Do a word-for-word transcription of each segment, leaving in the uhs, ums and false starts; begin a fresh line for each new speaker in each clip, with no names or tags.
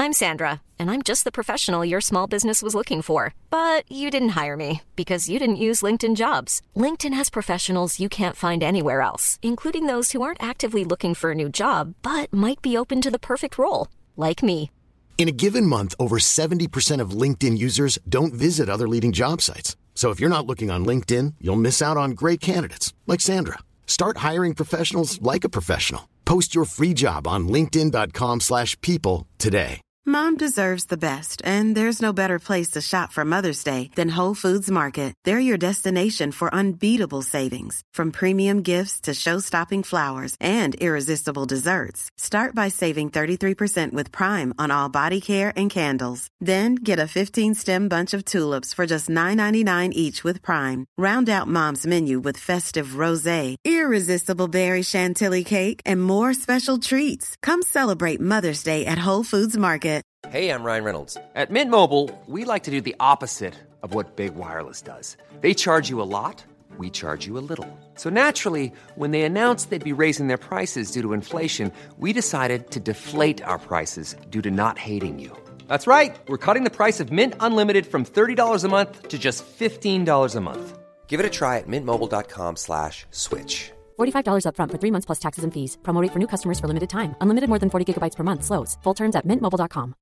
I'm Sandra, and I'm just the professional your small business was looking for. But you didn't hire me because you didn't use LinkedIn Jobs. LinkedIn has professionals you can't find anywhere else, including those who aren't actively looking for a new job, but might be open to the perfect role, like me.
In a given month, over seventy percent of LinkedIn users don't visit other leading job sites. So if you're not looking on LinkedIn, you'll miss out on great candidates like Sandra. Start hiring professionals like a professional. Post your free job on linkedin dot com slash people today.
Mom deserves the best, and there's no better place to shop for Mother's Day than Whole Foods Market. They're your destination for unbeatable savings, from premium gifts to show-stopping flowers and irresistible desserts. Start by saving thirty-three percent with Prime on all body care and candles. Then get a fifteen-stem bunch of tulips for just nine ninety-nine each with Prime. Round out Mom's menu with festive rosé, irresistible berry chantilly cake, and more special treats. Come celebrate Mother's Day at Whole Foods Market.
Hey, I'm Ryan Reynolds. At Mint Mobile, we like to do the opposite of what Big Wireless does. They charge you a lot, we charge you a little. So naturally, when they announced they'd be raising their prices due to inflation, we decided to deflate our prices due to not hating you. That's right. We're cutting the price of Mint Unlimited from thirty dollars a month to just fifteen dollars a month. Give it a try at mintmobile.com slash switch.
forty-five dollars up front for three months plus taxes and fees. Promo rate for new customers for limited time. Unlimited more than forty gigabytes per month. Slows full terms at mint mobile dot com.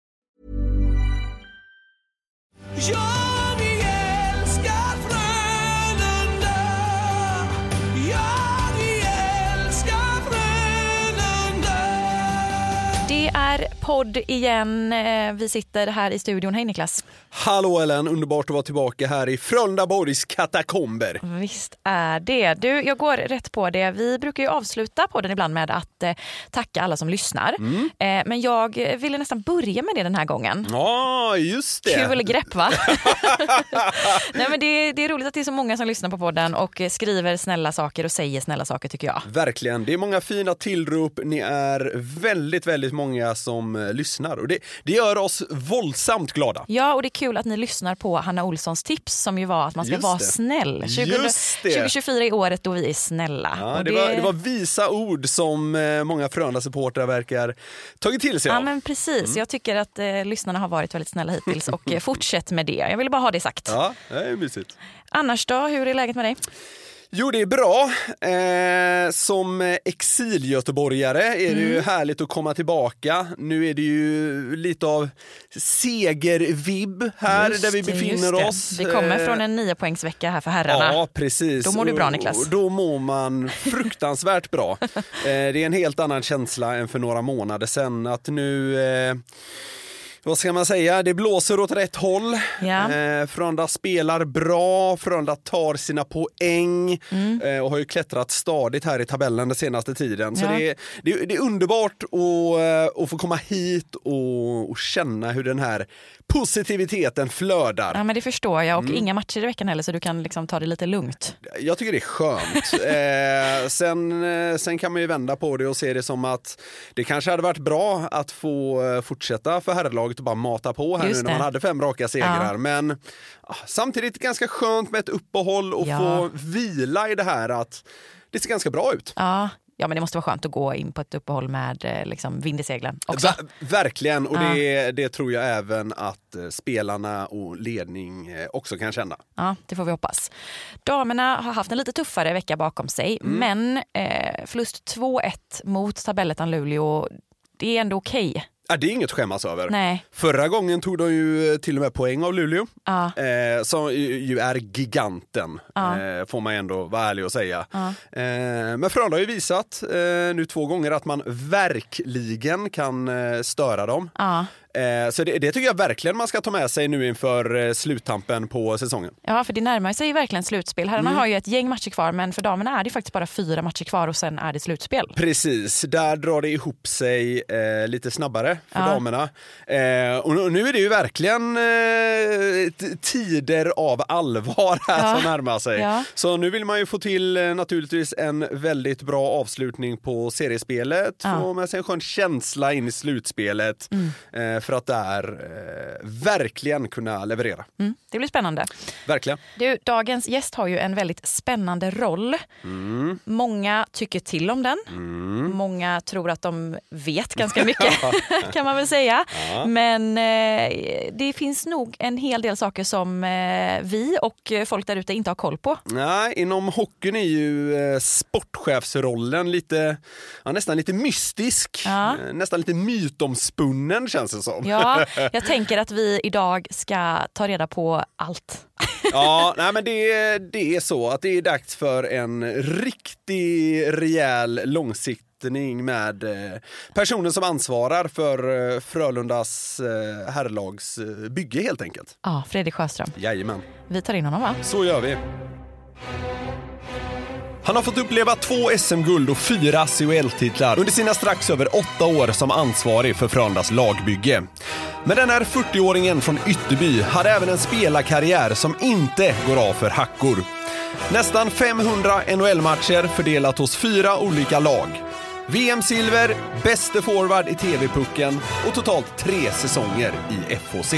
Jag älskar Frölunda. Jag älskar Frölunda.
Det är podd igen. Vi sitter här i studion. Hej Niklas.
Hallå Ellen, underbart att vara tillbaka här i Frölundaborgs katakomber.
Visst är det. Du, jag går rätt på det. Vi brukar ju avsluta podden ibland med att eh, tacka alla som lyssnar. Mm. Eh, men jag ville nästan börja med det den här gången.
Ja, just det.
Kul grepp, va? Nej, men det, det är roligt att det är så många som lyssnar på podden och skriver snälla saker och säger snälla saker, tycker jag.
Verkligen. Det är många fina tillrop. Ni är väldigt, väldigt många som eh, lyssnar. Och det, det gör oss våldsamt glada.
Ja, och det är kul att ni lyssnar på Hanna Olssons tips som ju var att man ska
Just
vara
det.
snäll. tjugo, tjugo tjugofyra är året då vi är snälla.
Ja,
och
det,
det...
Var, det var visa ord som eh, många Frölunda-supportrar verkar tagit till sig av.
Ja, men precis. Mm. Jag tycker att eh, lyssnarna har varit väldigt snälla hittills och eh, fortsätt med det. Jag ville bara ha det sagt.
Ja, det är mysigt.
Annars då, hur är läget med dig?
Jo, det är bra. Eh, som exilgöteborgare är det ju härligt att komma tillbaka. Nu är det ju lite av segervibb här
just
där vi
det,
befinner oss.
Vi kommer från en nio poängsvecka här för herrarna.
Ja, precis.
Då mår du bra, Niklas.
Och då mår man fruktansvärt bra. eh, det är en helt annan känsla än för några månader sedan. Att nu... Eh, Vad ska man säga? Det blåser åt rätt håll.
Ja.
Eh, Frölunda spelar bra. Frölunda tar sina poäng mm. eh, och har ju klättrat stadigt här i tabellen den senaste tiden. Så
ja.
det, är, det, är, det är underbart att, att få komma hit och, och känna hur den här positiviteten flödar.
Ja, men det förstår jag. Och
mm.
inga matcher i veckan heller, så du kan liksom ta det lite lugnt.
Jag tycker det är skönt. eh, sen, sen kan man ju vända på det och se det som att det kanske hade varit bra att få fortsätta för herrlaget och bara mata på här nu när man hade fem raka segrar. Ja. Men ah, samtidigt ganska skönt med ett uppehåll och ja. få vila i det här att det ser ganska bra ut.
Ja. Ja, men det måste vara skönt att gå in på ett uppehåll med liksom, vind i seglen också.
Ver- verkligen, och
ja.
det, det tror jag även att spelarna och ledning också kan känna.
Ja, det får vi hoppas. Damerna har haft en lite tuffare vecka bakom sig, mm. men eh, förlust två ett mot tabellettan Luleå, det är ändå okej. Okay.
Ja, det är inget skämmas över.
Nej.
Förra gången tog de ju till och med poäng av Luleå.
Ja.
Eh, som ju är giganten.
Ja.
Eh, får man ändå vara ärlig och säga.
Ja.
Eh, men Frölunda har ju visat eh, nu två gånger att man verkligen kan eh, störa dem.
Ja.
Eh, så det, det tycker jag verkligen man ska ta med sig nu inför eh, sluttampen på säsongen.
Ja, för det närmar sig verkligen slutspel. Herrarna
Mm.
har ju ett gäng matcher kvar, men för damerna är det faktiskt bara fyra matcher kvar och sen är det slutspel.
Precis, där drar det ihop sig eh, lite snabbare för
ja.
damerna. Eh, och nu är det ju verkligen eh, t- tider av allvar här
ja.
som närmar sig.
Ja.
Så nu vill man ju få till eh, naturligtvis en väldigt bra avslutning på seriespelet.
Ja.
Få med sig en skön känsla in i slutspelet.
Mm.
Eh, för att där eh, verkligen kunna leverera.
Mm, det blir spännande.
Verkligen.
Du, dagens gäst har ju en väldigt spännande roll.
Mm.
Många tycker till om den.
Mm.
Många tror att de vet ganska mycket, kan man väl säga.
Ja.
Men eh, det finns nog en hel del saker som eh, vi och folk där ute inte har koll på.
Nej, inom hockeyn är ju eh, sportchefsrollen lite, ja, nästan lite mystisk.
Ja.
Eh, nästan lite mytomspunnen känns det som.
Ja, jag tänker att vi idag ska ta reda på allt.
Ja, nej, men det, det är så att det är dags för en riktig rejäl långsiktning med eh, personen som ansvarar för eh, Frölundas eh, herrlags eh, bygge helt enkelt.
Ja, Fredrik Sjöström.
Jajamän.
Vi tar in honom, va?
Så gör vi. Han har fått uppleva två S M-guld och fyra C H L-titlar under sina strax över åtta år som ansvarig för Frölundas lagbygge. Men den här fyrtioåringen från Ytterby hade även en spelarkarriär som inte går av för hackor. Nästan femhundra N H L-matcher fördelat hos fyra olika lag. V M-silver, bäste forward i T V-pucken och totalt tre säsonger i F H C.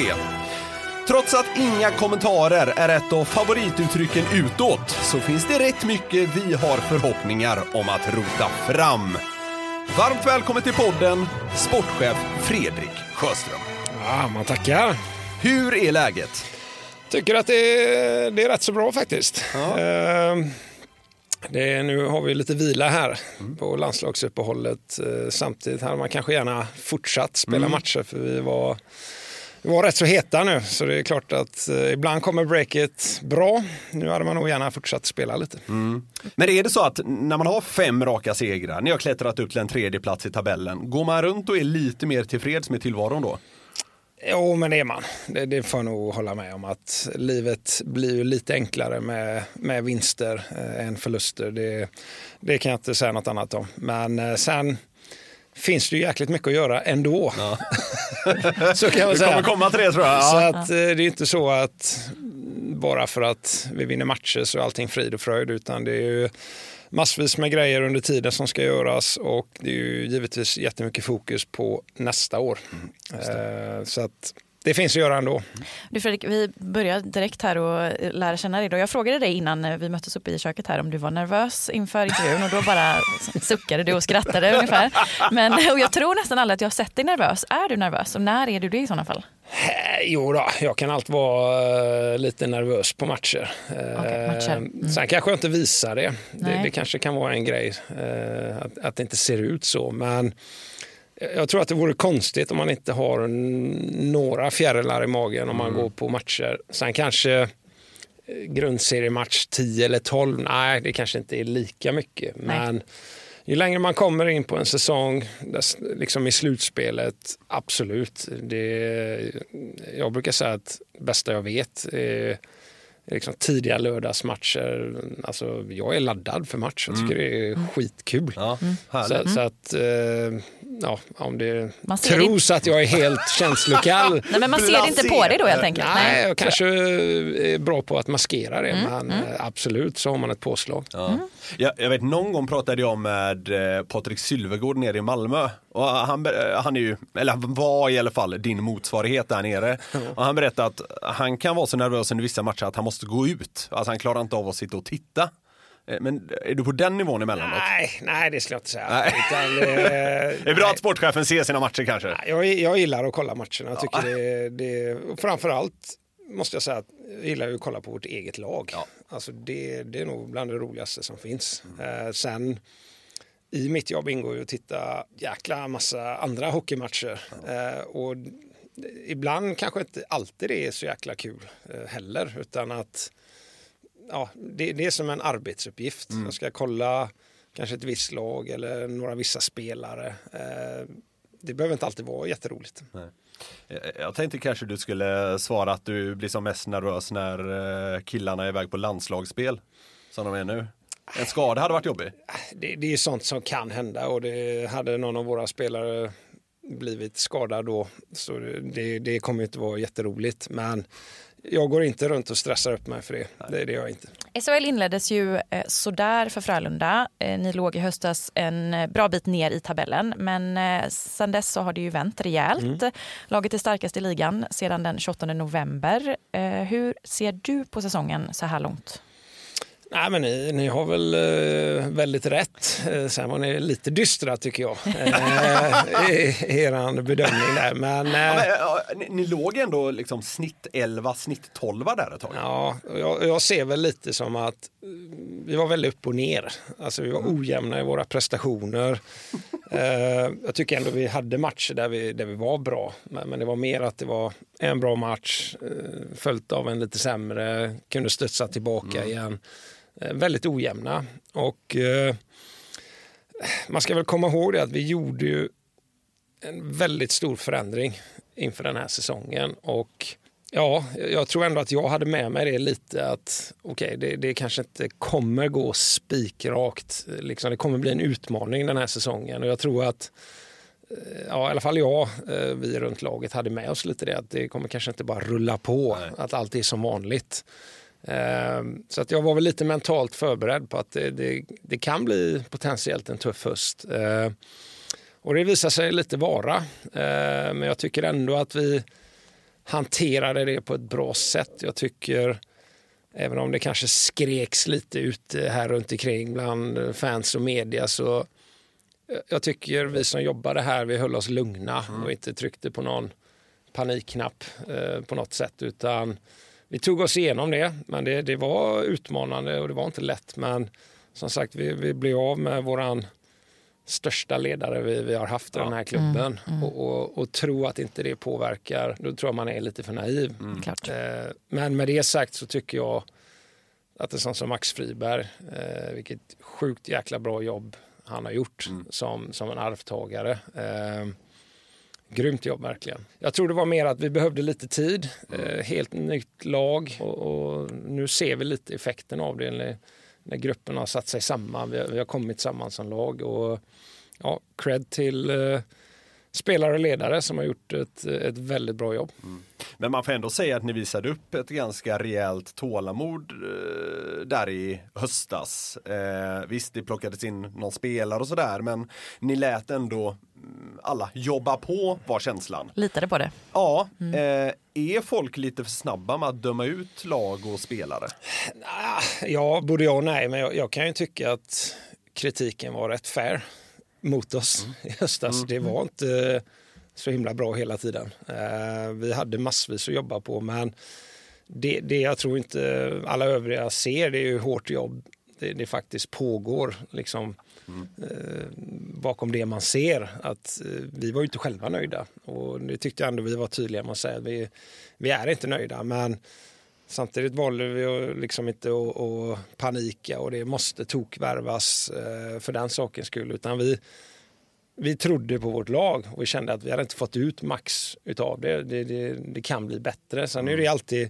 Trots att inga kommentarer är ett av favorituttrycken utåt så finns det rätt mycket vi har förhoppningar om att rota fram. Varmt välkommen till podden, sportchef Fredrik Sjöström.
Ja, man tackar.
Hur är läget?
Tycker att det är, det är rätt så bra faktiskt.
Ja.
Uh, det är, nu har vi lite vila här mm. på landslagsuppehållet. Uh, samtidigt hade man kanske gärna fortsatt spela mm. matcher för vi var... Vi var rätt så heta nu, så det är klart att eh, ibland kommer breaket bra. Nu hade man nog gärna fortsatt spela lite.
Mm. Men är det så att när man har fem raka segrar, ni har klättrat upp till en tredje plats i tabellen, går man runt och är lite mer tillfreds med tillvaron då?
Jo, men det är man. Det, det får jag nog hålla med om, att livet blir ju lite enklare med, med vinster eh, än förluster. Det, det kan jag inte säga något annat om. Men eh, sen... finns det ju jäkligt mycket att göra ändå. Ja. Så kan man säga.
Det kommer komma tre, tror jag. Ja.
Så att, det är inte så att bara för att vi vinner matcher så är allting frid och fröjd, utan det är ju massvis med grejer under tiden som ska göras och det är ju givetvis jättemycket fokus på nästa år. Mm, så att det finns att göra ändå.
Du Fredrik, vi börjar direkt här och lära känna dig då. Jag frågade dig innan vi möttes upp i köket här om du var nervös inför intervjun och då bara suckade du och skrattade ungefär. Men och jag tror nästan aldrig att jag har sett dig nervös. Är du nervös? Och när är du det i sådana fall?
Jo då, jag kan alltid vara lite nervös på matcher.
Okay, matcher. Mm.
Sen kanske jag inte visar det. Det, det kanske kan vara en grej att, att det inte ser ut så, men jag tror att det vore konstigt om man inte har några fjärilar i magen om man mm. går på matcher. Sen kanske grundseriematch tio eller tolv, nej det kanske inte är lika mycket. Nej. Men ju längre man kommer in på en säsong, liksom i slutspelet, absolut. Det, jag brukar säga att det bästa jag vet är liksom tidiga lördagsmatcher. Alltså, jag är laddad för match. Jag tycker mm. det är skitkul. Ja, så, så att ja, om det tros att jag är helt känslokall.
Nej, men man ser det inte på det då helt enkelt.
Nej, jag kanske är bra på att maskera det. Mm. Men mm. absolut så har man ett påslag.
Ja. Mm. Jag, jag vet, någon gång pratade jag med Patrik Sylvegård nere i Malmö. Och han, han är ju, eller han var i alla fall din motsvarighet där nere. Mm. Och han berättade att han kan vara så nervös under vissa matcher att han måste gå ut. Alltså han klarar inte av att sitta och titta. Men är du på den nivån emellanåt?
Nej, nej det skulle jag inte säga.
Nej.
Utan,
eh, det är bra nej. Att sportchefen ser sina matcher kanske.
Nej, jag, jag gillar att kolla matcherna. Jag tycker ja. det, det, och framförallt måste jag säga att jag gillar att kolla på vårt eget lag. Ja. Alltså det, det är nog bland det roligaste som finns. Mm. Eh, sen i mitt jobb ingår ju att titta jäkla massa andra hockeymatcher. Ja. Eh, och ibland kanske inte alltid det är så jäkla kul eh, heller, utan att ja, det, det är som en arbetsuppgift. Mm. Jag ska kolla kanske ett visst lag eller några vissa spelare. Eh, det behöver inte alltid vara jätteroligt.
Nej. Jag tänkte kanske du skulle svara att du blir som mest nervös när killarna är iväg på landslagsspel som de är nu. En skada hade varit jobbig.
Det, det är sånt som kan hända och det hade någon av våra spelare blivit skadad då. Så det, det kommer inte vara jätteroligt. Men jag går inte runt och stressar upp mig för det. Det, det gör jag inte.
S H L inleddes ju eh, sådär för Frölunda. Eh, ni låg i höstas en eh, bra bit ner i tabellen. Men eh, sedan dess så har det ju vänt rejält. Mm. Laget är starkast i ligan sedan den tjugoåttonde november. Eh, hur ser du på säsongen så här långt?
Nej, men ni, ni har väl eh, väldigt rätt. Eh, sen var ni lite dystra tycker jag. Eh, i, i er bedömning där. Men, eh,
ja, men ja, ni, ni låg ändå liksom snitt elva, snitt tolv där ett tag.
Ja, jag, jag ser väl lite som att vi var väldigt upp och ner. Alltså vi var mm. ojämna i våra prestationer. eh, jag tycker ändå vi hade matcher där vi, där vi var bra. Men, men det var mer att det var en bra match eh, följt av en lite sämre. Kunde studsa tillbaka mm. igen. Väldigt ojämna och eh, man ska väl komma ihåg det att vi gjorde ju en väldigt stor förändring inför den här säsongen och ja, jag tror ändå att jag hade med mig det lite att okej, okay, det, det kanske inte kommer gå spikrakt, liksom, det kommer bli en utmaning den här säsongen och jag tror att ja, i alla fall jag, vi runt laget hade med oss lite det att det kommer kanske inte bara rulla på, Nej. Att allt är som vanligt. Så att jag var väl lite mentalt förberedd på att det, det, det kan bli potentiellt en tuff höst. Och det visar sig lite vara. Men jag tycker ändå att vi hanterade det på ett bra sätt. Jag tycker, även om det kanske skreks lite ut här runt omkring bland fans och media, så jag tycker vi som jobbade här, vi höll oss lugna och inte tryckte på någon panikknapp på något sätt, utan vi tog oss igenom det, men det, det var utmanande och det var inte lätt. Men som sagt, vi, vi blev av med våran största ledare vi, vi har haft i ja. den här klubben. Mm, mm. Och, och, och tro att inte det påverkar, då tror jag man är lite för naiv. Mm. Eh, men med det sagt så tycker jag att det är sånt som Max Friberg, eh, vilket sjukt jäkla bra jobb han har gjort mm. som, som en arvtagare. Eh, Grymt jobb verkligen. Jag tror det var mer att vi behövde lite tid. Mm. Eh, helt nytt lag. Och, och nu ser vi lite effekten av det när, när gruppen har satt sig samman. Vi, vi har kommit samman som lag. Och ja, cred till eh, spelare och ledare som har gjort ett, ett väldigt bra jobb. Mm.
Men man får ändå säga att ni visade upp ett ganska rejält tålamod eh, där i höstas. Eh, visst, det plockades in någon spelare och sådär, men ni lät ändå alla jobba på, var känslan.
Litade på det.
Ja, mm. eh, är folk lite för snabba med att döma ut lag och spelare?
Ja, både jag och nej, men jag, jag kan ju tycka att kritiken var rätt fair mot oss mm. i höstas. Mm. Det var inte så himla bra hela tiden. Eh, vi hade massvis att jobba på, men det, det jag tror inte alla övriga ser, det är ju hårt jobb. Det, det faktiskt pågår liksom mm. eh, bakom det man ser. Att eh, vi var ju inte själva nöjda. Och det tyckte jag ändå vi var tydliga med att säga. Vi, vi är inte nöjda, men samtidigt valde vi att liksom inte att, att panika och det måste tokvärvas eh, för den sakens skull, utan vi Vi trodde på vårt lag och vi kände att vi hade inte fått ut max utav det. Det, det, det kan bli bättre. Sen är det alltid,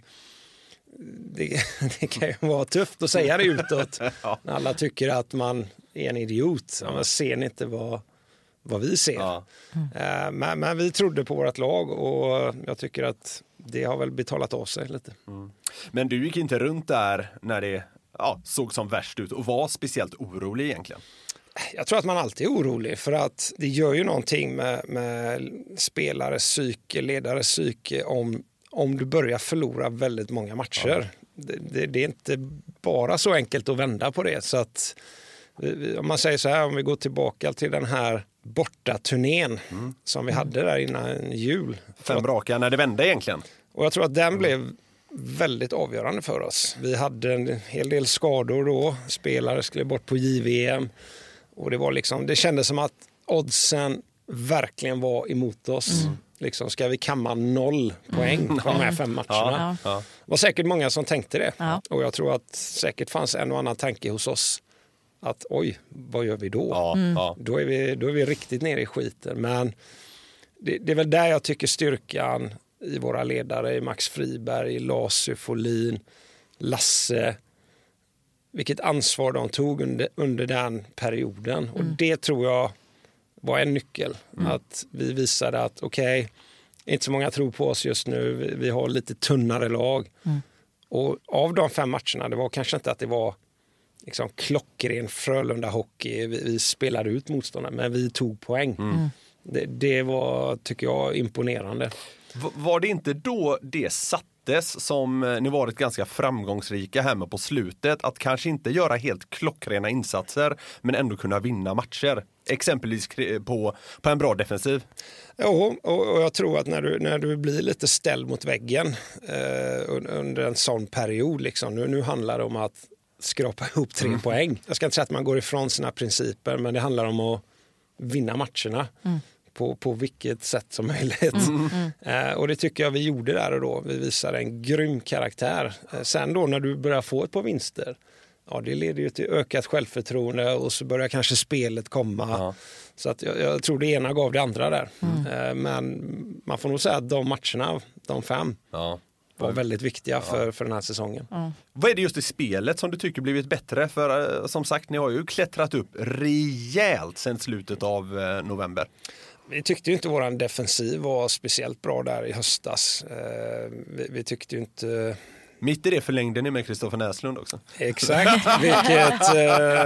det, det kan ju vara tufft att säga det utåt. Ja. När alla tycker att man är en idiot. Ja. Man ser inte vad, vad vi ser. Ja. Mm. Men, men vi trodde på vårt lag och jag tycker att det har väl betalat av sig lite.
Mm. Men du gick inte runt där när det ja, såg som värst ut och var speciellt orolig egentligen?
Jag tror att man alltid är orolig, för att det gör ju någonting med, med spelares psyke, ledares psyke om, om du börjar förlora väldigt många matcher. Ja. Det, det, det är inte bara så enkelt att vända på det. Så att, om man säger så här, om vi går tillbaka till den här borta turnén mm. som vi hade där innan jul.
Fem raka när det vände egentligen.
Och jag tror att den mm. blev väldigt avgörande för oss. Vi hade en hel del skador då. Spelare skulle bort på J V M. Och det var liksom, det kändes som att oddsen verkligen var emot oss. Mm. Liksom, ska vi kamma noll poäng på de här fem matcherna? Ja. Ja. Det var säkert många som tänkte det. Ja. Och jag tror att säkert fanns en och annan tanke hos oss. Att oj, vad gör vi då? Ja. Mm. Då, är vi, då är vi riktigt nere i skiten. Men det, det är väl där jag tycker styrkan i våra ledare, i Max Friberg, Lasse Folin, Lasse, vilket ansvar de tog under, under den perioden. Mm. Och det tror jag var en nyckel. Mm. Att vi visade att okej, okay, inte så många tror på oss just nu. Vi, vi har lite tunnare lag. Mm. Och av de fem matcherna, det var kanske inte att det var liksom klockren Frölunda hockey. Vi, vi spelade ut motståndare, men vi tog poäng. Mm. Det, det var, tycker jag, imponerande.
V- var det inte då det sattes som ni varit ganska framgångsrika hemma på slutet? Att kanske inte göra helt klockrena insatser, men ändå kunna vinna matcher. Exempelvis på, på en bra defensiv.
Jo, och, och jag tror att när du, när du blir lite ställd mot väggen eh, under en sån period, liksom, nu, nu handlar det om att skrapa ihop tre mm. poäng. Jag ska inte säga att man går ifrån sina principer, men det handlar om att vinna matcherna mm. på, på vilket sätt som möjligt. Mm. Mm. Eh, och det tycker jag vi gjorde där och då. Vi visade en grym karaktär. Eh, sen då när du börjar få ett par vinster, ja, det leder ju till ökat självförtroende och så börjar kanske spelet komma. Ja. Så att jag, jag tror det ena gav det andra där. Mm. Eh, men man får nog säga att de matcherna, de fem, ja. var väldigt viktiga för, för den här säsongen.
Mm. Vad är det just i spelet som du tycker blivit bättre? För som sagt, ni har ju klättrat upp rejält sedan slutet av november.
Vi tyckte ju inte våran defensiv var speciellt bra där i höstas. Vi, vi tyckte ju inte...
Mitt i det förlängde ni med Kristoffer Näslund också.
Exakt, vilket,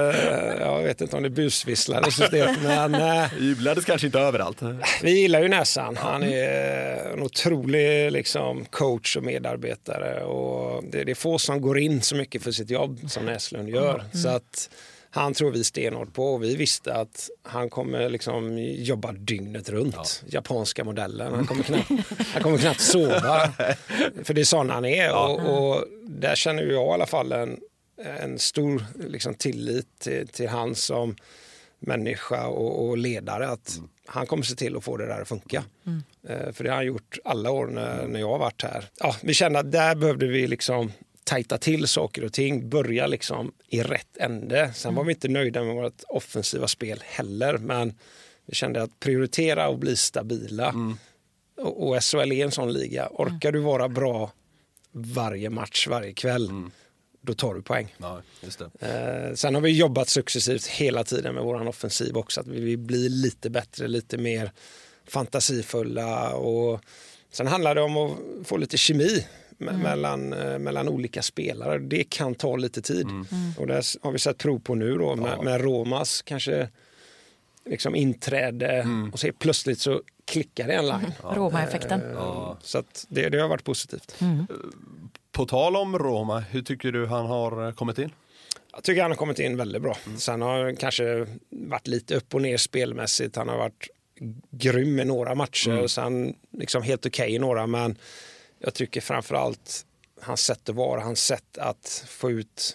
eh, jag vet inte om det busvisslade systemet, men... Eh,
Jublades kanske inte överallt.
Vi gillar ju Näsan, han är en otrolig liksom, coach och medarbetare och det, det är få som går in så mycket för sitt jobb som Näslund gör, mm. så att han tror vi stenhårt på och vi visste att han kommer liksom jobba dygnet runt. Ja. Japanska modellen. Han kommer knappt, han kommer knappt sova. För det är sån han är. Ja. Och, och där känner jag i alla fall en, en stor liksom, tillit till, till han som människa och, och ledare. Att mm. han kommer se till att få det där att funka. Mm. Uh, för det har han gjort alla år när, när jag har varit här. Ja, vi kände att där behövde vi liksom tajta till saker och ting, börja liksom i rätt ände. Sen var vi inte nöjda med vårt offensiva spel heller, men vi kände att prioritera och bli stabila. Mm. Och, och S H L är en sån liga. Orkar du vara bra varje match, varje kväll, mm. då tar du poäng.
Ja, just det.
Eh, sen har vi jobbat successivt hela tiden med våran offensiv också, att vi vill bli lite bättre, lite mer fantasifulla och sen handlar det om att få lite kemi Mm. mellan, eh, mellan olika spelare. Det kan ta lite tid. Mm. Mm. Och det har vi sett prov på nu då med, ja. med Romas kanske liksom inträde mm. och så plötsligt så klickar det en line.
Ja. Roma-effekten.
Eh, ja. Så att det, det har varit positivt.
Mm.
På tal om Roma, hur tycker du han har kommit in?
Jag tycker han har kommit in väldigt bra. Mm. Sen har han kanske varit lite upp och ner spelmässigt. Han har varit grym i några matcher mm. och sen liksom helt okej okay i några, men jag tycker framförallt hans sätt att vara, hans sätt att få ut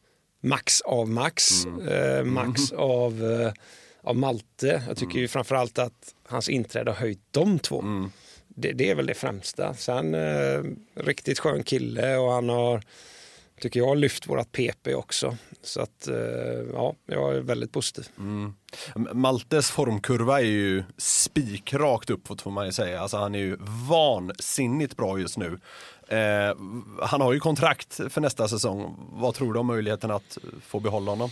max av Max, mm. eh, max mm. av, eh, av Malte. Jag tycker mm. ju framförallt att hans inträde har höjt de två. Mm. Det, det är väl det främsta. Sen eh, riktigt skön kille och han har, tycker jag, lyft vårat P P också. Så att, eh, ja, jag är väldigt positiv. Mm.
Maltes formkurva är ju spikrakt uppåt får man ju säga. Alltså han är ju vansinnigt bra just nu. Eh, han har ju kontrakt för nästa säsong. Vad tror du om möjligheten att få behålla honom?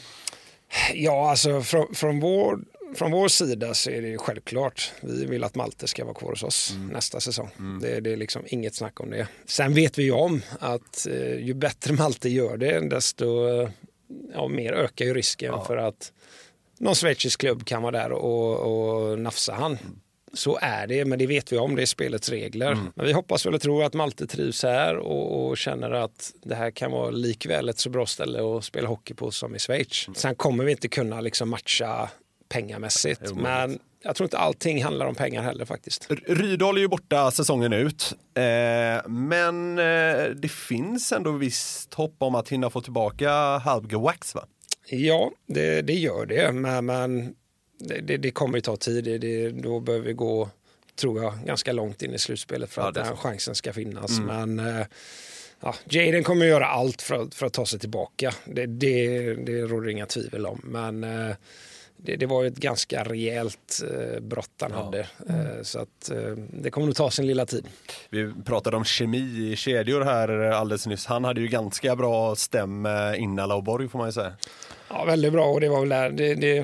Ja, alltså från, från, vår, från vår sida så är det ju självklart. Vi vill att Malte ska vara kvar hos oss mm. nästa säsong. Mm. Det, det är liksom inget snack om det. Sen vet vi ju om att eh, ju bättre Malte gör det, desto eh, ja, mer ökar ju risken ja. för att någon schweizisk klubb kan vara där och, och nafsa han. Mm. Så är det, men det vet vi om, det är spelets regler. Mm. Men vi hoppas väl och tror att Malte trivs här och, och känner att det här kan vara likväl ett så bra ställe att spela hockey på som i Schweiz. Mm. Sen kommer vi inte kunna liksom matcha pengamässigt, jo, men jag tror inte allting handlar om pengar heller faktiskt.
Rydal är ju borta säsongen ut, eh, men eh, det finns ändå visst hopp om att hinna få tillbaka Halbge Wax, va?
Ja, det, det gör det, men, men det, det, det kommer ju ta tid. Det, det, då behöver vi gå, tror jag, ganska långt in i slutspelet för ja, att den här chansen ska finnas. Mm. Men eh, ja, Jaden kommer göra allt för att, för att ta sig tillbaka. Det, det, det råder inga tvivel om, men eh, Det, det var ju ett ganska rejält eh, brott han ja. hade. Eh, så att eh, det kommer nog ta sin lilla tid.
Vi pratade om kemi i kedjor här alldeles nyss. Han hade ju ganska bra stäm innan Lauborg får man ju säga.
Ja, väldigt bra. Och det var väl där, det, det,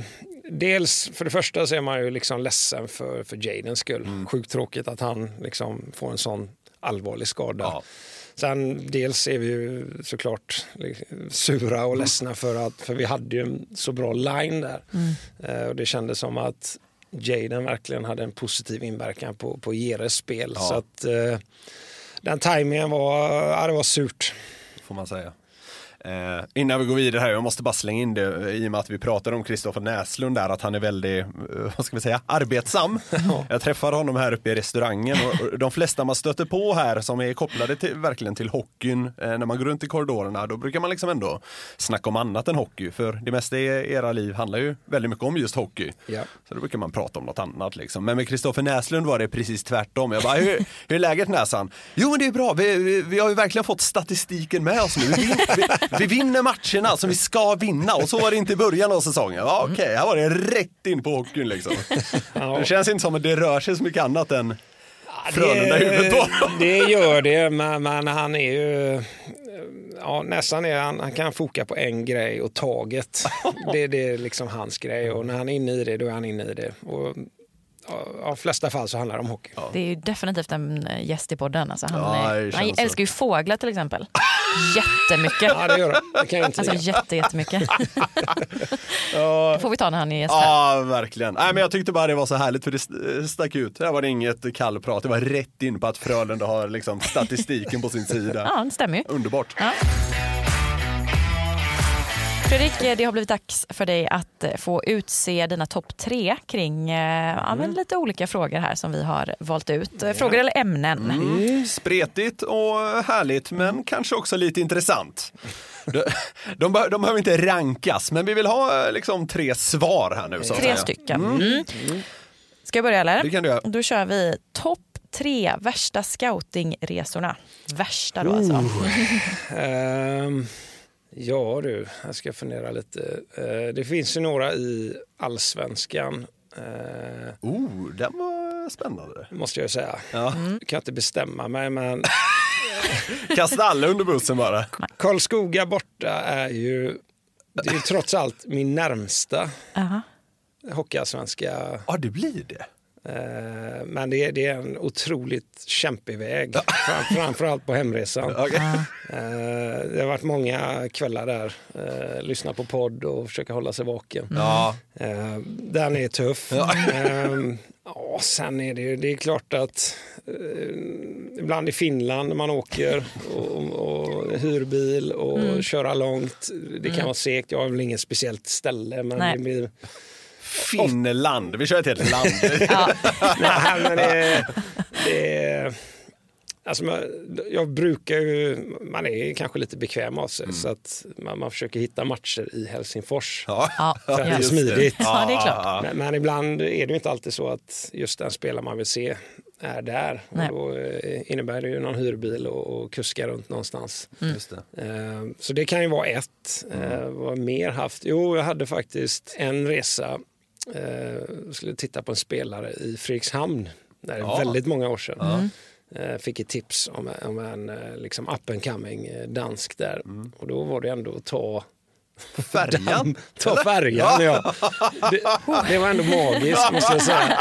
dels, för det första så är man ju liksom ledsen för, för Jadens skull. Mm. Sjukt tråkigt att han liksom får en sån allvarlig skada. Ja. Sen dels är vi ju såklart sura och ledsna för att för vi hade ju en så bra line där. Mm. Eh, och det kändes som att Jaden verkligen hade en positiv inverkan på, på Jeres spel. Ja. Så att eh, den timingen var, ja, det var surt.
Får man säga. Eh, innan vi går vidare här, jag måste bara slänga in det i och med att vi pratade om Kristoffer Näslund där, att han är väldigt, vad ska vi säga, arbetsam. Ja. Jag träffade honom här uppe i restaurangen och de flesta man stöter på här som är kopplade till, verkligen till hockeyn, eh, när man går runt i korridorerna, då brukar man liksom ändå snacka om annat än hockey, för det mesta i era liv handlar ju väldigt mycket om just hockey. Ja. Så då brukar man prata om något annat liksom. Men med Kristoffer Näslund var det precis tvärtom. Jag bara, hur, hur är läget Näsan? Jo men det är bra, vi, vi, vi har ju verkligen fått statistiken med oss nu. Vi, vi, Vi vinner matcherna som vi ska vinna. Och så var det inte i början av säsongen. Ja, okej, okay, här var det rätt in på hockeyn liksom. Ja. Det känns inte som att det rör sig så mycket annat än ja, Frölunda i huvudet på.
Det gör det, men, men han är ju... Ja, nästan är han, han kan foka på en grej och taget. Det, det är liksom hans grej. Och när han är inne i det, då är han inne i det. Och... Ja, i flesta fall så handlar det om hockey. Ja.
Det är ju definitivt en gäst i podden. Alltså han ja, är, han älskar ju fåglar till exempel. Jättemycket.
Ja, det gör det. Det kan jag inte
alltså jätte, jättemycket.
Ja.
Det får vi ta när han är gäst
här. Ja, verkligen. Nej, men jag tyckte bara det var så härligt för det stack ut. Det var det inget kallprat. Det var rätt in på att Frölunda har liksom statistiken på sin sida.
Ja, det stämmer ju.
Underbart.
Ja. Fredrik, det har blivit dags för dig att få utse dina topp tre kring ja, men lite olika frågor här som vi har valt ut. Frågor eller ämnen.
Mm, spretigt och härligt, men kanske också lite intressant. De, de, be- de behöver inte rankas, men vi vill ha liksom tre svar här nu. Så
tre stycken. Mm. Mm. Ska jag börja eller?
Det kan du göra.
Då kör vi topp tre värsta scoutingresorna. Värsta då alltså.
Uh. um. Ja du, jag ska fundera lite. Det finns ju några i Allsvenskan.
Oh, den var spännande.
Måste jag säga. Ja. Mm. Kan inte bestämma mig, men...
Kasta alla under bussen bara.
Karlskoga borta är ju, det är ju trots allt min närmsta uh-huh. hockeyallsvenska.
Ja, det blir det.
Men det är, det är en otroligt kämpig väg, Fram, framförallt på hemresan. Okay. Det har varit många kvällar där, lyssna på podd och försöka hålla sig vaken. Ja. Den är tuff. Ja. Ja, sen är det ju, det är klart att ibland i Finland när man åker och, och hyr bil och mm. köra långt, det kan mm. vara segt. Jag har väl inget speciellt ställe, men Nej. det blir...
Finland, vi kör ett helt land.
Ja. Nej, men det, det, alltså man, jag brukar ju, man är kanske lite bekväm av sig mm. så att man, man försöker hitta matcher i Helsingfors
ja.
för att ja. det är smidigt.
Ja, det är klart.
Men, men ibland är det ju inte alltid så att just den spelare man vill se är där. Nej. Och då innebär det ju någon hyrbil och, och kuska runt någonstans. Mm. Just det. Uh, så det kan ju vara ett. Mm. Uh, vad mer haft? Jo, jag hade faktiskt en resa. Uh, skulle titta på en spelare i Fredrikshamn. Det är ja. väldigt många år sedan. Mm. Uh, fick ett tips om, om en uh, liksom up and coming uh, dansk där. Mm. Och då var det ändå att ta
färjan.
Ta färjan, ja. Det, det var ändå magiskt, måste jag säga.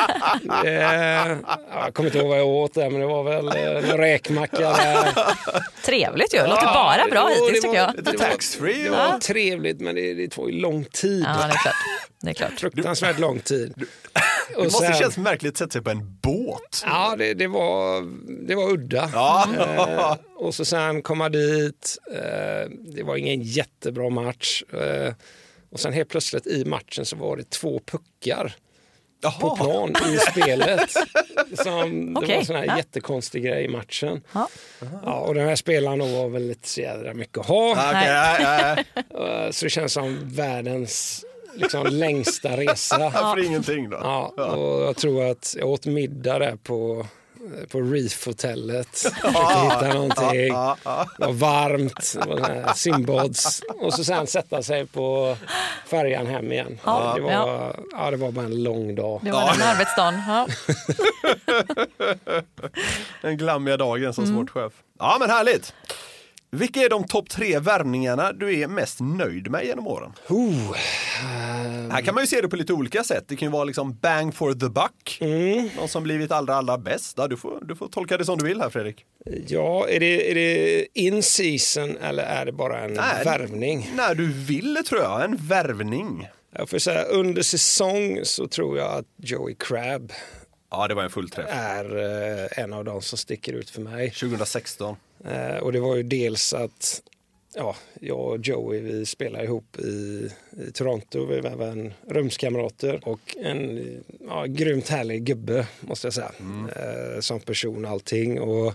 Eh, jag kommer inte ihåg vad jag åt där, men det var väl en räkmacka där.
Trevligt ju, det låter bara bra
jo,
hittills tycker jag.
Det var tax-free.
Det var ja. trevligt, men det, det tog ju lång tid.
Ja, det är klart. Det är klart.
Fruktansvärt lång tid.
Du, det måste sen, kännas märkligt att sätta sig på en båt.
Ja, det, det, var, det var udda.
Ja.
Eh, och så sen komma dit. Eh, det var ingen jättebra match. Eh, och sen helt plötsligt i matchen så var det två puckar Jaha. på plan i spelet. Som, det okay. var en sån här ja. jättekonstig grej i matchen. Ja. Ja, och den här spelaren var väl lite så jävla mycket att ha.
Okay, ja, ja,
ja. Så det känns som världens liksom längsta resa.
Ja. För ingenting då.
Ja, och jag tror att jag åt middag där på på Reef-hotellet. Försökte hitta någonting. Det var varmt. Det var simbads. Och så sen sätta sig på färjan hem igen. Ja, det, var, ja. Ja, det var bara en lång dag.
Det var en arbetsdag. Ja.
Den glammiga dagen som mm. sportchef. Ja, men härligt. Vilka är de topp tre värvningarna du är mest nöjd med genom åren?
Oh, um...
Här kan man ju se det på lite olika sätt. Det kan ju vara liksom bang for the buck.
Mm.
De som blivit allra, allra bäst. Ja, du, får, du får tolka det som du vill här, Fredrik.
Ja, är det, är det in season eller är det bara en
Nej,
värvning?
Nej, du vill tror jag. En värvning.
Jag får säga, under säsong så tror jag att Joey Crabb
Ja, det var en fullträff.
är eh, en av de som sticker ut för mig.
tjugo sexton.
Eh, och det var ju dels att ja, jag och Joey vi spelade ihop i, i Toronto. Vi var även rumskamrater och en ja, grymt härlig gubbe måste jag säga. Mm. Eh, som person och allting. Och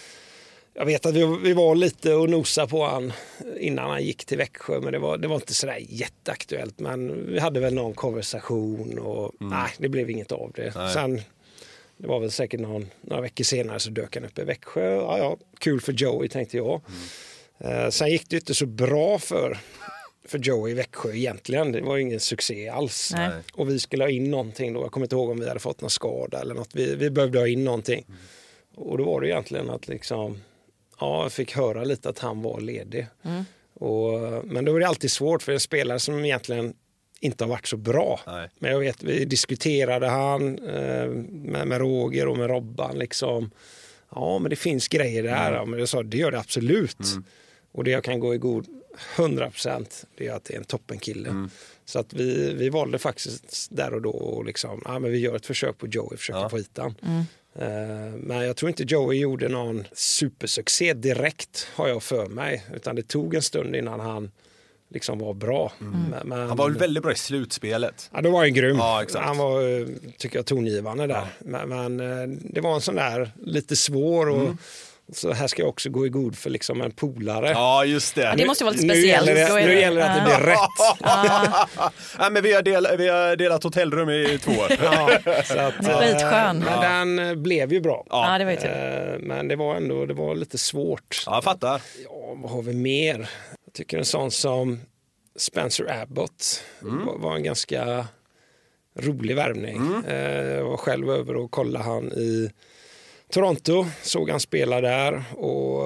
jag vet att vi, vi var lite och nosa på han innan han gick till Växjö, men det var, det var inte sådär jätteaktuellt. Men vi hade väl någon konversation och mm. nej, det blev inget av det. Nej. Sen, det var väl säkert någon, några veckor senare så dök han upp i Växjö. Ja, ja, kul för Joey tänkte jag. Mm. Eh, sen gick det inte så bra för, för Joey i Växjö egentligen. Det var ingen succé alls. Nej. Och vi skulle ha in någonting då. Jag kommer inte ihåg om vi hade fått någon skada eller något. Vi, vi behövde ha in någonting. Mm. Och då var det egentligen att liksom... Ja, jag fick höra lite att han var ledig. Mm. Och, men då är det alltid svårt för en spelare som egentligen inte har varit så bra. Nej. Men jag vet, vi diskuterade han eh, med, med Roger och med Robban liksom. Ja, men det finns grejer där. Mm. Ja, men jag sa, det gör det absolut. Mm. Och det jag kan gå i god hundra procent det är att det är en toppenkille. Mm. Så att vi, vi valde faktiskt där och då och liksom, ja, men vi gör ett försök på Joey, försöker ja. få hit han. Mm. Uh, men jag tror inte Joey gjorde någon supersuccé direkt har jag för mig, utan det tog en stund innan han liksom var bra. Mm. Men,
han var väl väldigt bra i slutspelet.
Ja, då var han grym.
Ja, exakt.
Han var, tycker jag, tongivande där. Ja. Men, men det var en sån där lite svår och mm. så här ska jag också gå i god för liksom en polare.
Ja, just det.
Ja, det måste vara lite speciellt.
Nu gäller det, nu gäller det att det blir rätt.
Ja.
Ja, men vi har, del, vi har delat hotellrum i två år.
Ja, så att,
det är skitskön.
Men den blev ju bra.
Ja, det var ju tur.
Men det var ändå det var lite svårt.
Ja, jag fattar.
Ja, vad har vi mer? Jag tycker en sån som Spencer Abbott mm. var, var en ganska rolig värvning. Mm. Jag var själv över och kollade han i Toronto, såg han spela där och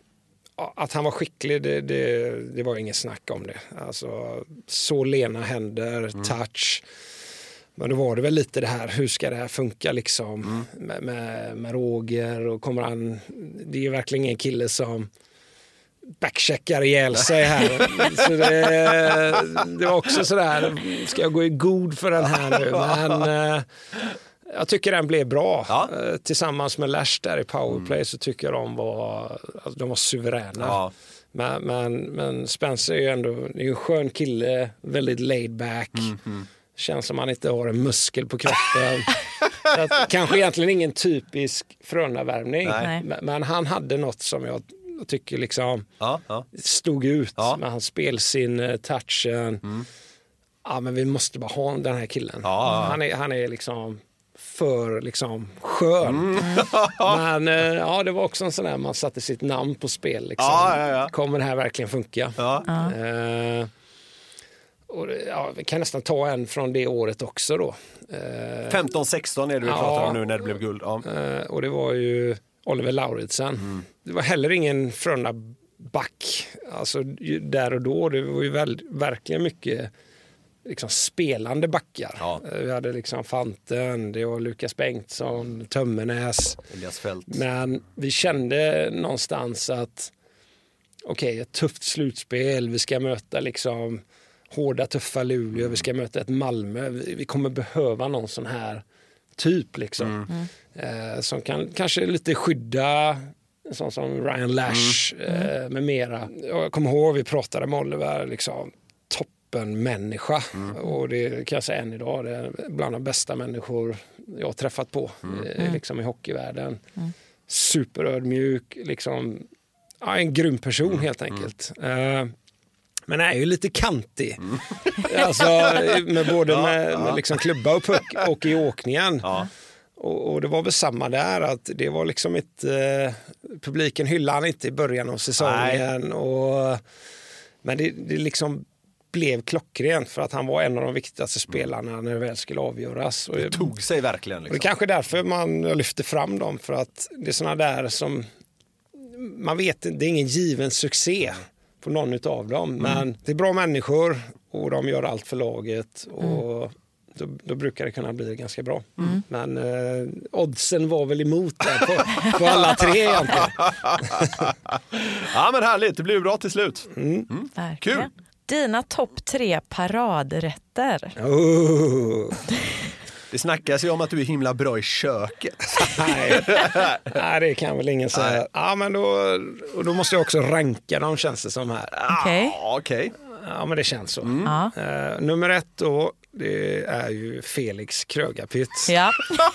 att han var skicklig det, det, det var ingen snack om det. Alltså, så lena händer, mm. touch. Men då var det väl lite det här, hur ska det här funka liksom mm. med, med, med Roger och kommer han, det är ju verkligen ingen kille som backcheckar ihjäl sig här. Så det, det var också sådär, ska jag gå i god för den här nu? Men jag tycker den blev bra. Ja. Tillsammans med Lash där i powerplay mm. så tycker jag de var, alltså de var suveräna. Ja. Men, men, men Spencer är ju ändå är ju en skön kille, väldigt laid back. Mm, mm. Känns som han inte har en muskel på kroppen. Att, kanske egentligen ingen typisk Frölunda-värvning. Men, men han hade något som jag tycker liksom ja, ja. stod ut ja. med hans spelsinne, touchen. Mm. Ja, men vi måste bara ha den här killen. Ja, ja. Han, är, han är liksom för liksom skön. Mm. Men ja, det var också en sån där man satte sitt namn på spel. Liksom. Ja, ja, ja. Kommer det här verkligen funka? Ja. Uh, och, ja, vi kan nästan ta en från det året också då. Uh,
femton sexton är det vi ja, pratar om nu när det blev guld. Ja.
Uh, och det var ju Oliver Lauritsen. Mm. Det var heller ingen Frölunda back. Alltså där och då. Det var ju väl, verkligen mycket liksom spelande backar. Ja. Vi hade liksom Fanten, det var Lukas Bengtsson, Tömmernes.
Elias Fält.
Men vi kände någonstans att okej, okay, ett tufft slutspel. Vi ska möta liksom hårda, tuffa Luleå. Mm. Vi ska möta ett Malmö. Vi, vi kommer behöva någon sån här typ liksom. Mm. Eh, som kan kanske lite skydda en sån som Ryan Lash mm. eh, med mera. Jag kommer ihåg vi pratade med Oliver liksom toppen människa mm. och det kan jag säga än idag, det är bland de bästa människor jag har träffat på mm. eh, liksom i hockeyvärlden. Mm. Superödmjuk liksom, ja, en grym person mm. helt enkelt. Mm. Eh, men är ju lite kantig. Mm. Alltså med både ja, med, ja. med liksom klubba och puck och i åkningen. Ja. Och, och det var väl samma där att det var liksom ett eh, publiken hyllade han inte i början av säsongen och, men det, det liksom blev klockrent för att han var en av de viktigaste spelarna när det väl skulle avgöras. Och
det tog sig verkligen. Liksom.
Och det är kanske därför man lyfter fram dem, för att det är såna där som man vet, det är ingen given succé på någon av dem, mm. men det är bra människor och de gör allt för laget och mm. då, då brukar det kunna bli ganska bra. Mm. Men eh, oddsen var väl emot det på, på alla tre egentligen.
Ja, men härligt, det blir bra till slut.
Mm.
Mm. Kul!
Dina topp tre paradrätter.
Oh.
Det snackas ju om att du är himla bra i köket.
Nej, Nej det kan väl ingen säga. Nej. Ja, men då, då måste jag också ranka dem, känns det som här.
Okej.
Ja, okej.
Ja, men det känns så.
Mm.
Ja.
Uh, nummer ett då, det är ju Felix Krögarpytt.
Ja.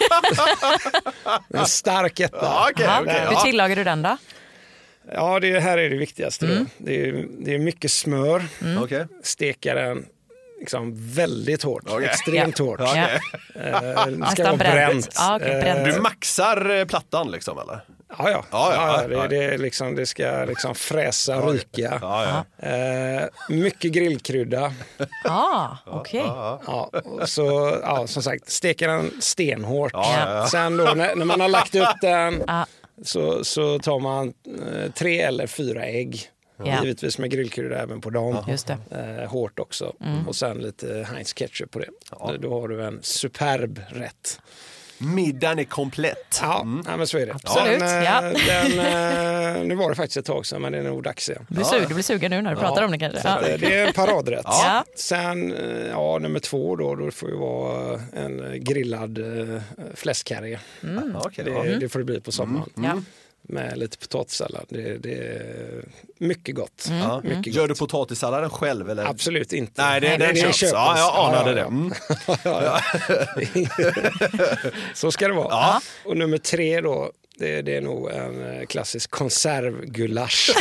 En stark etta.
Ja, okay, okay,
Hur tillagar du den då?
Ja, det här är det viktigaste.
Mm.
Då. Det, är, det är mycket smör.
Mm.
Okay.
Steka den liksom väldigt hårt. Okay. Extremt
ja.
hårt.
Ja.
Uh, det ska vara bränt.
Ja, okay, bränt.
Du maxar plattan liksom, eller?
Ja, ja.
ja, ja,
ja,
ja.
Det, det, liksom, det ska liksom fräsa,
ja,
ryka.
Ja, ja.
Uh, mycket grillkrydda.
Ah, okej. Okay.
Ja, och så, ja, som sagt, steka den stenhårt.
Ja, ja, ja.
Sen då, när, när man har lagt upp den ah. så, så tar man eh, tre eller fyra ägg. Ja. Givetvis med grillkrydda även på dem.
Just det.
Eh, hårt också. Mm. Och sen lite Heinz ketchup på det. Ja. Då har du en superb rätt.
Middagen är komplett.
Ja, mm. ja men så är det.
Absolut.
Sen,
ja.
den, eh, nu var det faktiskt ett tag sedan, men det är nog dags igen.
Du blir, sug, du blir sugen nu när du ja. pratar om det kanske.
Ja. Det är en paradrätt.
Ja.
Sen, ja, nummer två då, då får ju vara en grillad äh, fläskkarré.
Mm.
Okay. Det, det får det bli på sommaren.
Mm. Ja.
Med lite potatissallad. Det, det är mycket gott.
Mm.
Ja. Mycket
Gör
gott.
du potatissalladen själv? Eller?
Absolut inte.
Nej, det, det, det, det köps. köps. Ja, jag anade det. Mm.
Så ska det vara.
Ja.
Och nummer tre då, det, det är nog en klassisk konservgulasch.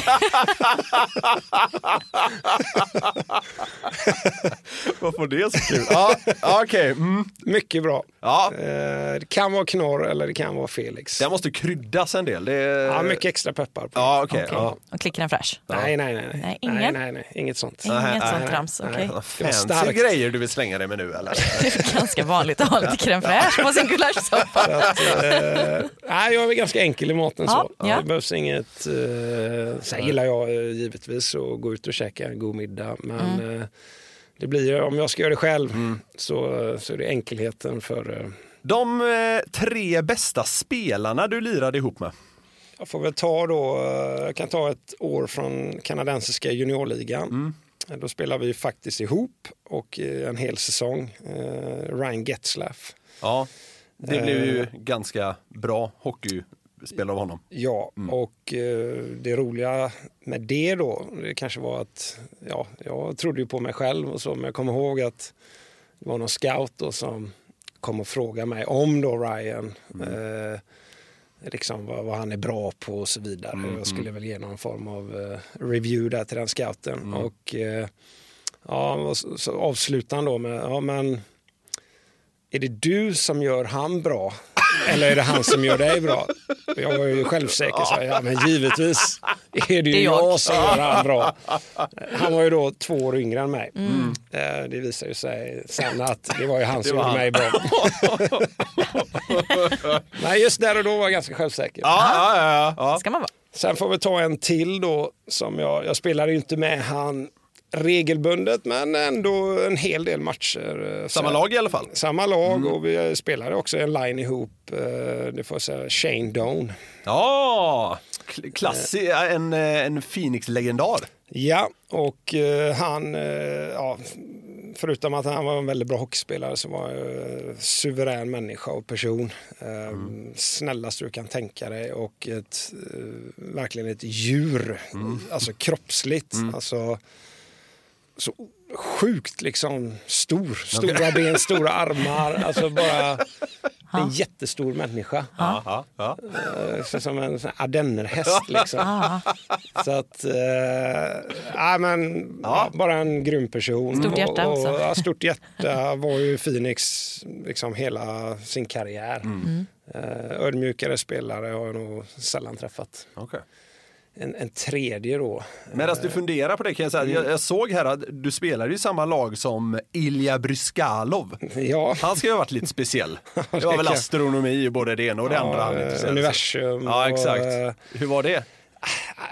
Varför det är så kul? Ja, okej. Okay. Mm.
Mycket bra.
Ja.
Det kan vara knorr eller det kan vara Felix.
Det måste kryddas en del. Det är...
Ja, mycket extra peppar på.
Ja, okej.
Okay.
Ja.
Och klickar den fräsch?
Nej, nej, nej.
Nej, ingen?
nej, nej, nej. Inget sånt.
Inget
nej,
sånt
nej,
trams, okej.
Okay. Fancy grejer du vill slänga dig med nu, eller?
Det är ganska vanligt att ha lite crème fraîche på sin gulaschsoppa.
Så att, eh, nej, jag är ganska enkel i maten
ja,
så.
Ja.
Det behövs inget... Eh, sen gillar jag eh, givetvis att gå ut och käka en god middag. Men mm. eh, det blir, om jag ska göra det själv mm. så, så är det enkelheten för... Eh,
De eh, tre bästa spelarna du lirade ihop med?
Jag får väl ta då... Eh, jag kan ta ett år från kanadensiska juniorligan. Mm. Då spelar vi faktiskt ihop och en hel säsong. Eh, Ryan Getzlaff.
Ja, det blev ju eh, ganska bra hockeyspel av honom.
Ja, mm. och eh, det roliga med det då, det kanske var att ja, jag trodde ju på mig själv och så, men jag kommer ihåg att det var någon scout då som kom och frågade mig om då Ryan, mm. eh, liksom vad, vad han är bra på och så vidare. Mm. Jag skulle väl ge någon form av eh, review där till den scouten. Mm. Och eh, ja, så, så avslutar han då med, ja men är det du som gör han bra? Eller är det han som gör dig bra? Jag var ju självsäker, så ja men givetvis är det ju det är jag. jag som gör han bra. Han var ju då två år yngre än mig. Mm. Det visar ju sig sen att det var ju han som gjorde han. mig bra. Nej, just där och då var jag ganska självsäker.
Ja, ja, ja, ja.
Ska man vara.
Sen får vi ta en till då som jag, jag spelade ju inte med han regelbundet, men ändå en hel del matcher.
Samma lag i alla fall?
Samma lag, mm. och vi spelade också en line ihop, det får jag säga, Shane Doan.
Ja, klassisk, en, en Phoenix-legendar.
Ja, och uh, han, uh, ja, förutom att han var en väldigt bra hockeyspelare så var han uh, suverän människa och person. Uh, mm. Snällast du kan tänka dig och ett, uh, verkligen ett djur, mm. alltså kroppsligt, mm. alltså så sjukt liksom stor, stora okay. ben, stora armar, alltså bara en jättestor människa.
Ja, ja.
Uh, som en ardennerhäst liksom.
Ja.
Så att, uh, ja, men ja. bara en grym person.
Stort hjärta
och,
också.
Och, ja, stort hjärta, var ju Phoenix liksom hela sin karriär. Mm. Uh, ödmjukare spelare har jag nog sällan träffat.
Okay.
En, en tredje då.
Medan du funderar på det kan jag säga, mm. jag, jag såg här att du spelar i samma lag som Ilja Bryskalov.
Ja.
Han ska ju ha varit lite speciell. Det var väl astronomi i både det ena och det
ja,
andra. Han
universum.
Ja, exakt. Och, hur var det?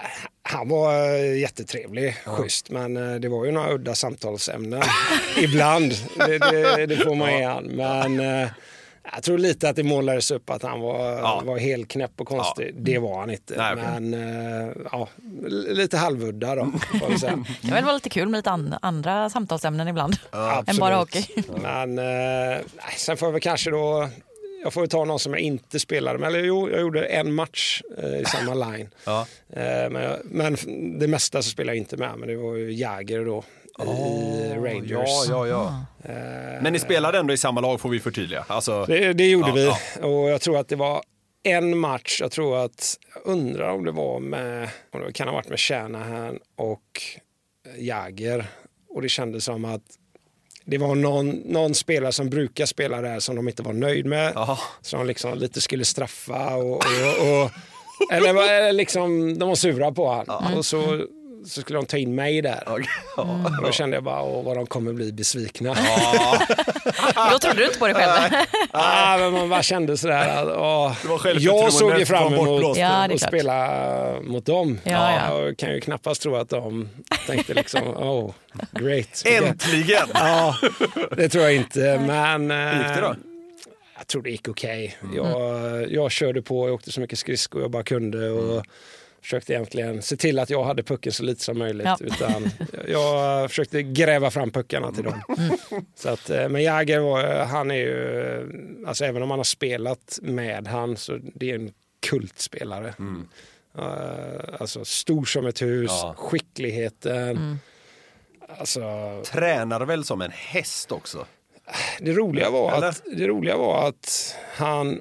Han var jättetrevlig, ja. schysst, men det var ju några udda samtalsämnen ibland. Det, det, det får man igen. Men jag tror lite att det målades upp att han var, ja. var helt knäpp och konstig. Ja. Det var han inte. Nej, men ja, lite halvudda då, får vi säga.
Det var lite kul med lite an- andra samtalsämnen ibland. Ja, än bara hockey.
Men nej, sen får vi kanske då... Jag får ju ta någon som jag inte spelade med. Eller jo, jag gjorde en match eh, i samma line. Ja. Eh, men, jag, men det mesta så spelade jag inte med. Men det var ju Jäger då oh, i Rangers.
Ja, ja, ja. Eh, men ni spelade ändå i samma lag, får vi förtydliga. Alltså,
det, det gjorde ja, vi. Ja. Och jag tror att det var en match. Jag tror att, jag undrar om det var med, om det kan ha varit med Shanahan och Jäger. Och det kändes som att det var någon, någon spelare som brukar spela där som de inte var nöjd med. Aha. Så de liksom lite skulle straffa. Och, och, och, eller, eller liksom, de var sura på han. Mm. Och så, så skulle de ta in mig där. Okay. Mm. Och då kände jag bara åh, vad de kommer bli besvikna.
Ja. Då trodde du inte på dig själv.
Ja, men man bara kände sådär. Att, åh, jag såg ju fram emot ja, att spela mot dem. Ja, ja. Jag kan ju knappast tro att de tänkte liksom, oh, great.
Äntligen!
Ja, det tror jag inte. Men
hur gick det då?
Jag tror det gick okej. Okay. Mm. Jag, jag körde på, jag åkte så mycket skridskor jag bara kunde och mm. försökte egentligen se till att jag hade pucken så lite som möjligt. Ja. Utan jag försökte gräva fram puckarna till dem. Mm. Så att, men Jäger var, han är ju, alltså även om man har spelat med han så det är en kultspelare. Mm. Uh, alltså stor som ett hus, ja. Skickligheten. Mm. Alltså,
tränar väl som en häst också.
Det roliga var att det roliga var att han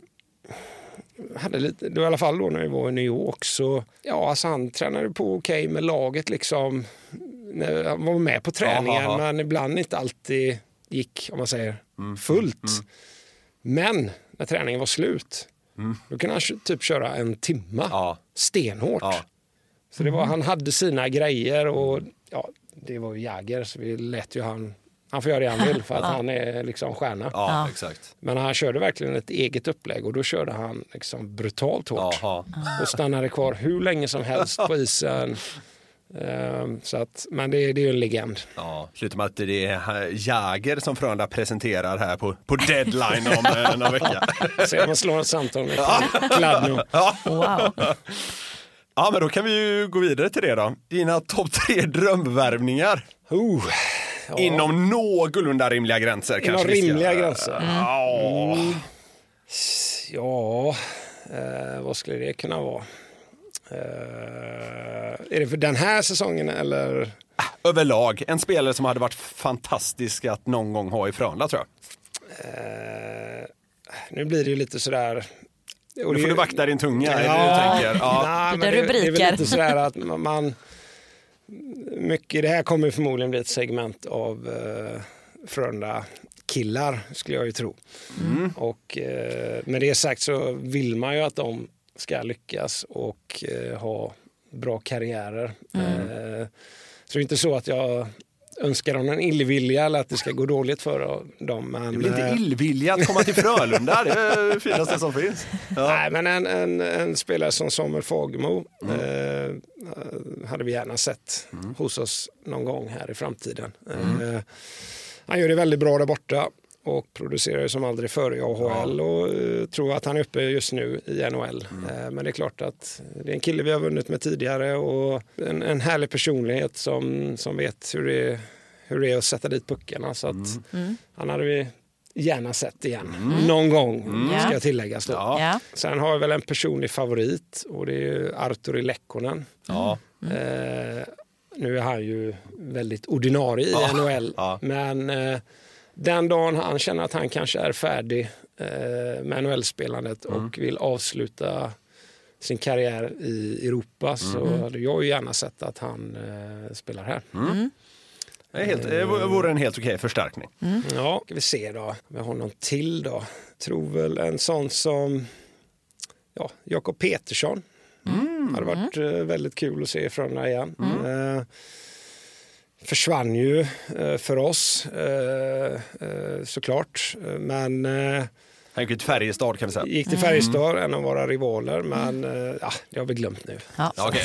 hade lite, det var i alla fall då när vi var i New York så ja, alltså han tränade på okej okay med laget liksom, när han var med på träningen aha, aha. men ibland inte alltid gick, om man säger, mm. fullt. Mm. Men när träningen var slut mm. då kunde han typ köra en timma ja. stenhårt. Ja. Så det var, han hade sina grejer och ja, det var ju Jäger så vi lät ju han Han får göra det han vill för att ja. han är liksom stjärna.
Ja, exakt.
Men han körde verkligen ett eget upplägg och då körde han liksom brutalt hårt. Aha. Och stannade kvar hur länge som helst på isen. Um, så att, men det, det är ju en legend.
Ja, slutar med att det är Jäger som Frölunda presenterar här på, på deadline om en vecka.
Så man slår ett samtal med Kladno.
Ja.
Wow.
Ja, men då kan vi ju gå vidare till det då. Dina topp tre drömvärvningar.
Oh. Ja.
Inom någorlunda rimliga gränser.
Inom
kanske
rimliga ska... gränser.
Mm. Ja,
mm. ja eh, vad skulle det kunna vara? Eh, är det för den här säsongen eller?
Överlag, en spelare som hade varit fantastisk att någon gång ha i Frölunda tror jag.
Eh, nu blir det ju lite sådär.
Och nu får du vakta din tunga.
Ja,
är det du tänker? Ja.
Nej, men det, det är väl lite sådär att man mycket, det här kommer förmodligen bli ett segment av eh, Frölunda killar skulle jag ju tro. Mm. Och eh, med det sagt så vill man ju att de ska lyckas och eh, ha bra karriärer. Mm. Eh, så det är inte så att jag önskar dem en illvilja eller att det ska gå dåligt för dem. Men,
det blir inte illvilja att komma till Frölunda, det är det finaste som finns.
Ja. Nej, men en, en, en spelare som Samuel Fagemo mm. eh, hade vi gärna sett mm. hos oss någon gång här i framtiden. Mm. Eh, han gör det väldigt bra där borta och producerar ju som aldrig förr i A H L ja. och uh, tror att han är uppe just nu i N H L. Mm. Uh, men det är klart att det är en kille vi har vunnit med tidigare och en, en härlig personlighet som, som vet hur det, hur det är att sätta dit puckarna. Så att mm. han hade vi gärna sett igen. Mm. Någon gång mm. ska jag tilläggas då. Ja. Sen har jag väl en personlig favorit och det är ju Arturi Lekkonen. Ja. Mm. Uh, nu är han ju väldigt ordinarie i ja. N H L. Ja. Men uh, den dagen han känner att han kanske är färdig eh, med N H L-spelandet mm. och vill avsluta sin karriär i Europa mm. så hade jag ju gärna sett att han eh, spelar här. Mm.
Det, är helt, det vore en helt okej förstärkning.
Mm. Ja, ska vi se då. Vi har någon till då. Tror väl en sån som ja, Jakob Petersson. Mm. Det hade varit eh, väldigt kul att se från där igen. Mm. Eh, försvann ju eh, för oss eh, eh, såklart men eh,
Han gick till Färjestad kan vi säga.
Gick till Färjestad, mm. en av våra rivaler, men mm. ja, det har vi glömt nu.
Ja.
Okay.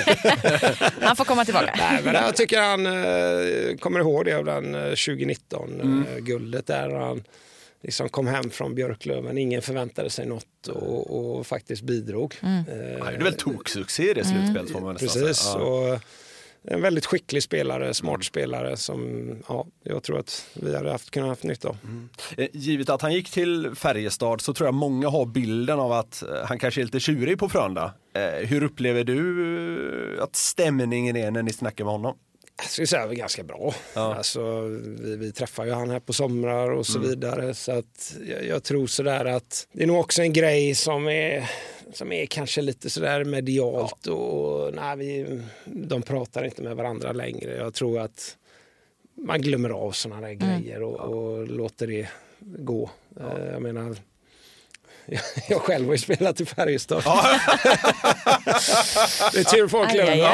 Han får komma tillbaka.
Nej, men jag tycker han eh, kommer ihåg det av den tjugonitton mm. eh, guldet där han liksom kom hem från Björklöven. Ingen förväntade sig något och, och faktiskt bidrog.
Mm.
Eh, Han gjorde väl toksuccé i det slutspelet. Mm.
Precis, ja. Och en väldigt skicklig spelare, smart spelare som ja, jag tror att vi hade haft, kunnat haft nytta av.
Mm. Givet att han gick till Färjestad så tror jag många har bilden av att han kanske är lite tjurig på Frölunda. Eh, hur upplever du att stämningen är när ni snackar med honom?
Jag skulle säga att det är ganska bra. Ja. Alltså, vi, vi träffar ju han här på somrar och så mm. vidare. Så att jag, jag tror sådär att det är nog också en grej som är, som är kanske lite sådär medialt. Ja. Och nej, vi, de pratar inte med varandra längre. Jag tror att man glömmer av sådana där mm. grejer och, och låter det gå. Ja. Jag menar... Jag själv har ju spelat i Färjestad. Ja. Det är tur folk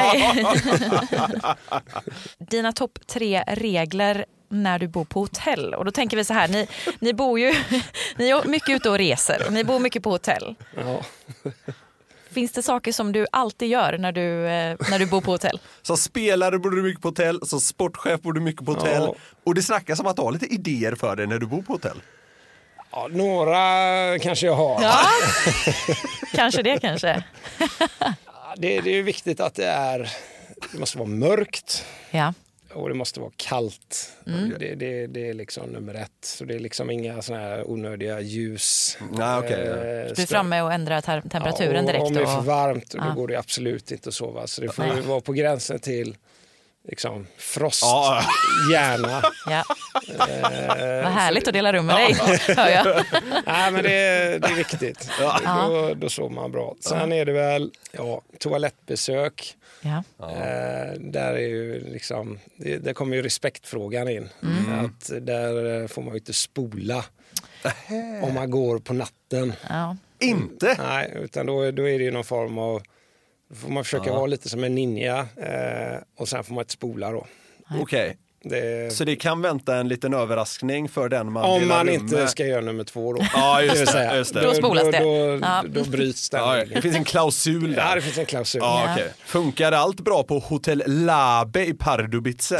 glömmer.
Dina topp tre regler när du bor på hotell. Och då tänker vi så här, ni, ni bor ju ni är mycket ute och reser och ni bor mycket på hotell.
Ja.
Finns det saker som du alltid gör när du, när du bor på hotell?
Som spelare bor du mycket på hotell, som sportchef bor du mycket på hotell. Ja. Och det snackas om att du har lite idéer för dig när du bor på hotell.
Ja, några kanske jag har.
Ja, kanske det kanske.
det, det är viktigt att det är, det måste vara mörkt.
Ja.
Och det måste vara kallt.
Mm.
Det, det, det är liksom nummer ett. Så det är liksom inga såna här onödiga ljus.
Nej, okay.
eh, du är framme och ändrar te- temperaturen
ja,
direkt.
Om det är för
och...
varmt
ja.
Då går det absolut inte att sova. Så det får ju vara på gränsen till liksom frost,
ja.
Gärna. Ja. Eh, Vad härligt att dela rum med dig, hör jag.
Nej, men det är, det är viktigt. Ja. Då, då sover man bra. Sen är det väl ja, toalettbesök.
Ja.
Eh, där är ju liksom, det, där kommer ju respektfrågan in. Mm. Att där får man ju inte spola om man går på natten.
Ja.
Inte?
Nej, utan då, då är det ju någon form av, då får man försöka ja. vara lite som en ninja eh, och sen får man inte spola då.
Okej. Okay. Det... Så det kan vänta en liten överraskning för den man
om man
rum
inte
med.
Ska göra nummer två då.
Ja, just det. Just det.
Då spolas det.
Då, då,
ja.
då bryts det.
Ja, det finns en klausul där.
Ja, det finns en klausul.
Ja, okay. Funkar allt bra på Hotel Labe i Pardubice?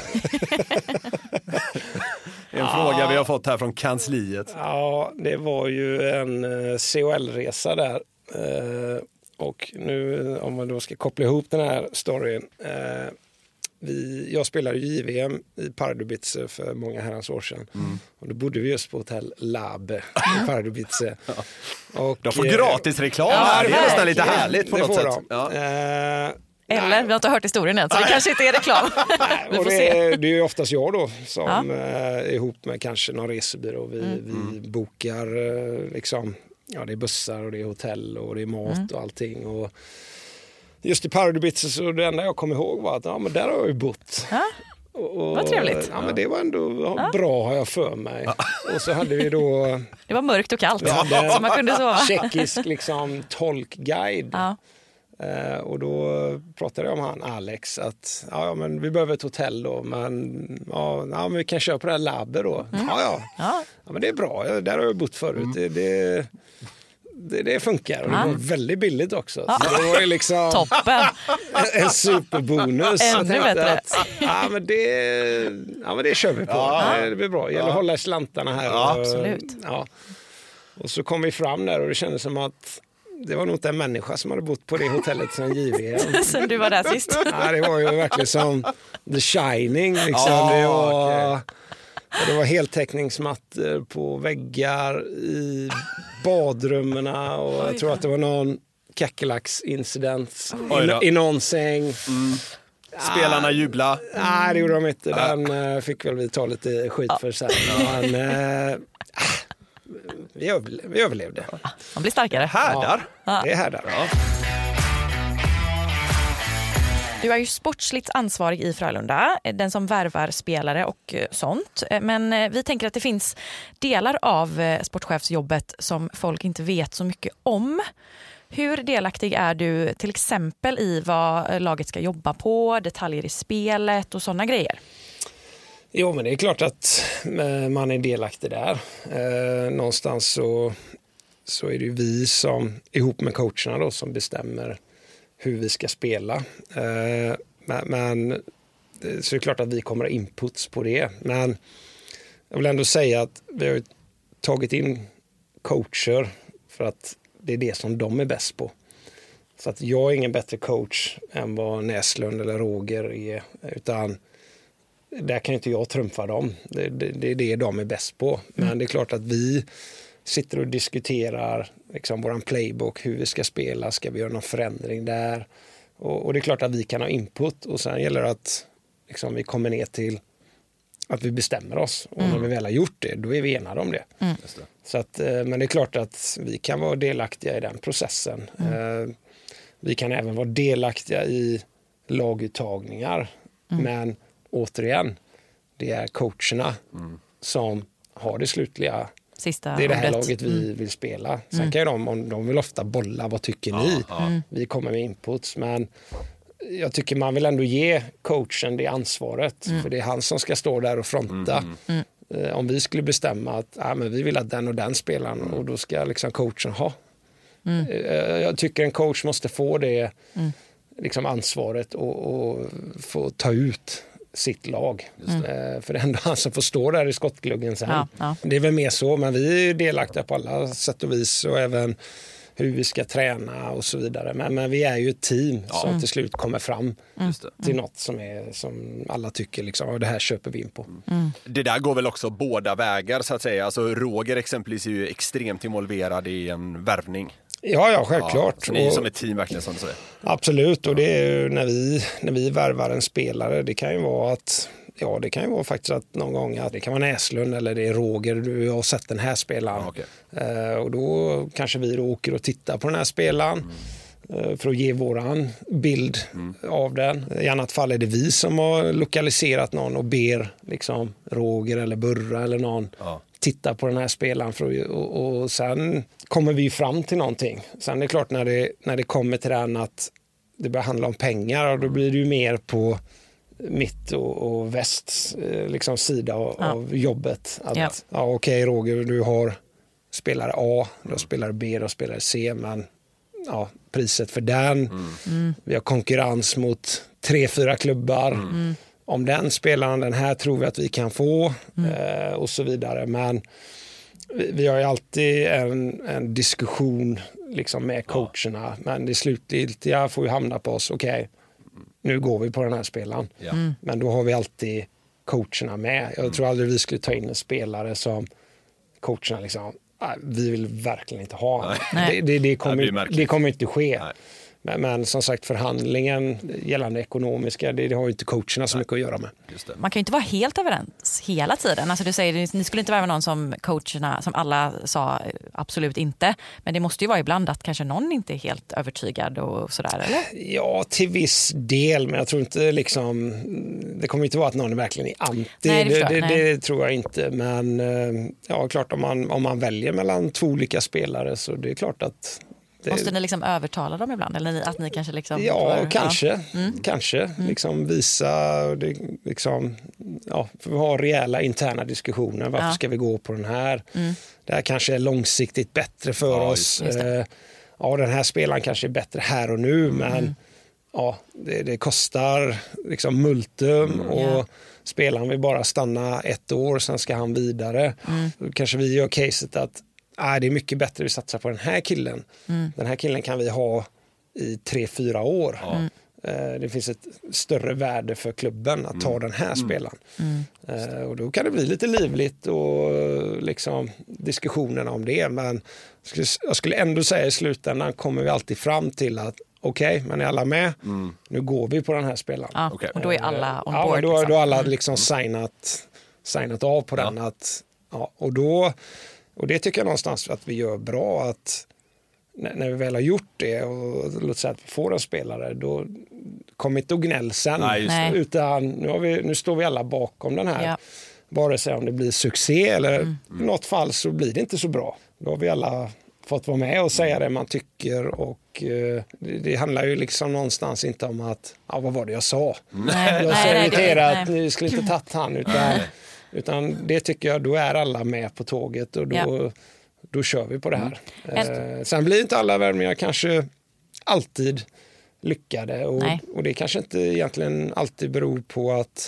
En ja. fråga vi har fått här från kansliet.
Ja, det var ju en C O L-resa där. Uh, och nu om man då ska koppla ihop den här storyn. Uh, Vi, jag spelade ju J V M i Pardubice för många herrans år sedan. Mm. Och då bodde vi just på Hotel Labe i Pardubice.
Ja. Och, de får gratis reklam ja, här. Det är nästan lite härligt på
det
något sätt.
Ja. Uh,
Eller, vi har inte hört historien än, så det kanske inte är reklam. Vi får
det,
se.
Det är ju oftast jag då som
ja.
är ihop med kanske någon resebyrå. Vi, mm. vi bokar liksom, ja det är bussar och det är hotell och det är mat mm. och allting. Och just i Pardubice så det enda jag kom ihåg var att ja, men där har jag ju bott.
Ja.
Och, och,
vad trevligt.
Ja, men det var ändå ja. bra har jag för mig. Ja. Och så hade vi då...
Det var mörkt och kallt så man kunde sova.
Tjeckisk liksom tolkguide.
Ja.
Uh, och då pratade jag om han Alex att ja, men vi behöver ett hotell då, men, ja, ja, men vi kan köra på det här labbet då. Mm. Ja, ja. Ja. ja, men det är bra. Där har jag bott förut. Mm. Det, det, det, det funkar och det var väldigt billigt också. Ja. Så det var ju liksom
toppen.
En superbonus.
Ännu bättre.
Att, ja, men det, ja, men det kör vi på. Ja. Det, det blir bra. Det gäller att hålla i slantarna här.
Ja,
och,
absolut.
Ja. Och så kom vi fram där och det kändes som att det var nog inte en människa som hade bott på det hotellet sedan J V M.
Sen du var där sist.
Ja, det var ju verkligen som The Shining. Liksom.
Oh,
det, var,
okay.
det var heltäckningsmattor på väggar i badrummen och jag tror att det var någon kackerlacksincident i, i någon säng. Mm.
Spelarna jubla.
Nej, det gjorde de inte. Den fick väl vi ta lite skit för sen. Men, äh, Vi, överle- vi överlevde.
Man blir starkare.
Härdar.
Ja. Det är härdar. Ja.
Du är ju sportsligt ansvarig i Frölunda, den som värvar spelare och sånt. Men vi tänker att det finns delar av sportchefsjobbet som folk inte vet så mycket om. Hur delaktig är du till exempel i vad laget ska jobba på, detaljer i spelet och sådana grejer?
Jo, men det är klart att man är delaktig där. Eh, någonstans så, så är det ju vi som ihop med coacherna då, som bestämmer hur vi ska spela. Eh, men, men så är det klart att vi kommer ha inputs på det. Men jag vill ändå säga att vi har tagit in coacher för att det är det som de är bäst på. Så att jag är ingen bättre coach än vad Näslund eller Roger är, utan där kan inte jag trumfa dem. Det, det, det är det de är bäst på. Men mm. det är klart att vi sitter och diskuterar liksom våran playbook, hur vi ska spela, ska vi göra någon förändring där? Och, och det är klart att vi kan ha input, och sen gäller det att liksom, vi kommer ner till att vi bestämmer oss. Och mm. när vi väl har gjort det, då är vi enade om det. Mm. Just det. Så att, men det är klart att vi kan vara delaktiga i den processen. Mm. Vi kan även vara delaktiga i laguttagningar. Mm. Men återigen, det är coacherna mm. som har det slutliga. Sista det är det här ordet. Laget vi mm. vill spela. Sen mm. kan ju de, om de vill ofta bolla, vad tycker ja, ni? Ja. Vi kommer med inputs, men jag tycker man vill ändå ge coachen det ansvaret. Mm. För det är han som ska stå där och fronta. Mm. Mm. Om vi skulle bestämma att ah, men vi vill att den och den spelaren, mm. och då ska liksom coachen ha. Mm. Jag tycker en coach måste få det mm. liksom ansvaret och, och få ta ut sitt lag. Mm. För det är ändå han som får stå där i skottgluggen sen. Ja, ja. Det är väl mer så, men vi är delaktiga på alla sätt och vis, och även hur vi ska träna och så vidare. Men, men vi är ju ett team ja. som till slut kommer fram mm. till något som, är, som alla tycker liksom, det här köper vi in på.
Mm. Det där går väl också båda vägar så att säga. Alltså Roger exempelvis är ju extremt involverad i en värvning.
Ja, ja, självklart.
Ja, så ni är som ett team verkligen, som du säger.
Absolut, och det är ju när vi, när vi värvar en spelare, det kan ju vara att ja, det kan ju vara faktiskt att någon gång att det kan vara Näslund eller det är Roger, du har sett den här spelaren. Ja, okay. uh, och då kanske vi då åker och tittar på den här spelaren mm. uh, för att ge våran bild mm. av den. I annat fall är det vi som har lokaliserat någon och ber liksom Roger eller Burra eller någon ja. titta på den här spelaren för att, och, och sen kommer vi fram till någonting. Sen är det klart när det, när det kommer till den att det börjar handla om pengar, och då blir det ju mer på mitt och, och västs liksom sida av, ja. av jobbet. Att, ja. ja, okej okay, Roger, du har spelare A, du har spelare B, du har spelare C, men ja, priset för den. Mm. Mm. Vi har konkurrens mot tre, fyra klubbar. Mm. Om den spelaren, den här tror vi att vi kan få mm. eh, och så vidare. Men vi, vi har ju alltid en, en diskussion liksom med coacherna. Ja. Men det slutgiltiga får ju hamna på oss. Okej, okay, nu går vi på den här spelaren. Ja. Mm. Men då har vi alltid coacherna med. Jag mm. tror aldrig vi skulle ta in en spelare som coacherna liksom, vi vill verkligen inte ha. Det, det, det, kommer, det, det kommer inte ske. Nej. Men, men som sagt, förhandlingen gällande ekonomiska, det, det har ju inte coacherna så mycket att göra med.
Just det. Man kan ju inte vara helt överens hela tiden. Alltså du säger, ni skulle inte vara någon som coacherna, som alla sa absolut inte. Men det måste ju vara ibland att kanske någon inte är helt övertygad och sådär, eller?
Ja, till viss del. Men jag tror inte liksom, det kommer inte vara att någon är verkligen är anti. Nej, det, förstår, det, det, det tror jag inte. Men ja, klart om man, om man väljer mellan två olika spelare, så det är klart att det...
Måste ni liksom övertala dem ibland? Eller att ni kanske liksom...
Ja, får... kanske. Ja. Mm. Kanske. Mm. Liksom visa... Det, liksom, ja, för vi har rejäla interna diskussioner. Varför ja. ska vi gå på den här? Mm. Det här kanske är långsiktigt bättre för ja, oss. Eh, ja, den här spelaren kanske är bättre här och nu. Mm. Men ja, det, det kostar liksom multum. Mm. Och yeah. spelaren vill bara stanna ett år, sen ska han vidare. Mm. Då kanske vi gör caset att ah, det är mycket bättre att vi satsar på den här killen. Mm. Den här killen kan vi ha i tre, fyra år. Mm. Eh, det finns ett större värde för klubben att mm. ta den här mm. spelaren. Mm. Eh, och då kan det bli lite livligt och liksom diskussionerna om det. Men jag skulle ändå säga i slutändan kommer vi alltid fram till att okej, okay, men är alla med? Mm. Nu går vi på den här spelaren.
Ja, okay. Och då är alla on board.
Ja, då, liksom. då har alla liksom signat, signat av på ja. den. Att, ja, och då... Och det tycker jag någonstans att vi gör bra, att när vi väl har gjort det och låt säga att vi får en spelare, då kommer inte gnäll sen. Nej, utan nu, har vi, nu står vi alla bakom den här. Ja. Vare sig om det blir succé eller mm. i något fall så blir det inte så bra. Då har vi alla fått vara med och säga det man tycker, och eh, det, det handlar ju liksom någonstans inte om att, ja, vad var det jag sa?
Nej,
jag är så
nej,
irriterad
nej.
att ni skulle inte tagit han, utan, utan det tycker jag, då är alla med på tåget, och då,
Ja.
då kör vi på det här.
Mm.
Eh, sen blir inte alla värvningar kanske alltid lyckade, och, och det kanske inte egentligen alltid beror på att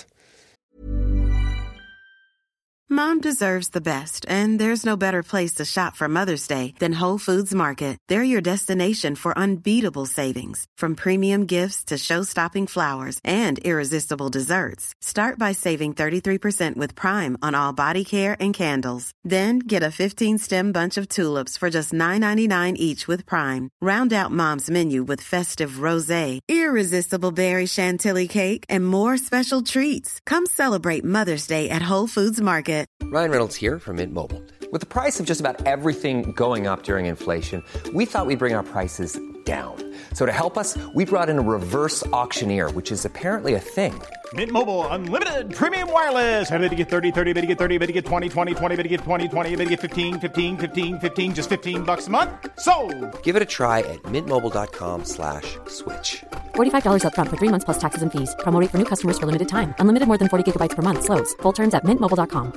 Mom deserves the best, and there's no better place to shop for Mother's Day than Whole Foods Market. They're your destination for unbeatable savings, from premium gifts to show-stopping flowers and irresistible desserts. Start by saving thirty-three percent with Prime on all body care and candles. Then get a fifteen-stem bunch of tulips for just nine ninety-nine each with Prime. Round out Mom's menu with festive rosé, irresistible berry chantilly cake, and more special treats. Come celebrate Mother's Day at Whole Foods Market.
Ryan Reynolds here from Mint Mobile. With the price of just about everything going up during inflation, we thought we'd bring our prices down. So to help us, we brought in a reverse auctioneer, which is apparently a thing.
Mint Mobile Unlimited Premium Wireless. How to get thirty, thirty, how to get thirty, how to get twenty, twenty, twenty, how to get twenty, twenty, how to get fifteen, fifteen, fifteen, fifteen, just fifteen bucks a month? Sold!
Give it a try at mintmobile.com slash switch.
forty-five dollars up front for three months plus taxes and fees. Promo rate for new customers for limited time. Unlimited more than forty gigabytes per month. Slows full terms at mint mobile dot com.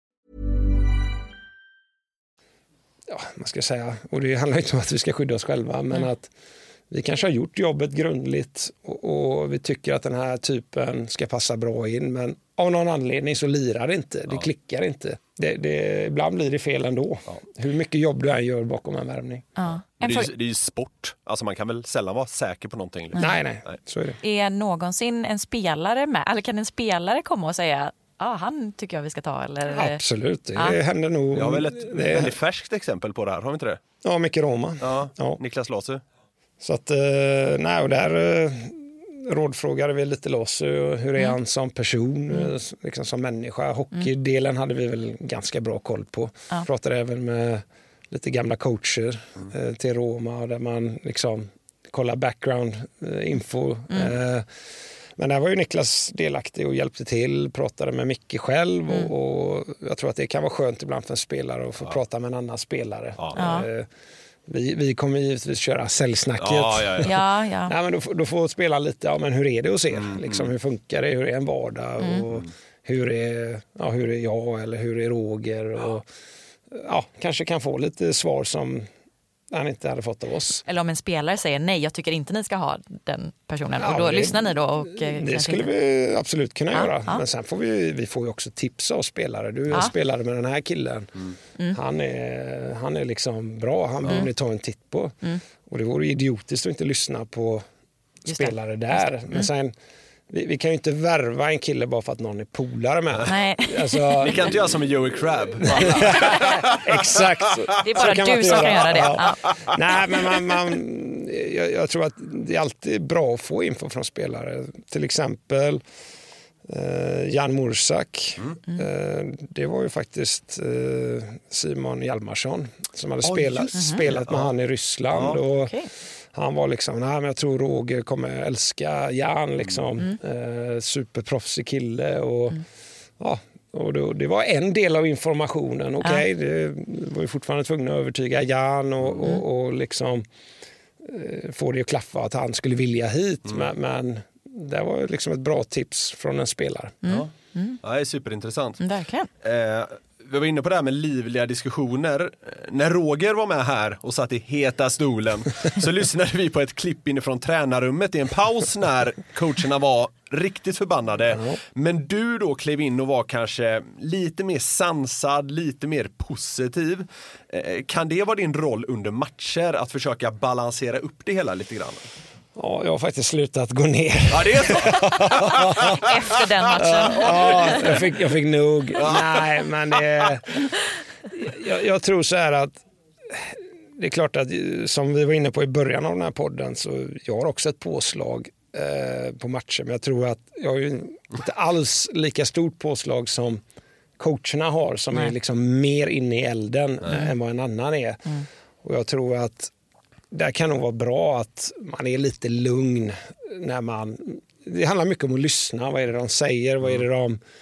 Ja, man ska säga, och det handlar inte om att vi ska skydda oss själva, men mm. att vi kanske har gjort jobbet grundligt, och, och vi tycker att den här typen ska passa bra in, men av någon anledning så lirar det inte, det ja. klickar inte. Det, det, ibland blir det fel ändå. Ja. Hur mycket jobb du än gör bakom en värvning.
Ja.
Det, är ju, det är ju sport, alltså man kan väl sällan vara säker på någonting. Liksom.
Nej, nej, nej, så är det.
Är någonsin en spelare med, eller kan en spelare komma och säga ja, ah, han tycker jag vi ska ta, eller?
Absolut, det
ah.
händer nog.
Jag har väl ett det... väldigt färskt exempel på det här, har vi inte det?
Ja, Micke Roma.
Ja, ja. Niklas Lasu.
Så att, nej, och där eh, rådfrågade vi lite Lasu, hur är mm. han som person, mm. liksom som människa. Hockeydelen hade vi väl ganska bra koll på. Ja. Pratade även med lite gamla coacher mm. eh, till Roma, där man liksom kollar background eh, info. Mm. Eh, Men där var ju Niklas delaktig och hjälpte till, pratade med Micke själv, mm. och, och jag tror att det kan vara skönt ibland för en spelare att få ja. prata med en annan spelare. Ja. Eh, vi, vi kommer givetvis köra säljsnacket.
Ja, ja, ja.
ja, ja.
Nej, men då, då får spela lite, ja, men hur är det hos er? Mm. Liksom, hur funkar det? Hur är en vardag? Mm. Och hur är, ja, hur är jag eller hur är Roger? Ja. Och, ja, kanske kan få lite svar som han inte hade fått av oss.
Eller om en spelare säger nej, jag tycker inte ni ska ha den personen.
Ja,
och då
det,
lyssnar ni då? Och,
det skulle vi absolut kunna
ja,
göra.
Ja.
Men sen får vi, vi får ju också tips av spelare. Du ja. spelade med den här killen. Mm. Mm. Han, är, han är liksom bra. Han borde mm. ni ta en titt på. Mm. Och det vore idiotiskt att inte lyssna på Just spelare det. där. Mm. Men sen... Vi, vi kan ju inte värva en kille bara för att någon är polare med.
Nej.
Alltså... Ni kan inte göra som en Joey Crab.
Exakt.
Det är bara
kan
du som
göra.
kan göra det.
Ja.
Ja.
Nej, men man, man, jag, jag tror att det är alltid bra att få info från spelare. Till exempel eh, Jan Mursak. Mm. Eh, det var ju faktiskt eh, Simon Hjalmarsson som hade oh, spelat, spelat med ja. han i Ryssland. Ja. Och okay. Han var liksom, nej men jag tror Roger kommer älska Jan liksom, mm. eh, superproffsig kille och mm. ja, och då, det var en del av informationen, okej, okay, ja. det var ju fortfarande tvungna att övertyga Jan och, mm. och, och liksom eh, få det att klaffa att han skulle vilja hit, mm. men, men det var liksom ett bra tips från en spelare.
Mm.
Ja.
Mm.
Ja, det är superintressant.
Verkligen.
Eh, vi var inne på det här med livliga diskussioner. När Roger var med här och satt i heta stolen så lyssnade vi på ett klipp inifrån tränarrummet i en paus när coacherna var riktigt förbannade. Mm. Men du då klev in och var kanske lite mer sansad, lite mer positiv. Eh, kan det vara din roll under matcher att försöka balansera upp det hela lite grann?
Ja, jag har faktiskt slutat gå ner.
Ja, det är så.
Efter den matchen.
Ja, jag fick, jag fick nog. Nej, men det, jag, jag tror så här att det är klart att som vi var inne på i början av den här podden så jag har också ett påslag eh, på matcher. Men jag tror att jag har ju inte alls lika stort påslag som coacherna har som Nej. är liksom mer inne i elden mm. än vad en annan är. Mm. Och jag tror att det kan nog vara bra att man är lite lugn när man... Det handlar mycket om att lyssna. Vad är det de säger? Vad är det de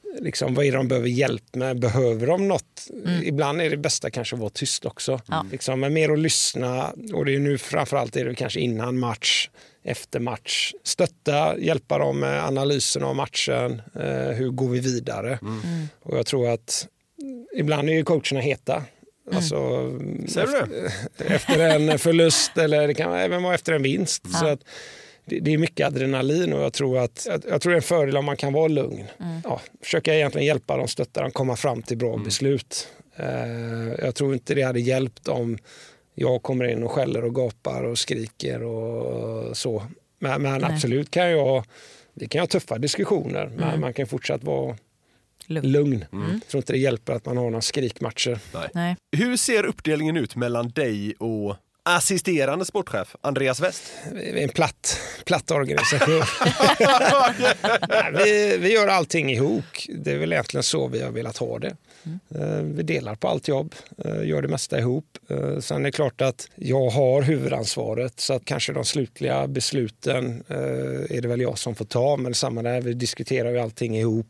liksom, vad är det de behöver hjälp med? Behöver de något?
Mm.
Ibland är det bästa kanske att vara tyst också.
Ja.
Liksom, men mer att lyssna. Och det är nu framförallt är det kanske innan match, efter match. Stötta, hjälpa dem med analysen av matchen. Eh, hur går vi vidare?
Mm.
Mm.
Och jag tror att ibland är ju coacherna heta.
Mm.
Alltså,
Ser du
efter, efter en förlust eller det kan även vara efter en vinst.
Ja.
Så att det, det är mycket adrenalin och jag tror att jag, jag tror det är en fördel om man kan vara lugn.
Mm.
Ja, försöka egentligen hjälpa dem, stötta dem, komma fram till bra
Mm.
beslut. Eh, jag tror inte det hade hjälpt om jag kommer in och skäller och gapar och skriker och så. Men, men absolut kan jag, det kan jag ha tuffa diskussioner, mm. men man kan fortsatt vara lugn. lugn. Mm. Jag tror inte det hjälper att man har några skrikmatcher.
Nej.
Nej.
Hur ser uppdelningen ut mellan dig och assisterande sportchef Andreas West?
Vi är en platt, platt organisation. Nej, vi, vi gör allting ihop. Det är väl egentligen så vi har velat ha det. Mm. Vi delar på allt jobb, gör det mesta ihop. Sen är det klart att jag har huvudansvaret så att kanske de slutliga besluten är det väl jag som får ta. Men samma där, vi diskuterar ju allting ihop.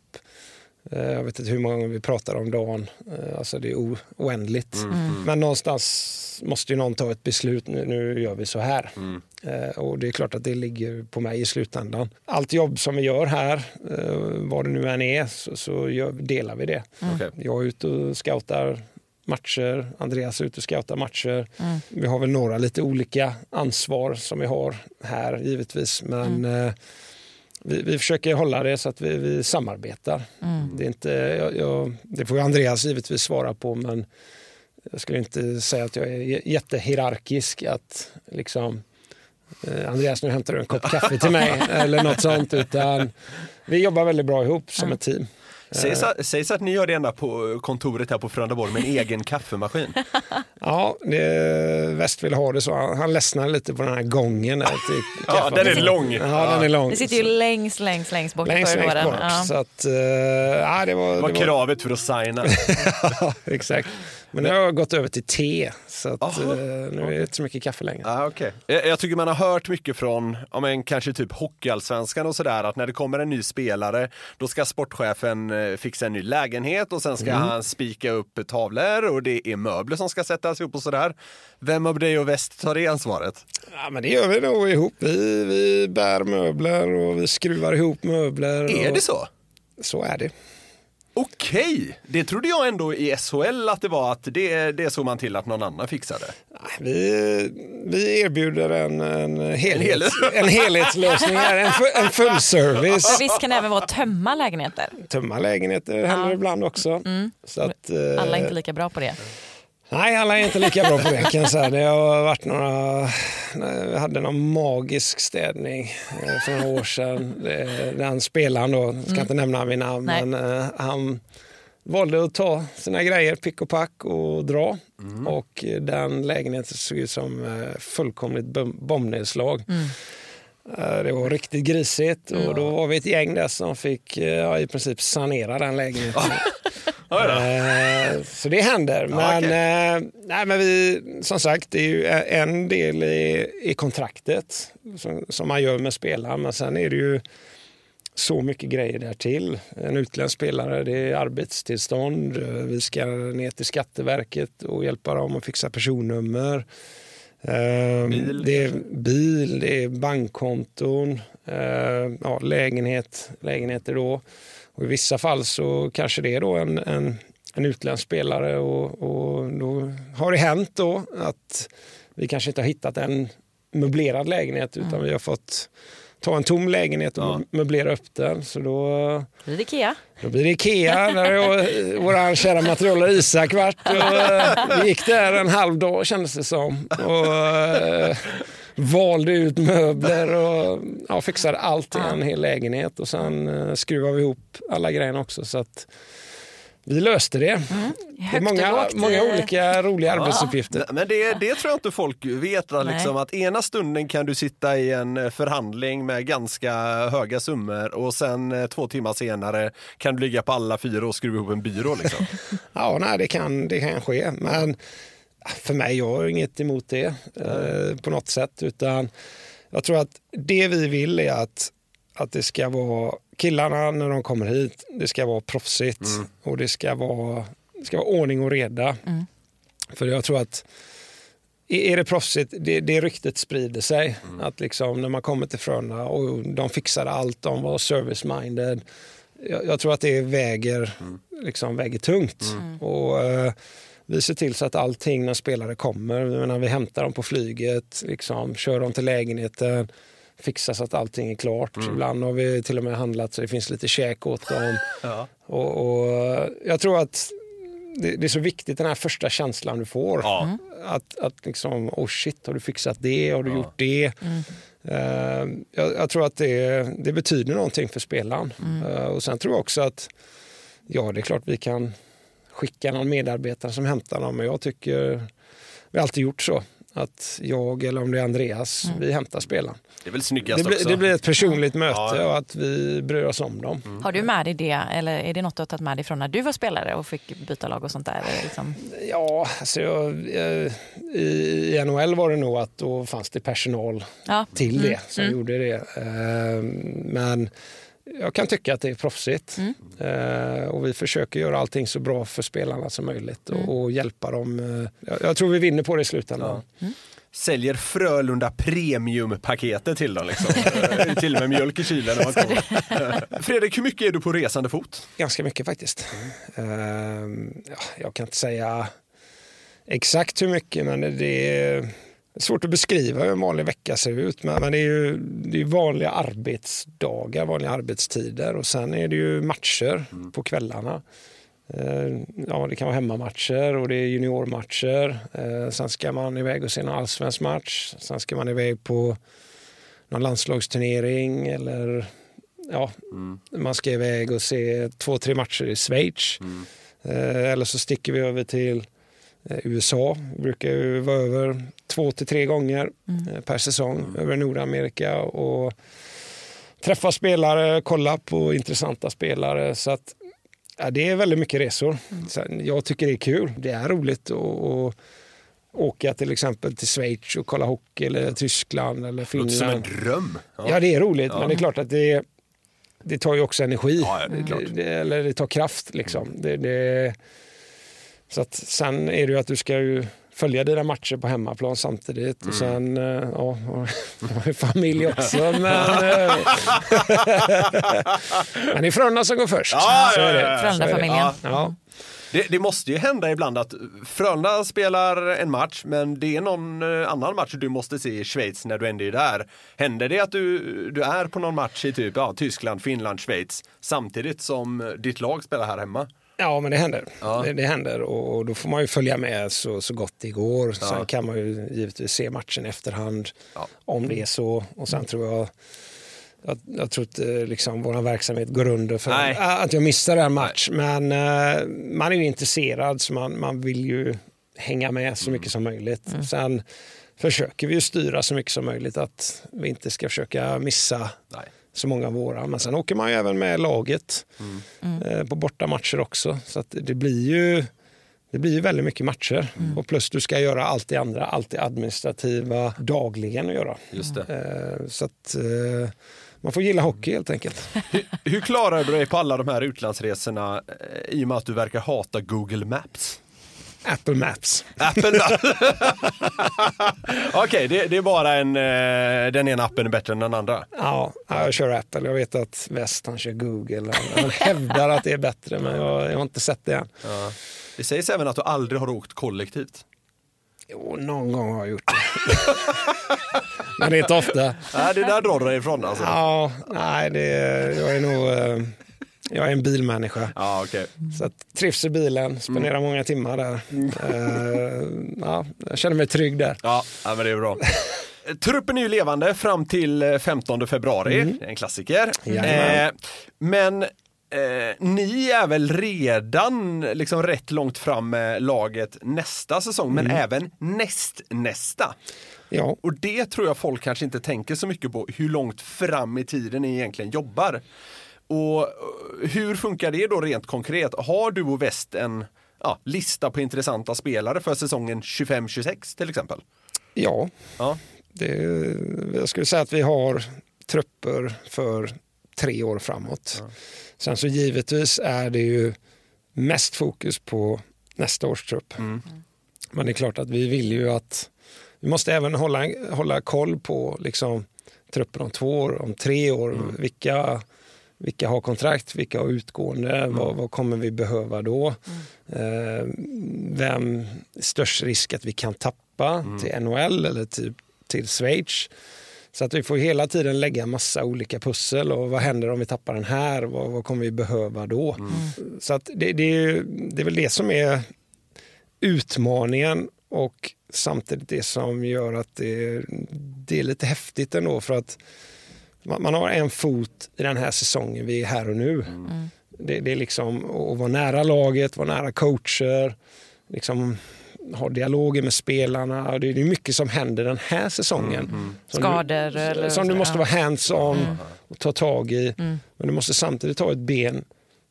Jag vet inte hur många vi pratar om dagen. Alltså det är o- oändligt. Mm. Men någonstans måste ju någon ta ett beslut. Nu, nu gör vi så här. Mm. Och det är klart att det ligger på mig i slutändan. Allt jobb som vi gör här, vad det nu än är, så, så gör, delar vi det. Mm. Okay. Jag är ute och scoutar matcher. Andreas är ute och scoutar matcher. Mm. Vi har väl några lite olika ansvar som vi har här givetvis. Men mm. Vi, vi försöker hålla det så att vi, vi samarbetar. Mm. Det, är inte, jag, jag, det får Andreas givetvis svara på, men jag skulle inte säga att jag är jättehierarkisk. Att liksom, eh, Andreas, nu hämtar du en kopp kaffe till mig eller något sånt. Utan vi jobbar väldigt bra ihop som mm. ett team.
Säg så, säg så att ni gör det enda på kontoret här på Frölundaborg med en egen kaffemaskin.
Ja, det, West vill ha det så. Han, han ledsnar lite på den här gången. Där
ja, den är lång.
Ja, ja, den är lång.
Det sitter ju längst, längst, längst bort.
Längst, längst bort. Ja. Så att, uh, ja, det var,
det var
det
kravet för att signa.
Ja, exakt. Men nu har jag gått över till te, så att, uh, nu är det inte så mycket kaffe längre.
Ah, okay. jag, jag tycker man har hört mycket från ja, men, kanske typ hockeyallsvenskan och sådär, att när det kommer en ny spelare, då ska sportchefen uh, fixa en ny lägenhet och sen ska mm. han spika upp tavlor och det är möbler som ska sättas ihop och sådär. Vem av dig och West tar det ansvaret?
Ja, men det gör vi nog ihop. Vi, vi bär möbler och vi skruvar ihop möbler.
Är
och...
det så?
Så är det.
Okej, det trodde jag ändå i S H L att det var att det, det såg man till att någon annan fixade.
Vi, vi erbjuder en, en, helhet, en helhetslösning, här, en, en full service.
Och visst kan det även vara tömma lägenheter?
Tömma lägenheter händer ja. ibland också. Mm. Så att,
alla är inte lika bra på det.
Nej, alla är inte lika bra på det kan jag säga. Det har varit några... Vi hade någon magisk städning för några år sedan. Den spelaren då, jag ska mm. inte nämna min namn, Nej. men uh, han valde att ta sina grejer, pick och pack och dra. Mm. Och den lägenheten såg ut som uh, fullkomligt bombnedslag. Mm. Uh, det var riktigt grisigt och då var vi ett gäng där som fick uh, i princip sanera den lägenheten. Uh, så det händer. Men, okay. uh, nej, men vi, som sagt, det är ju en del i, i kontraktet som, som man gör med spelaren. Men sen är det ju så mycket grejer där till. En utländsk spelare, det är arbetstillstånd. Vi ska ner till Skatteverket och hjälpa dem att fixa personnummer. Uh, bil. Det är bil, det är bankkonton, uh, ja, lägenhet, lägenheter då. Och i vissa fall så kanske det är då en, en, en utländsk spelare och, och då har det hänt då att vi kanske inte har hittat en möblerad lägenhet utan mm. vi har fått ta en tom lägenhet och ja. möblera upp den. Så då
blir det Ikea.
Då blir det Ikea där jag, våra kära materialer Isak vart och vi gick där en halv dag kändes det som och äh, valde ut möbler och ja, fixade allt i en hel lägenhet och sen äh, skruvade vi ihop alla grejerna också så att vi löste det. Mm. Det är många, många olika roliga ja, arbetsuppgifter.
Men det, det tror jag inte folk vet. Att, liksom, att ena stunden kan du sitta i en förhandling med ganska höga summor och sen två timmar senare kan du ligga på alla fyra och skruva ihop en byrå. Liksom.
Ja, nej, det kan, det kan ske. Men för mig, jag har inget emot det eh, på något sätt. Utan jag tror att det vi vill är att, att det ska vara killarna när de kommer hit, det ska vara proffsigt mm. och det ska vara, det ska vara ordning och reda. Mm. För jag tror att är det proffsigt, det, det ryktet sprider sig. Mm. Att liksom när man kommer till Frölunda och de fixade allt, de var service-minded. Jag, jag tror att det väger, mm. liksom väger tungt. Mm. Och uh, vi ser till så att allting när spelare kommer, när vi hämtar dem på flyget, liksom, kör dem till lägenheten, fixar så att allting är klart. Mm. Ibland har vi till och med handlat så det finns lite käk åt dem. Ja. Och, och jag tror att det, det är så viktigt, den här första känslan du får. Ja. Mm. Att, att liksom, oh shit, har du fixat det? Har du ja. gjort det? Mm. Uh, jag, jag tror att det, det betyder någonting för spelaren. Mm. Uh, och sen tror jag också att ja, det är klart vi kan skicka någon medarbetare som hämtar dem. Men jag tycker, vi har alltid gjort så. Att jag eller om det är Andreas, mm. vi hämtar spelaren.
Det är väl snyggast
det blir,
också.
Det blir ett personligt
ja.
möte
ja.
och att vi bryr oss om dem.
Mm. Har du med dig det, eller är det något du har tagit med dig från när du var spelare och fick byta lag och sånt där? Liksom?
Ja, alltså jag, jag, i N H L var det nog att då fanns det personal ja. till det mm. som mm. gjorde det. Uh, men jag kan tycka att det är proffsigt. Mm. Uh, och vi försöker göra allting så bra för spelarna som möjligt och, mm. och hjälpa dem. Uh, jag, jag tror vi vinner på det i slutändan. Ja. Mm.
Säljer Frölunda premiumpaketet till dem liksom. Till och med mjölk i kylen när man kommer. Fredrik, hur mycket är du på resande fot?
Ganska mycket faktiskt. Mm. Uh, ja, jag kan inte säga exakt hur mycket, men det är svårt att beskriva hur en vanlig vecka ser ut. Men det är ju det är vanliga arbetsdagar, vanliga arbetstider och sen är det ju matcher mm. på kvällarna. Ja, det kan vara hemmamatcher och det är juniormatcher. Sen ska man iväg och se en allsvensk match. Sen ska man iväg på någon landslagsturnering eller ja, mm. man ska iväg och se två, tre matcher i Schweiz. Mm. Eller så sticker vi över till U S A. Vi brukar ju vara över två till tre gånger mm. per säsong mm. över Nordamerika och träffa spelare, kolla på intressanta spelare. Så att ja, det är väldigt mycket resor. Mm. Jag tycker det är kul. Det är roligt att, att åka till exempel till Schweiz och kolla hockey eller Tyskland eller Finland. Det
låter som en dröm.
Ja, ja det är roligt. Ja. Men det är klart att det, det tar ju också energi.
Ja, det är klart.
Det, eller det tar kraft liksom. Mm. Det, det, så att sen är det ju att du ska ju följa dina matcher på hemmaplan samtidigt. Mm. Och sen, ja, har familj också. Men, men det är Frölunda som går först.
Ja,
så
ja,
är det.
Ja,
Frölunda-familjen.
Ja.
Ja.
Det, det måste ju hända ibland att Frölunda spelar en match, men det är någon annan match du måste se i Schweiz när du ändå är där. Händer det att du, du är på någon match i typ ja, Tyskland, Finland, Schweiz samtidigt som ditt lag spelar här hemma?
Ja, men det händer. Ja. Det, det händer och, och då får man ju följa med så, så gott det går. Ja. Sen kan man ju givetvis se matchen i efterhand ja. om det är så. Och sen tror jag jag, jag tror att liksom, vår verksamhet går under för Nej. att jag missar den match. Nej. Men uh, man är ju intresserad så man, man vill ju hänga med så mycket mm. som möjligt. Mm. Sen försöker vi ju styra så mycket som möjligt att vi inte ska försöka missa Nej. så många av våra. Men sen åker man ju även med laget mm. Mm. Eh, på bortamatcher också. Så att det blir ju det blir ju väldigt mycket matcher. Mm. Och plus du ska göra allt det andra, allt det administrativa dagligen att göra.
Just det.
Eh, så att eh, man får gilla hockey helt enkelt.
Hur, hur klarar du dig på alla de här utlandsresorna eh, i och med att du verkar hata Google Maps?
Apple Maps.
Apple Maps. Okej, okay, det, det är bara en eh, den ena appen är bättre än den andra.
Ja, jag kör Apple. Jag vet att West han kör Google. Han hävdar att det är bättre, men jag, jag har inte sett det än.
Ja. Det sägs även att du aldrig har åkt kollektivt.
Jo, någon gång har jag gjort det. Men det är inte ofta.
Nej, det där drar du dig ifrån alltså.
Ja, nej, det, jag är nog... Eh, Jag är en bilmänniska.
Ja, okay.
Så att trivs i bilen, spenderar mm. många timmar där. Mm. Uh, ja, jag känner mig trygg där.
Ja, ja men det är bra. Truppen är ju levande fram till femtonde februari. Mm. En klassiker. Eh, men eh, ni är väl redan liksom rätt långt fram med laget nästa säsong, men mm. även näst nästa.
Ja.
Och det tror jag folk kanske inte tänker så mycket på, hur långt fram i tiden ni egentligen jobbar. Och hur funkar det då rent konkret? Har du och Väst en ja, lista på intressanta spelare för säsongen tjugofem tjugosex till exempel?
Ja,
ja.
Det, jag skulle säga att vi har trupper för tre år framåt. Ja. Sen så givetvis är det ju mest fokus på nästa års trupp. Mm. Men det är klart att vi vill ju att vi måste även hålla, hålla koll på liksom, truppen om två år, om tre år. Mm. Vilka, vilka har kontrakt, vilka har utgående, mm. vad, vad kommer vi behöva då? Mm. Eh, vem är störst risk att vi kan tappa mm. till N H L eller till, till Schweiz? Så att vi får hela tiden lägga massa olika pussel och vad händer om vi tappar den här? Vad, vad kommer vi behöva då? Mm. Så att det, det, är, det är väl det som är utmaningen och samtidigt det som gör att det, det är lite häftigt ändå för att man, man har en fot i den här säsongen, vi är här och nu. Mm. Det, det är liksom att vara nära laget, vara nära coacher, liksom ha dialoger med spelarna. Det är mycket som händer den här säsongen. Mm, mm. Som
Skador
du,
eller
som du måste vara hands-on mm. och ta tag i. Mm. Men du måste samtidigt ha ett ben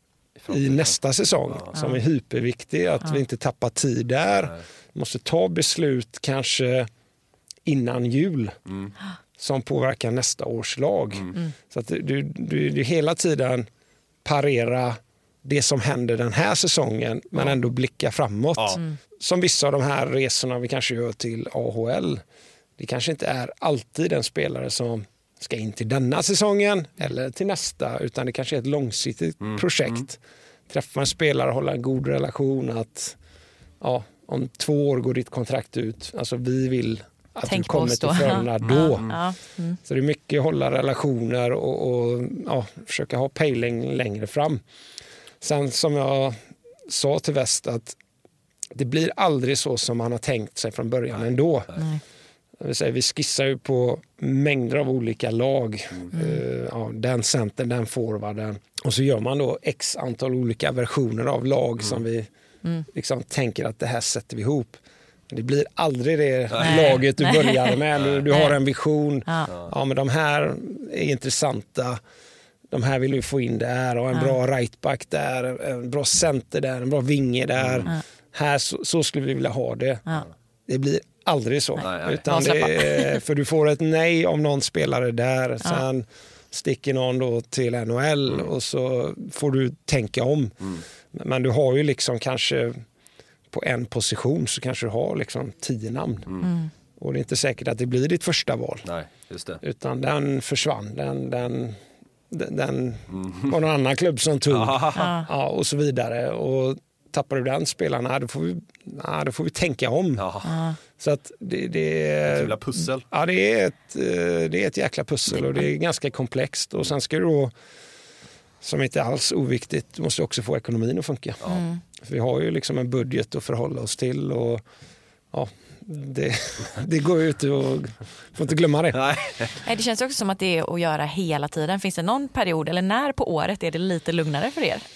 i nästa säsong ja. som är hyperviktig. Att ja. vi inte tappar tid där. Nej. Du måste ta beslut kanske innan jul mm. som påverkar nästa års lag. Mm. Så att du, du, du, du hela tiden parera det som händer den här säsongen men ja. ändå blicka framåt. Ja. Mm. Som vissa av de här resorna vi kanske gör till A H L. Det kanske inte är alltid en spelare som ska in till denna säsongen eller till nästa, utan det kanske är ett långsiktigt mm. projekt. Mm. Träffa en spelare och hålla en god relation att ja, om två år går ditt kontrakt ut. Alltså vi vill att Tänk du kommer till Frölunda då. Mm. Ja. Mm. Så det är mycket hålla relationer och, och ja, försöka ha pejling längre fram. Sen som jag sa till Väst att det blir aldrig så som man har tänkt sig från början Nej. ändå. Nej. Jag vill säga, vi skissar ju på mängder av olika lag. Mm. Uh, ja, den centern, den forwarden. Och så gör man då x antal olika versioner av lag mm. som vi mm. liksom tänker att det här sätter vi ihop. Men det blir aldrig det Nej. laget du Nej. börjar med. Du, du har en vision. Ja. Ja, men de här är intressanta. De här vill vi få in där. Och en ja. bra rightback där. En bra center där. En bra vinge där. Ja. Här så, så skulle vi vilja ha det. Ja. Det blir aldrig så. Nej, nej. Utan det är, för du får ett nej om någon spelare där. Ja. Sen sticker någon då till N H L mm. och så får du tänka om. Mm. Men du har ju liksom kanske på en position så kanske du har liksom tio namn. Mm. Och det är inte säkert att det blir ditt första val.
Nej, just det.
Utan den försvann. Den, den, den, den mm. var någon annan klubb som tog. Ja. Ja, och så vidare. Och tappar du den spelarna, då får vi, ja, då får vi tänka om. Ja. Så att det, det är
ett pussel.
Ja, det är ett, det är ett jäkla pussel och det är ganska komplext. Och sen ska du då, som inte alls oviktigt, du måste också få ekonomin att funka. Mm. För vi har ju liksom en budget att förhålla oss till och ja, det, det går ut och får inte glömma det.
Nej. Det känns också som att det är att göra hela tiden. Finns det någon period eller när på året är det lite lugnare för er?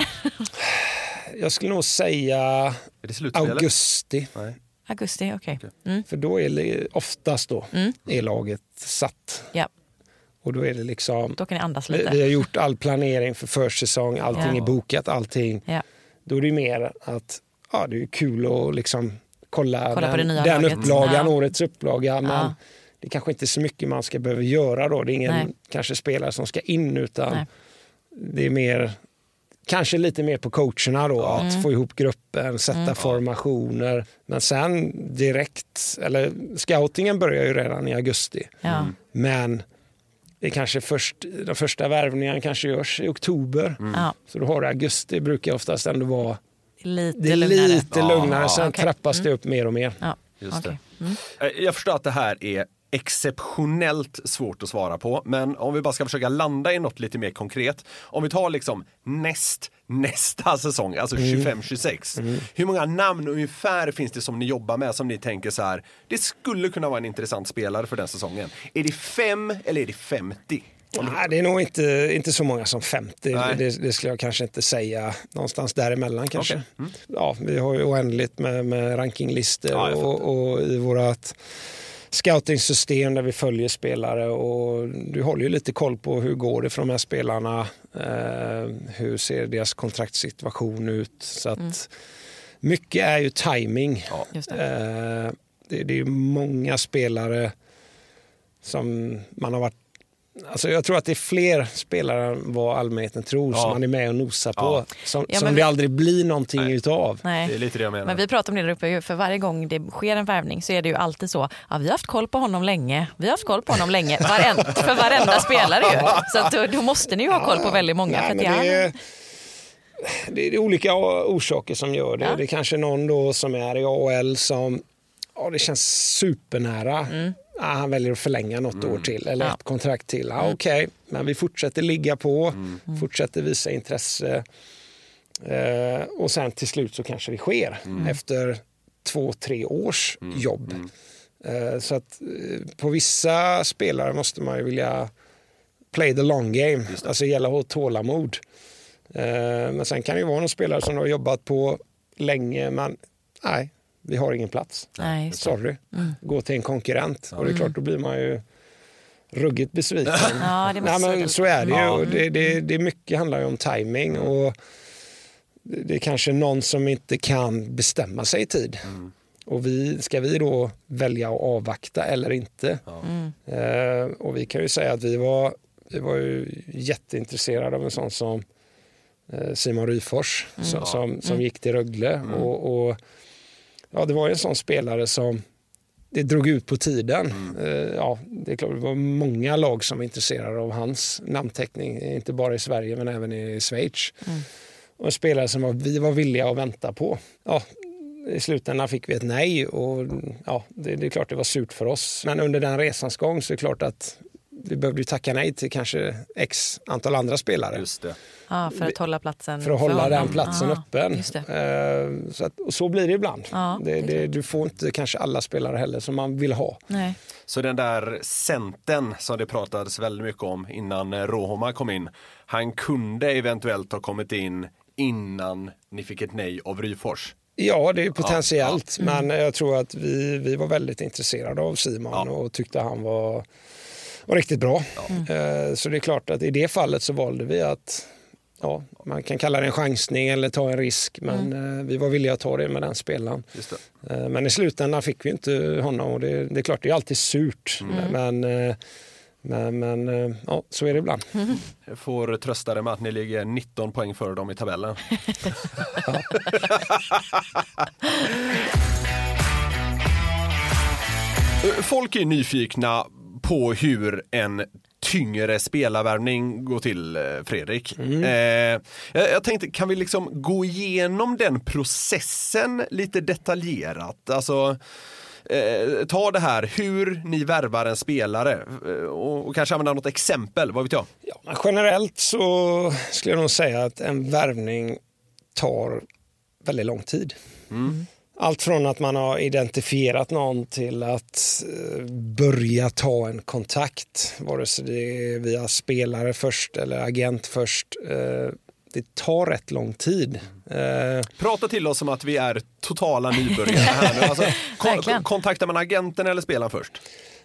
Jag skulle nog säga augusti.
Nej.
Augusti, okej. Okay. Mm.
För då är det oftast då mm. är laget satt.
Ja.
Och då är det liksom...
Då kan ni andas lite.
Vi, vi har gjort all planering för försäsong, allting ja. är bokat, allting. Ja. Då är det mer att ja, det är kul att liksom kolla, kolla den, den upplagan, ja. årets upplaga. Men ja. det kanske inte är så mycket man ska behöva göra då. Det är ingen Nej. kanske spelare som ska in utan Nej. det är mer... Kanske lite mer på coacherna då, mm. att få ihop gruppen, sätta mm. formationer. Men sen direkt, eller scoutingen börjar ju redan i augusti.
Ja.
Men det är kanske först, de första värvningarna kanske görs i oktober. Mm.
Ja.
Så då har du augusti, brukar oftast ändå vara
lite
det är
lugnare.
Lite lugnare. Sen
okay.
trappas
mm.
det upp mer och mer.
Ja.
Just
okay.
det.
Mm.
Jag förstår att det här är exceptionellt svårt att svara på, men om vi bara ska försöka landa i något lite mer konkret. Om vi tar liksom näst nästa säsong, alltså tjugofem tjugosex. Mm. Hur många namn ungefär finns det som ni jobbar med som ni tänker så här, det skulle kunna vara en intressant spelare för den säsongen? Är det fem eller är det femtio?
Nej, det är nog inte, inte så många som femtio. Det, det skulle jag kanske inte säga. Någonstans däremellan kanske. Okay. Mm. Ja, vi har ju oändligt med, med rankinglistor ja, och, och i vårat scouting-system där vi följer spelare och du håller ju lite koll på hur går det för de här spelarna, eh, hur ser deras kontraktssituation ut, så att mm. mycket är ju timing.
Ja, just det.
Eh, det, det är många spelare som man har varit Alltså jag tror att det är fler spelare än vad allmänheten tror ja. som man är med och nosar på. Ja. Som, ja, som det aldrig blir någonting nej. utav.
Nej.
Det är lite det jag menar.
Men vi pratar om det där uppe, för varje gång det sker en värvning så är det ju alltid så. Ja, vi har haft koll på honom länge. Vi har haft koll på honom länge. Varenda, för varenda spelare ju. Så att då, då måste ni ju ha koll på väldigt många.
Nej,
för
men det, är, det är olika orsaker som gör det. Ja. Det är kanske någon då som är i A H L som ja, det känns supernära. Mm. Ja, han väljer att förlänga något mm. år till eller ja. ett kontrakt till. Ja, mm. Okej, okay. Men vi fortsätter ligga på, mm. fortsätter visa intresse eh, och sen till slut så kanske det sker mm. efter två, tre års mm. jobb. Mm. Eh, så att eh, på vissa spelare måste man ju vilja play the long game, alltså gälla att ha tålamod. Eh, men sen kan det ju vara någon spelare som har jobbat på länge, men nej, vi har ingen plats.
Nej,
sorry. Mm. Gå till en konkurrent. Mm. Och det är klart, då blir man ju ruggigt besviken.
Ja, det
Nej, men så är det ju. Och det, det, det mycket handlar ju om timing och det är kanske någon som inte kan bestämma sig i tid. Mm. Och vi, ska vi då välja att avvakta eller inte? Mm. Eh, och vi kan ju säga att vi var, vi var ju jätteintresserade av en sån som eh, Simon Ryfors mm. som, som, som mm. gick till Rögle mm. och, och ja, det var en sån spelare som det drog ut på tiden. Mm. Uh, ja, det är klart, det var många lag som var intresserade av hans namnteckning, inte bara i Sverige men även i Schweiz. Mm. Och en spelare som var, vi var villiga att vänta på. Ja, i slutändan fick vi ett nej och ja, det, det är klart det var surt för oss. Men under den resans gång så är det klart att vi behövde tacka nej till kanske x antal andra spelare.
Just det.
Ja, för att hålla platsen.
För att hålla
för
den platsen
Aha,
öppen. Just det. Så, att, och så blir det ibland. Ja, det, det, du får inte kanske alla spelare heller som man vill ha.
Nej.
Så den där centern som det pratades väldigt mycket om innan Rohoma kom in, han kunde eventuellt ha kommit in innan ni fick ett nej av Ryfors.
Ja, det är potentiellt. Ja, ja. Mm. Men jag tror att vi, vi var väldigt intresserade av Simon ja. och tyckte han var... var riktigt bra. Mm. Så det är klart att i det fallet så valde vi att ja, man kan kalla det en chansning eller ta en risk, men mm. vi var villiga att ta det med den spelaren. Just det. Men i slutändan fick vi inte honom och det, det är klart, det är alltid surt. Mm. Men, men, men ja, så är det ibland.
Mm. Jag får trösta dig med att ni ligger nitton poäng före dem i tabellen. Folk är nyfikna på hur en tyngre spelarvärvning går till, Fredrik. Mm. Eh, jag, jag tänkte, kan vi liksom gå igenom den processen lite detaljerat? Alltså, eh, ta det här, hur ni värvar en spelare och, och kanske använda något exempel, vad vet jag?
Ja, men generellt så skulle jag nog säga att en värvning tar väldigt lång tid. Mm. Allt från att man har identifierat någon till att börja ta en kontakt, vare sig det är via spelare först eller agent först. Det tar rätt lång tid.
Prata till oss om att vi är totala nybörjare här nu. Alltså, kon- kontaktar man agenten eller spelaren först?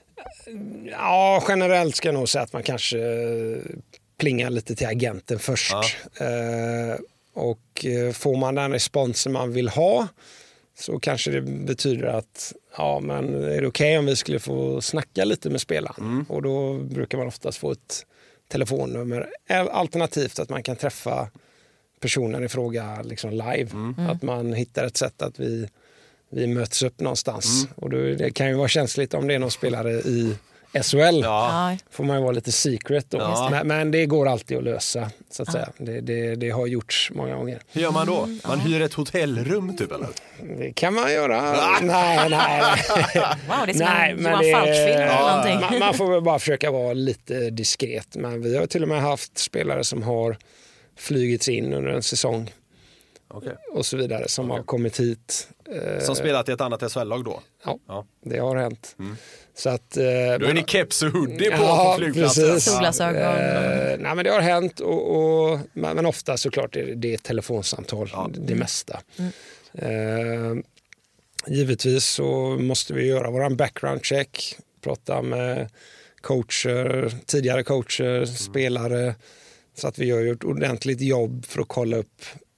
Ja, generellt ska jag nog säga att man kanske plingar lite till agenten först. Ja. Och får man den responsen man vill ha, så kanske det betyder att ja, men är det okej okay om vi skulle få snacka lite med spelaren? Mm. Och då brukar man oftast få ett telefonnummer. Alternativt att man kan träffa personen i fråga liksom live. Mm. Att man hittar ett sätt att vi, vi möts upp någonstans. Mm. Och då, det kan ju vara känsligt om det är någon spelare i S H L. Ja. Får man ju vara lite secret då. Ja. Men, men det går alltid att lösa, så att ja. säga. Det, det, det har gjorts många gånger.
Hur gör man då? Man ja. hyr ett hotellrum typ, eller?
Det kan man göra. Ah. Nej, nej.
Wow, det är som nej, en Johan Falk-film eller
ja,
någonting.
Man, man får väl bara försöka vara lite diskret. Men vi har till och med haft spelare som har flygits in under en säsong. Okay. Och så vidare, som okay. har kommit hit.
Som spelat i ett annat S H L-lag då?
Ja, ja. det har hänt. Mm. Så att, eh,
då är men, ni keps och hoodie på, ja, på flygplatsen.
Solglasögon.
Eh, nej, men det har hänt. Och, och, men ofta såklart är det, det är ett telefonsamtal, ja. det mesta. Mm. Eh, givetvis så måste vi göra våran background check. Prata med coacher, tidigare coacher, mm. spelare. Så att vi gör ett ordentligt jobb för att kolla upp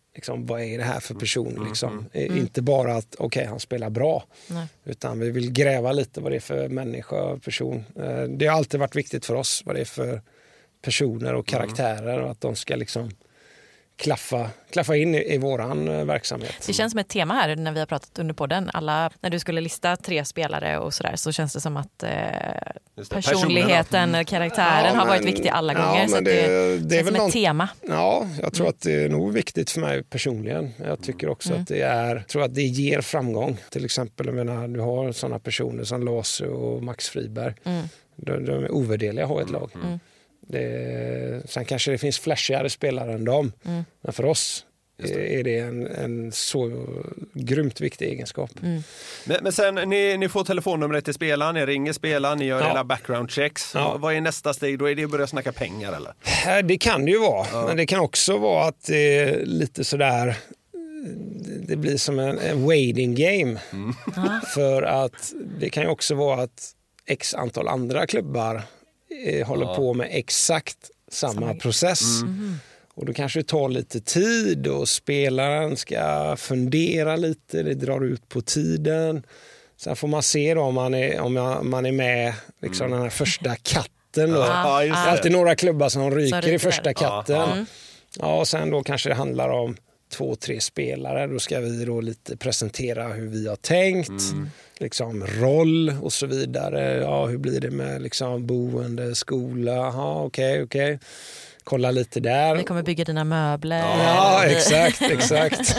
liksom, vad är det här för person? Liksom. Mm. Inte bara att okej, okay, han spelar bra. Nej. Utan vi vill gräva lite vad det är för människa, person. Det har alltid varit viktigt för oss vad det är för personer och karaktärer mm. och att de ska liksom klaffa, klaffa in i, i våran verksamhet.
Det känns som ett tema här när vi har pratat under podden. Alla, när du skulle lista tre spelare och sådär, så känns det som att eh, personligheten, mm. karaktären ja, har men, varit viktig alla gånger. Ja, så det, det, det känns som någon, ett tema.
Ja, jag tror mm. att det är nog viktigt för mig personligen. Jag tycker också mm. att det är, tror att det ger framgång. Till exempel, jag menar, du har sådana personer som Lars och Max Friberg. Mm. De, de är ovärderliga att ha ett lag. Mm. Det, sen kanske det finns flashigare spelare än dem. Mm. Men för oss det. är det en, en så grymt viktig egenskap. Mm.
Men, men sen, ni, ni får telefonnumret till spelaren, ni ringer spelaren, ni gör ja. era background checks. Ja. Vad är nästa steg? Då är det att börja snacka pengar, eller?
Det kan det ju vara. Ja. Men det kan också vara att det är lite sådär... Det blir som en, en waiting game. Mm. För att det kan ju också vara att x antal andra klubbar håller ja. på med exakt samma, samma. process. Mm. Och då kanske det tar lite tid och spelaren ska fundera lite, det drar ut på tiden. Sen får man se då om man är, om man är med liksom mm. den här första katten. Då. Ja, det är alltid några klubbar som ryker i första katten. Ja, mm. ja, och sen då kanske det handlar om två, tre spelare. Då ska vi då lite presentera hur vi har tänkt. Mm. Liksom roll och så vidare. Ja, hur blir det med liksom boende, skola? Ja, okej, okay, okej. Okay. Kolla lite där.
Vi kommer bygga dina möbler.
Ja, exakt, exakt.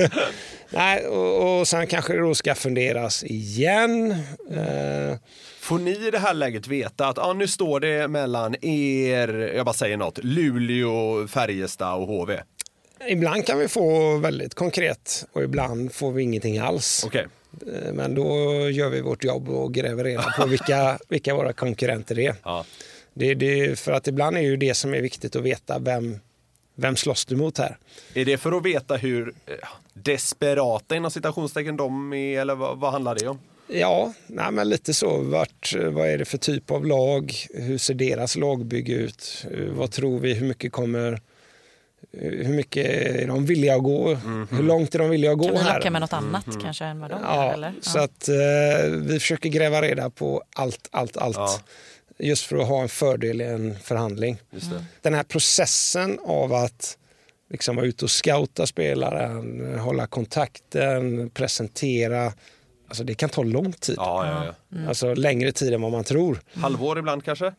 Nej, och, och sen kanske det då ska funderas igen. Mm.
Får ni i det här läget veta att ah, nu står det mellan er, jag bara säger något, Luleå, Färjestad och H V?
Ibland kan vi få väldigt konkret och ibland får vi ingenting alls.
Okej.
Okay. Men då gör vi vårt jobb och gräver reda på vilka, vilka våra konkurrenter är. Ja. Det, det, för att ibland är ju det som är viktigt att veta vem, vem slåss du mot här.
Är det för att veta hur desperata inom citationstecken de är, eller vad, vad handlar det om?
Ja, nej, men lite så. Vart, vad är det för typ av lag? Hur ser deras lagbygge ut? Vad tror vi? Hur mycket kommer... Hur mycket är de villiga att gå? Mm-hmm. Hur långt är de villiga att gå här?
Kan vi locka med något annat mm-hmm. kanske än vad de
ja,
gör? Eller?
Så ja. att eh, vi försöker gräva reda på allt, allt, allt. Ja. Just för att ha en fördel i en förhandling. Just det. Den här processen av att liksom vara ute och scouta spelaren, hålla kontakten, presentera. Alltså det kan ta lång tid.
Ja, ja, ja.
Mm. Alltså längre tid än vad man tror.
Mm. Halvår ibland kanske?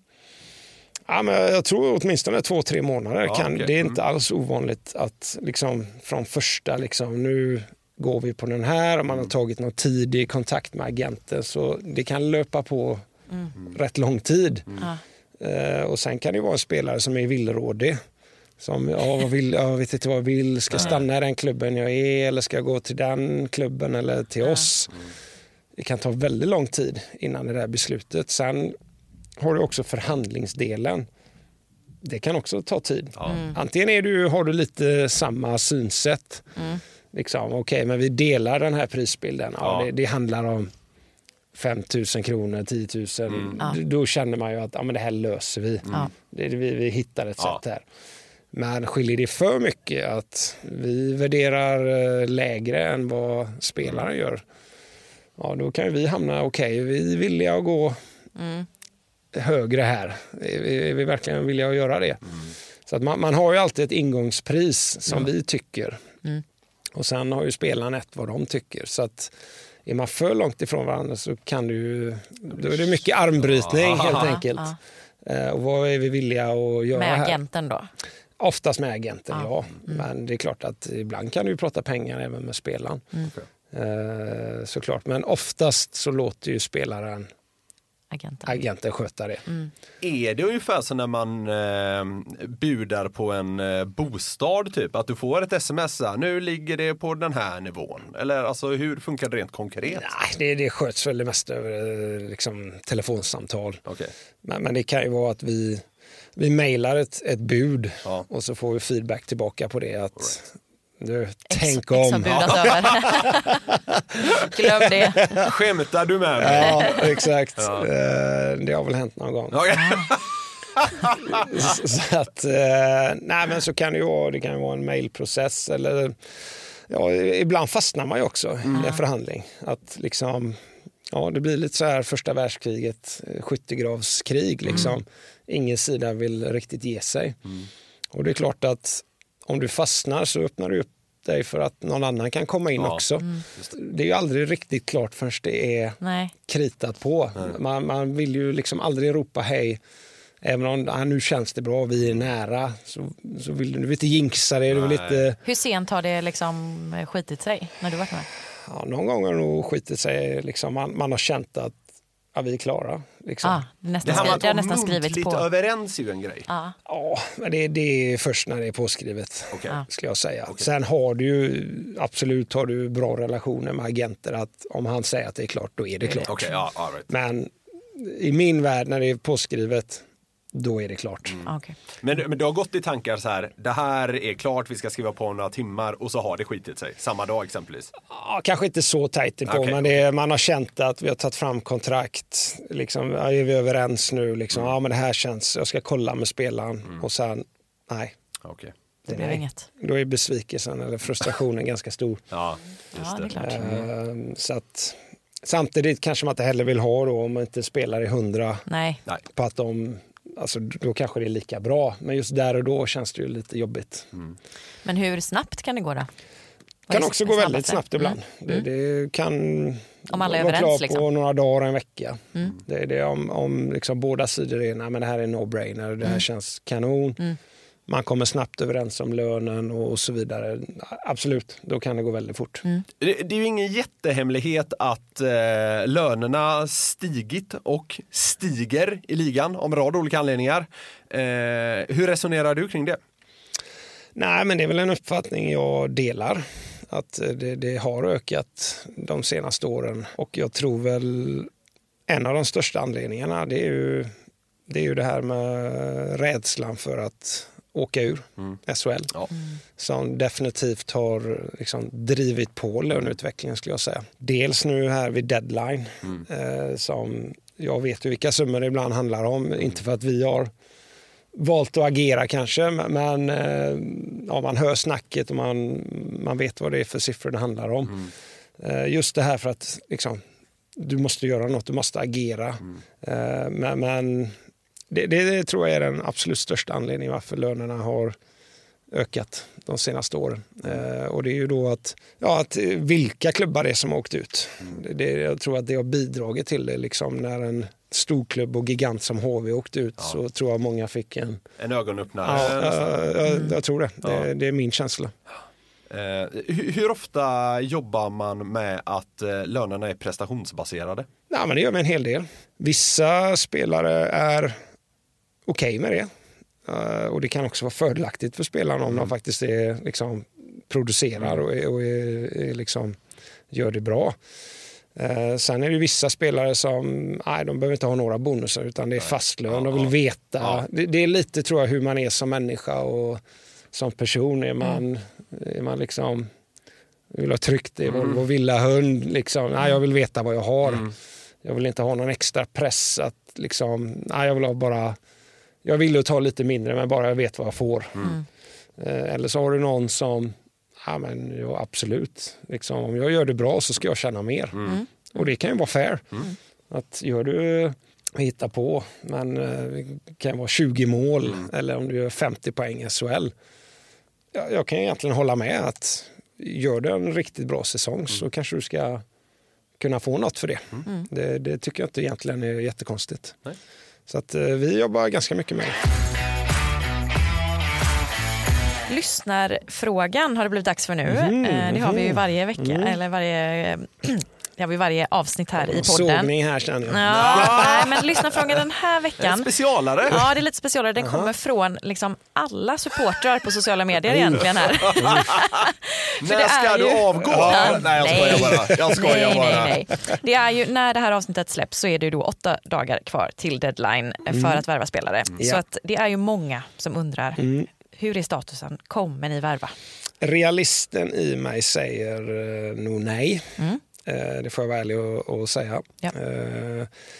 Ja, men jag tror åtminstone två, tre månader.
Ja,
kan,
okay.
Det är inte alls ovanligt att liksom, från första, liksom, nu går vi på den här och man har tagit någon tidig kontakt med agenten. Så det kan löpa på mm. rätt lång tid. Mm. Uh, och sen kan det vara en spelare som är villrådig. Som, ja, vad vill, jag vet inte vad jag vill. Ska jag stanna i den klubben jag är eller ska jag gå till den klubben eller till oss? Mm. Det kan ta väldigt lång tid innan det där beslutet. Sen har du också förhandlingsdelen. Det kan också ta tid. Mm. Antingen är du, har du lite samma synsätt. Mm. Liksom, okej, okay, men vi delar den här prisbilden. Ja, ja. Det, det handlar om fem tusen kronor, tio tusen. Mm. Ja. Då känner man ju att ja, men det här löser vi. Mm. Det, vi, vi hittar ett ja. sätt här. Men skiljer det för mycket att vi värderar lägre än vad spelaren gör. Ja, då kan vi hamna, okej, okay, vi är villiga att gå mm. högre här. Är vi verkligen villiga att göra det? Mm. Så att man, man har ju alltid ett ingångspris som mm. vi tycker. Mm. Och sen har ju spelarna ett vad de tycker. Så att är man för långt ifrån varandra så kan du ju, då är det mycket armbrytning ja. helt enkelt. Ja. Och vad är vi villiga att göra
med
här?
Med agenten då?
Oftast med agenten, ja. ja.
Mm.
Men det är klart att ibland kan du prata pengar även med spelaren. Mm. Uh, såklart. Men oftast så låter ju spelaren
agenten,
agenten sköta det. Mm.
Är det ungefär så när man eh, budar på en eh, bostad typ? Att du får ett sms här, nu ligger det på den här nivån. Eller alltså hur funkar det rent konkret?
Nej, det, det sköts väl det mesta över liksom, telefonsamtal.
Okay.
Men, men det kan ju vara att vi Vi mejlar ett, ett bud ja. och så får vi feedback tillbaka på det att right. du, tänk Ex, om.
Glöm det.
Skämtar du med mig?
Ja, exakt. Ja. Det har väl hänt någon gång.
Okay.
så att, eh, nej men så kan det ju vara, det kan ju vara en mejlprocess eller ja, ibland fastnar man ju också mm. i en förhandling. Att liksom, ja det blir lite så här första världskriget, skyttegravskrig liksom. Mm. Ingen sida vill riktigt ge sig. Mm. Och det är klart att om du fastnar så öppnar du upp dig för att någon annan kan komma in ja. också. Mm. Det är ju aldrig riktigt klart förrän det är Nej. kritat på. Man, man vill ju liksom aldrig ropa hej. Även om ah, nu känns det bra, vi är nära. Så, så vill du, du vill inte jinxa det. Du vill inte...
Hur sent har det liksom skitit sig när du varit med?
Ja, någon gång har det nog skitit sig. Liksom, man, man har känt att ja, vi är klara. Liksom.
Ah, det, nästan skri- det har nästan skrivits på.
Överens är ju en grej.
Ah.
Ja, men det, det är först när det är påskrivet, okay. skulle jag säga. Okay. Sen har du ju, absolut har du bra relationer med agenter att om han säger att det är klart, då är det klart.
Okay, ja, all right.
Men i min värld, när det är påskrivet, då är det klart.
Mm. Okay. Men, men du har gått i tankar så här, det här är klart, vi ska skriva på några timmar och så har det skitit sig, samma dag exempelvis?
Ja, kanske inte så tajt på, okay, men det är, man har känt att vi har tagit fram kontrakt, liksom, ja, är vi överens nu, liksom, mm. ja men det här känns, jag ska kolla med spelaren mm. och sen, nej.
Okay.
Det blir inget.
Då är besvikelsen eller frustrationen ganska stor.
Ja, just det.
Ja, det är klart.
Uh, så att, samtidigt kanske man inte heller vill ha då, om man inte spelar i hundra
nej.
på att de alltså då kanske det är lika bra. Men just där och då känns det ju lite jobbigt. Mm.
Men hur snabbt kan det gå då?
Det kan också gå väldigt snabbt ibland. Mm. Det, det kan
om alla är
vara
överens,
klar på
liksom.
några dagar, en vecka.
Mm.
Det är det om, om liksom båda sidor är, nej, men det här är no-brainer, det här mm. känns kanon. Mm. Man kommer snabbt överens om lönen och så vidare. Absolut, då kan det gå väldigt fort.
Mm. Det, det är ju ingen jättehemlighet att eh, lönerna stigit och stiger i ligan om en rad olika anledningar. Eh, hur resonerar du kring det?
Nej, men det är väl en uppfattning jag delar. Att det, det har ökat de senaste åren. Och jag tror väl en av de största anledningarna det är ju det, är ju det här med rädslan för att åka ur mm. S H L. Ja. Mm. Som definitivt har liksom drivit på löneutvecklingen skulle jag säga. Dels nu här vid deadline mm. eh, som jag vet ju vilka summor det ibland handlar om. Mm. Inte för att vi har valt att agera kanske, men eh, ja, man hör snacket och man, man vet vad det är för siffror det handlar om. Mm. Eh, just det här för att liksom, du måste göra något, du måste agera. Mm. Eh, men men det, det, det tror jag är den absolut största anledningen varför lönerna har ökat de senaste åren. Eh, och det är ju då att, ja, att vilka klubbar det är som har åkt ut. Mm. Det, jag tror att det har bidragit till det. Liksom, när en storklubb och gigant som H V åkte ut ja. så tror jag många fick en...
En ögonöppnare.
Ja, jag, jag, jag tror det. Ja. det. Det är min känsla.
Eh, hur, hur ofta jobbar man med att eh, lönerna är prestationsbaserade?
Ja, men det gör vi en hel del. Vissa spelare är okej okay med det. Uh, och det kan också vara fördelaktigt för spelarna om mm. de faktiskt är, liksom, producerar och, är, och är, är, liksom, gör det bra. Uh, sen är det vissa spelare som nej, de behöver inte ha några bonusar utan det är fastlön. Ja, de vill veta. Ja. Det, det är lite tror jag hur man är som människa och som person. Är man, mm. är man liksom vill ha tryggt i mm. och villa hund. Liksom, nej, jag vill veta vad jag har. Mm. Jag vill inte ha någon extra press. Att, liksom, nej, jag vill ha bara... Jag vill ju ta lite mindre men bara jag vet vad jag får. Mm. Eh, eller så har du någon som, ja men ja, absolut. Liksom, om jag gör det bra så ska jag tjäna mer. Mm. Och det kan ju vara fair. Mm. Att gör du hitta på men eh, kan vara tjugo mål mm. eller om du gör femtio poäng i S H L. Jag, jag kan egentligen hålla med att gör du en riktigt bra säsong mm. så kanske du ska kunna få något för det. Mm. Det, det tycker jag inte egentligen är jättekonstigt. Nej. Så att eh, vi jobbar ganska mycket med det.
Lyssnarfrågan har det blivit dags för nu. Mm, eh, det har vi ju varje vecka, mm. eller varje... Det har vi varje avsnitt här i podden.
Sågning här känner jag.
Ja, nej, men lyssnarfrågan den här veckan.
Specialare.
Ja, det är lite specialare. Den uh-huh. kommer från liksom alla supportrar på sociala medier egentligen här.
När ska du ju... avgå? Ja, nej, jag skojar bara. Jag skojar
nej,
bara.
Nej, nej. Det är ju, när det här avsnittet släpps så är det ju då åtta dagar kvar till deadline för mm. att värva spelare. Mm. Så att det är ju många som undrar, mm. hur är statusen? Kommer ni värva?
Realisten i mig säger uh, nog nej. Mm. Det får jag vara ärlig att säga. Ja.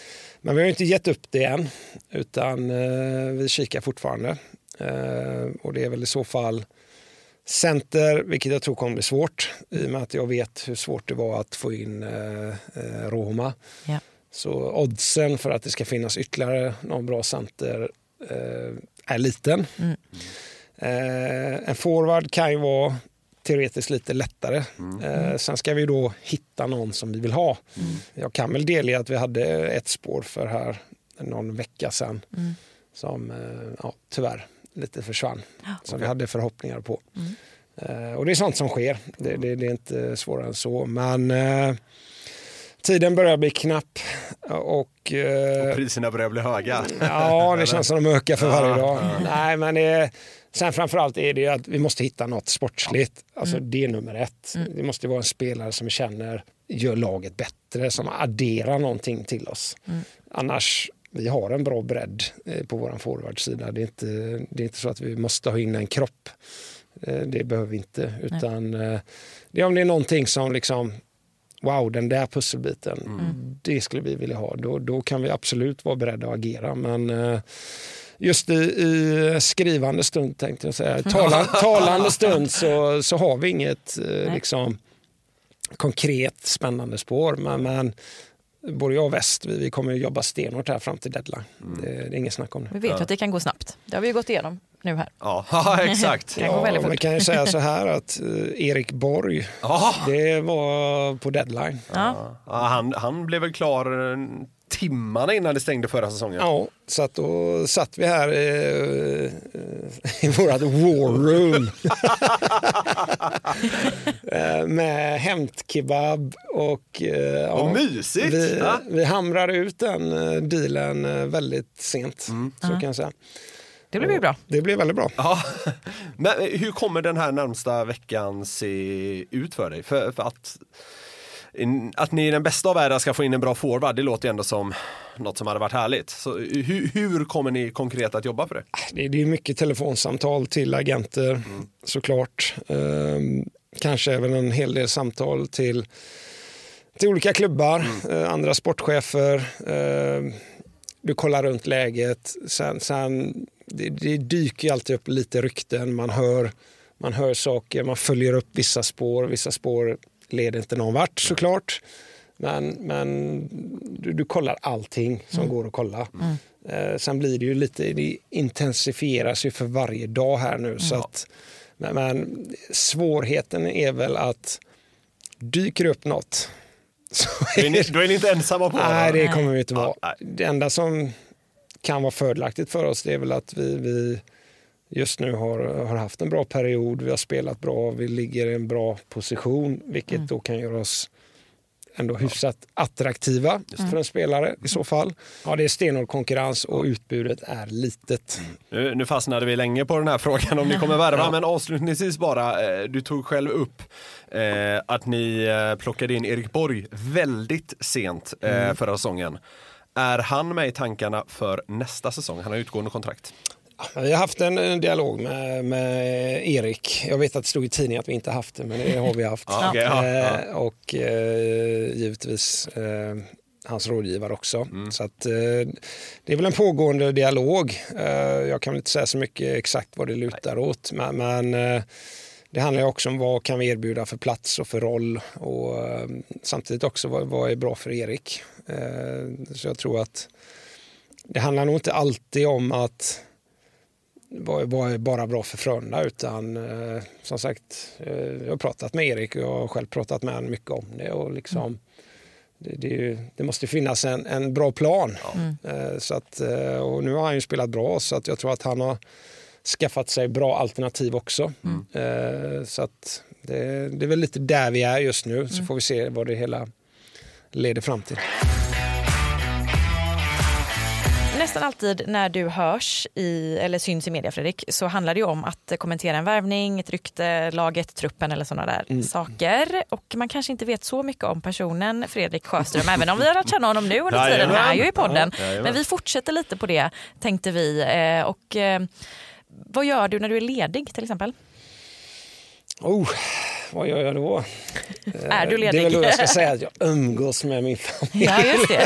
Men vi har inte gett upp det än, utan eh, vi kikar fortfarande. Eh, och det är väl i så fall center, vilket jag tror kommer bli svårt i och med att jag vet hur svårt det var att få in eh, eh, Roma.
Ja.
Så oddsen för att det ska finnas ytterligare någon bra center eh, är liten.
Mm.
Eh, en forward kan ju vara teoretiskt lite lättare.
Mm.
Eh, sen ska vi då hitta någon som vi vill ha.
Mm.
Jag kan väl delge att vi hade ett spår för här någon vecka sedan
Mm.
som eh, ja, tyvärr lite försvann.
Ja.
Som vi hade förhoppningar på.
Mm.
Eh, och det är sånt som sker. Det, det, det är inte svårare än så. Men eh, tiden börjar bli knapp. Och, eh,
och priserna börjar bli höga.
Ja, det känns som de ökar för varje dag. Nej, men det, sen framförallt är det att vi måste hitta något sportsligt. Alltså
Mm.
det är nummer ett.
Mm.
Det måste vara en spelare som känner gör laget bättre, som adderar någonting till oss.
Mm.
Annars, vi har en bra bredd på vår forwardsida. Det är inte, det är inte så att vi måste ha in en kropp. Det behöver vi inte. Utan det är om det är någonting som liksom, wow, den där pusselbiten, mm. det skulle vi vilja ha. Då, då kan vi absolut vara beredda att agera. Men just i, i skrivande stund, tänkte jag säga, Talan, talande stund så, så har vi inget liksom, konkret spännande spår. Men, men både jag och Väst, vi, vi kommer att jobba stenhårt här fram till deadline. Mm. Det, det är inget snack om det.
Vi vet ja. att det kan gå snabbt. Det har vi ju gått igenom nu här.
Ja, exakt.
Ja, man kan ju säga så här att uh, Erik Borg,
ja.
det var på deadline.
Ja. Ja, han, han blev väl klar timmarna innan det stängde förra säsongen.
Ja, så att då satt vi här i, i vårat war room med hämtkebab och ja,
och mysigt.
Vi,
ja.
vi hamrade ut den dealen väldigt sent, mm. så uh-huh. kan jag säga.
Det blev ju bra.
Det blev väldigt bra.
Ja. Men hur kommer den här närmsta veckan se ut för dig? För, för att Att ni i den bästa av världar ska få in en bra forward, det låter ju ändå som något som hade varit härligt. Så hur, hur kommer ni konkret att jobba för det?
Det, det är mycket telefonsamtal till agenter, mm. såklart. Ehm, kanske även en hel del samtal till, till olika klubbar, mm. eh, andra sportchefer. Ehm, du kollar runt läget. Sen, sen det, det dyker ju alltid upp lite rykten. Man hör, man hör saker, man följer upp vissa spår. Vissa spår leder inte någon vart såklart. Men, men du, du kollar allting som mm. går att kolla. Mm. Eh, sen blir det ju lite, det intensifieras ju för varje dag här nu. Mm. Så att, men, men svårigheten är väl att dyker upp något. Så
är ni, då är ni inte ensamma på det?
Nej, det kommer vi inte vara. Ja, det enda som kan vara fördelaktigt för oss, det är väl att vi, vi just nu har, har haft en bra period, vi har spelat bra, vi ligger i en bra position, vilket mm. då kan göra oss ändå hyfsat attraktiva just för en spelare i så fall. Ja, det är stenhård konkurrens och utbudet är litet.
Nu, nu fastnade vi länge på den här frågan om ni kommer värva, ja. Men avslutningsvis bara, du tog själv upp eh, att ni plockade in Erik Borg väldigt sent eh, mm. förra säsongen. Är han med i tankarna för nästa säsong? Han har utgående kontrakt.
Vi har haft en dialog med, med Erik. Jag vet att det stod i tidningen att vi inte haft det, men det har vi haft.
Ja, okay, ja, ja.
Eh, och eh, givetvis eh, hans rådgivare också. Mm. Så att, eh, det är väl en pågående dialog. Eh, jag kan väl inte säga så mycket exakt vad det lutar Nej. åt, men, men eh, det handlar ju också om vad kan vi erbjuda för plats och för roll, och eh, samtidigt också vad, vad är bra för Erik. Eh, så jag tror att det handlar nog inte alltid om att var, var bara bra för Frölunda, utan eh, som sagt, eh, jag har pratat med Erik och jag har själv pratat med honom mycket om det, och liksom mm. det, det, det måste finnas en, en bra plan. Mm. Eh, så att, eh, och nu har han ju spelat bra, så att jag tror att han har skaffat sig bra alternativ också. Mm. Eh, så att det, det är väl lite där vi är just nu, så mm. får vi se vad det hela leder fram till.
Nästan alltid när du hörs i, eller syns i media, Fredrik, så handlar det ju om att kommentera en värvning, ett rykte, laget, truppen eller sådana där mm. saker. Och man kanske inte vet så mycket om personen Fredrik Sjöström, även om vi har lärt känna honom nu under tiden här ju i podden. Men vi fortsätter lite på det, tänkte vi. Och vad gör du när du är ledig till exempel?
Oh, vad gör jag då?
Är du ledig?
Det är väl då jag ska säga att jag umgås med min familj.
Ja, just det.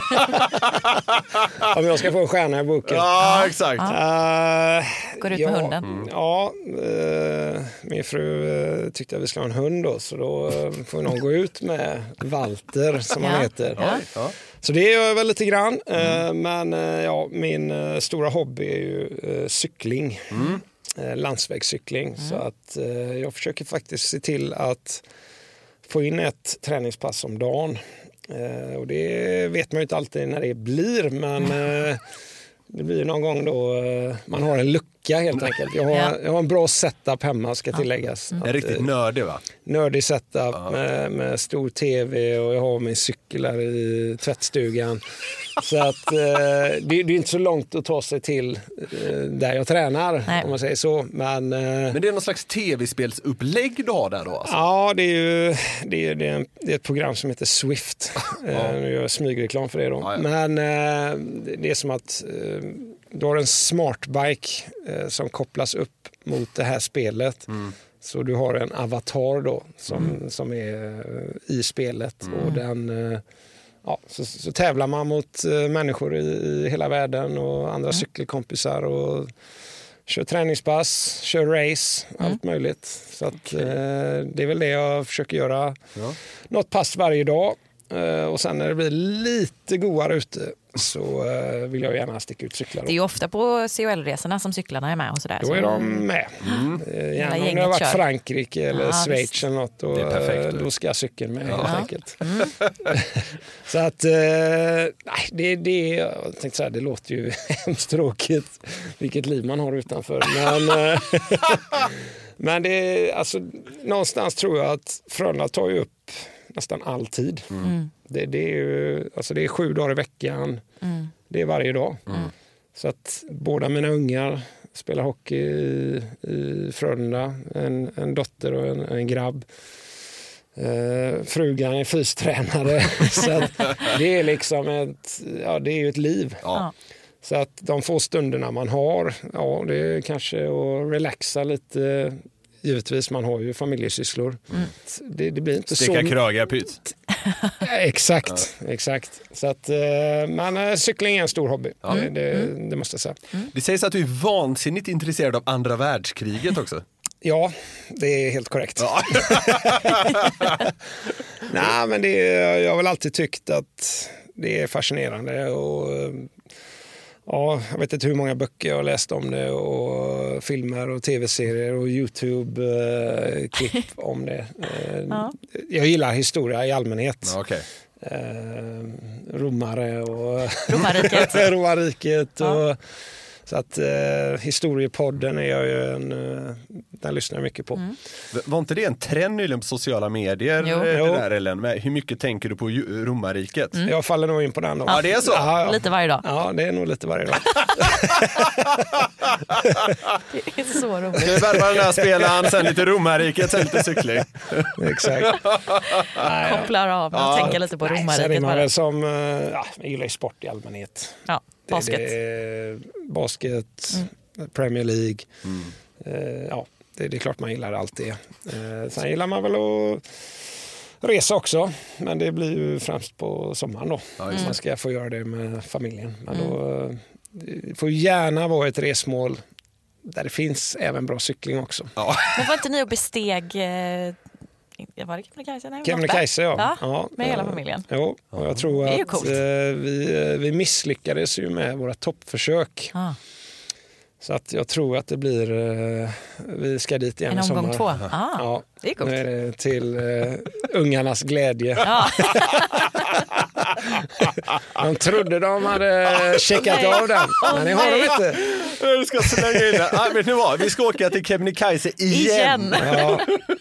Om jag ska få en stjärna i boken.
Ja, exakt.
Ja.
Uh,
Går ut
ja,
med hunden?
Mm. Ja, uh, min fru uh, tyckte att vi skulle ha en hund då, så då uh, får någon gå ut med Walter, som
ja.
han heter.
Ja. Ja.
Så det gör jag väl lite grann. Mm. Uh, men uh, ja, min uh, stora hobby är ju uh, cykling. Mm. Uh, landsvägscykling. Mm. Så att uh, jag försöker faktiskt se till att få in ett träningspass om dagen. Uh, och det vet man ju inte alltid när det blir, men uh, det blir någon gång då uh, man har en lucka helt enkelt. Jag har,
ja.
jag har en bra setup hemma, ska tilläggas.
Mm.
Att,
är riktigt nördig, va?
Nördig setup
ja.
med, med stor tv, och jag har min cykel här i tvättstugan. Så att uh, det, det är inte så långt att ta sig till uh, där jag tränar. Nej. Om man säger så. Men, uh,
Men det är någon slags tv-spelsupplägg du har där då? Alltså.
Ja, det är ju det är, det är, en, det är ett program som heter Swift. Ja. Nu gör jag smygreklam för det då. Ja, ja. Men uh, det är som att uh, du har en smartbike uh, som kopplas upp mot det här spelet. Mm. Så du har en avatar då som, mm. som är uh, i spelet. Mm. Och den... Uh, Ja, så, så tävlar man mot uh, människor i, i hela världen och andra mm. cykelkompisar och kör träningspass, kör race, mm. allt möjligt. Så att, uh, det är väl det jag försöker göra. Ja. Något pass varje dag. Uh, och sen när det blir lite godare ute så uh, vill jag gärna sticka ut cyklar.
Det är ju ofta på C O L-resorna som cyklarna är med och sådär.
Då är
så
de med. Mm. Uh, gärna om det har varit kör. Frankrike eller ja, Schweiz visst. Eller något. Och, perfekt, då ska cykeln med ja. Helt enkelt. Mm. Så att uh, nej, det, det, jag tänkte så här, det låter ju hemskt tråkigt vilket liv man har utanför. Men, uh, men det är, alltså, någonstans tror jag att Frölunda tar ju upp nästan all tid. Mm. Det, det, är ju, alltså det är sju dagar i veckan. Mm. Det är varje dag. Mm. Så att båda mina ungar spelar hockey i, i Frölunda. En, en dotter och en, en grabb. Uh, frugan är fystränare. Så att det är liksom ett, ja, det är ju ett liv. Ja. Så att de få stunderna man har, ja, det är kanske att relaxa lite. Givetvis, man har ju familjesysslor. Mm. Det, det blir inte
Sticka så... Sticka krögar, pyt.
Exakt, ja. Exakt. Så att, men cykling är en stor hobby. Ja. Det, det, mm. det måste jag säga.
Mm. Det sägs att du är vansinnigt intresserad av andra världskriget också.
Ja, det är helt korrekt. Ja. Nej, men det, jag har väl alltid tyckt att det är fascinerande och... Ja, jag vet inte hur många böcker jag har läst om det och filmer och tv-serier och YouTube-klipp eh, om det. Eh, ja. Jag gillar historia i allmänhet.
Ja, okay.
eh, romare och
Romarriket.
Romarriket och ja. Så att eh, historiepodden är jag ju en, eh, den lyssnar jag mycket på. Mm.
Var inte det en trend nyligen på sociala medier? Jo. Det där, Ellen? Hur mycket tänker du på Romarriket?
Mm. Jag faller nog in på den. Då.
Ja, det är så?
Ja, lite varje dag.
Ja, det är nog lite varje dag.
Det är så roligt.
Ska vi värva den här spelaren, sen lite Romarriket, sen lite cykling.
Exakt.
Kopplar av och ja. Tänker lite på Romarriket.
Sen är man väl som, ja, jag gillar ju sport i allmänhet.
Ja. Basket.
Det, det basket, mm. Premier League. Mm. Eh, ja, det, det är klart man gillar allt det. Eh, sen gillar man väl att resa också. Men det blir ju främst på sommaren då. Mm. Man ska få göra det med familjen. Men mm. då det får gärna vara ett resmål där det finns även bra cykling också.
Ja. Men var inte ni och besteg... Eh... Var det Kebnekaise? Nej,
Kebnekaise, ja.
ja.
ja.
Med hela familjen.
Jo, och jag tror att eh, vi, vi misslyckades ju med våra toppförsök. Ah. Så att jag tror att det blir, eh, vi ska dit igen
en
i sommar.
En omgång två. Ah,
ja,
det är coolt.
Nu är det till eh, ungarnas glädje. Ja. De trodde de hade checkat oh, av den, men det har de inte.
Du ska slänga in det. Ah, vet ni vad? Vi ska åka till Kebnekaise igen. igen. Ja.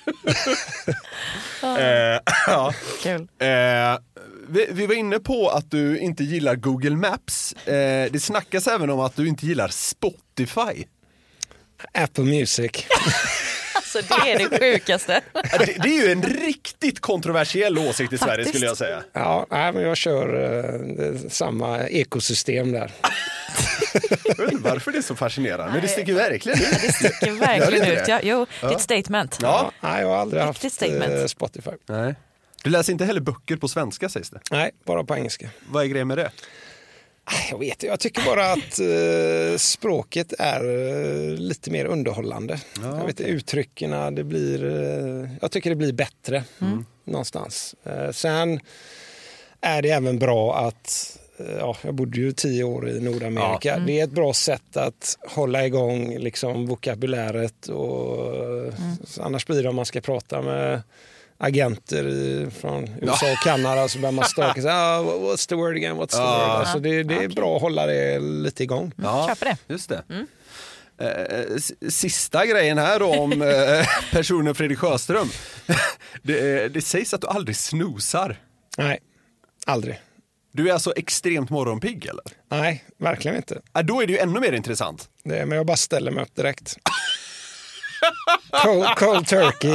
eh, ja.
Kul.
Eh, vi, vi var inne på att du inte gillar Google Maps. Eh, det snackas även om att du inte gillar Spotify.
Apple Music.
Alltså det är det sjukaste.
det, det är ju en riktigt kontroversiell åsikt i Sverige. Faktiskt. Skulle jag säga.
Ja, nej, men jag kör uh, samma ekosystem där.
Jag vet inte varför det är så fascinerande, men det sticker verkligen ut.
Det sticker verkligen ut, ja. Jo,
Ja.
ditt statement.
Ja.
Nej, jag har aldrig haft
Riktigt statement.
eh, Spotify.
Nej. Du läser inte heller böcker på svenska, sägs det.
Nej, bara på engelska.
Vad är grejen med det?
Jag vet, jag tycker bara att eh, språket är eh, lite mer underhållande.
Ja,
jag vet,
okej.
uttrycken, det blir, eh, jag tycker det blir bättre mm. någonstans. Eh, sen är det även bra att, eh, ja, jag bodde ju tio år i Nordamerika.
Ja. Mm.
Det är ett bra sätt att hålla igång liksom, vokabuläret. Och, mm. Annars blir det om man ska prata med agenter i, från U S A och Kanada så börjar man staka sig. Ah, what's the word again? What's the
Ja.
word? Alltså det, det är
Okay.
bra att hålla det lite igång.
Ja,
Köper det.
Just det.
Mm.
Eh, s- sista grejen här då om eh, personen Fredrik Sjöström. det, det sägs att du aldrig snosar.
Nej, aldrig.
Du är alltså extremt morgonpigg, eller?
Nej, verkligen inte.
Ah, då är det ju ännu mer intressant.
Det, men jag bara ställer mig upp direkt. Cold, cold turkey.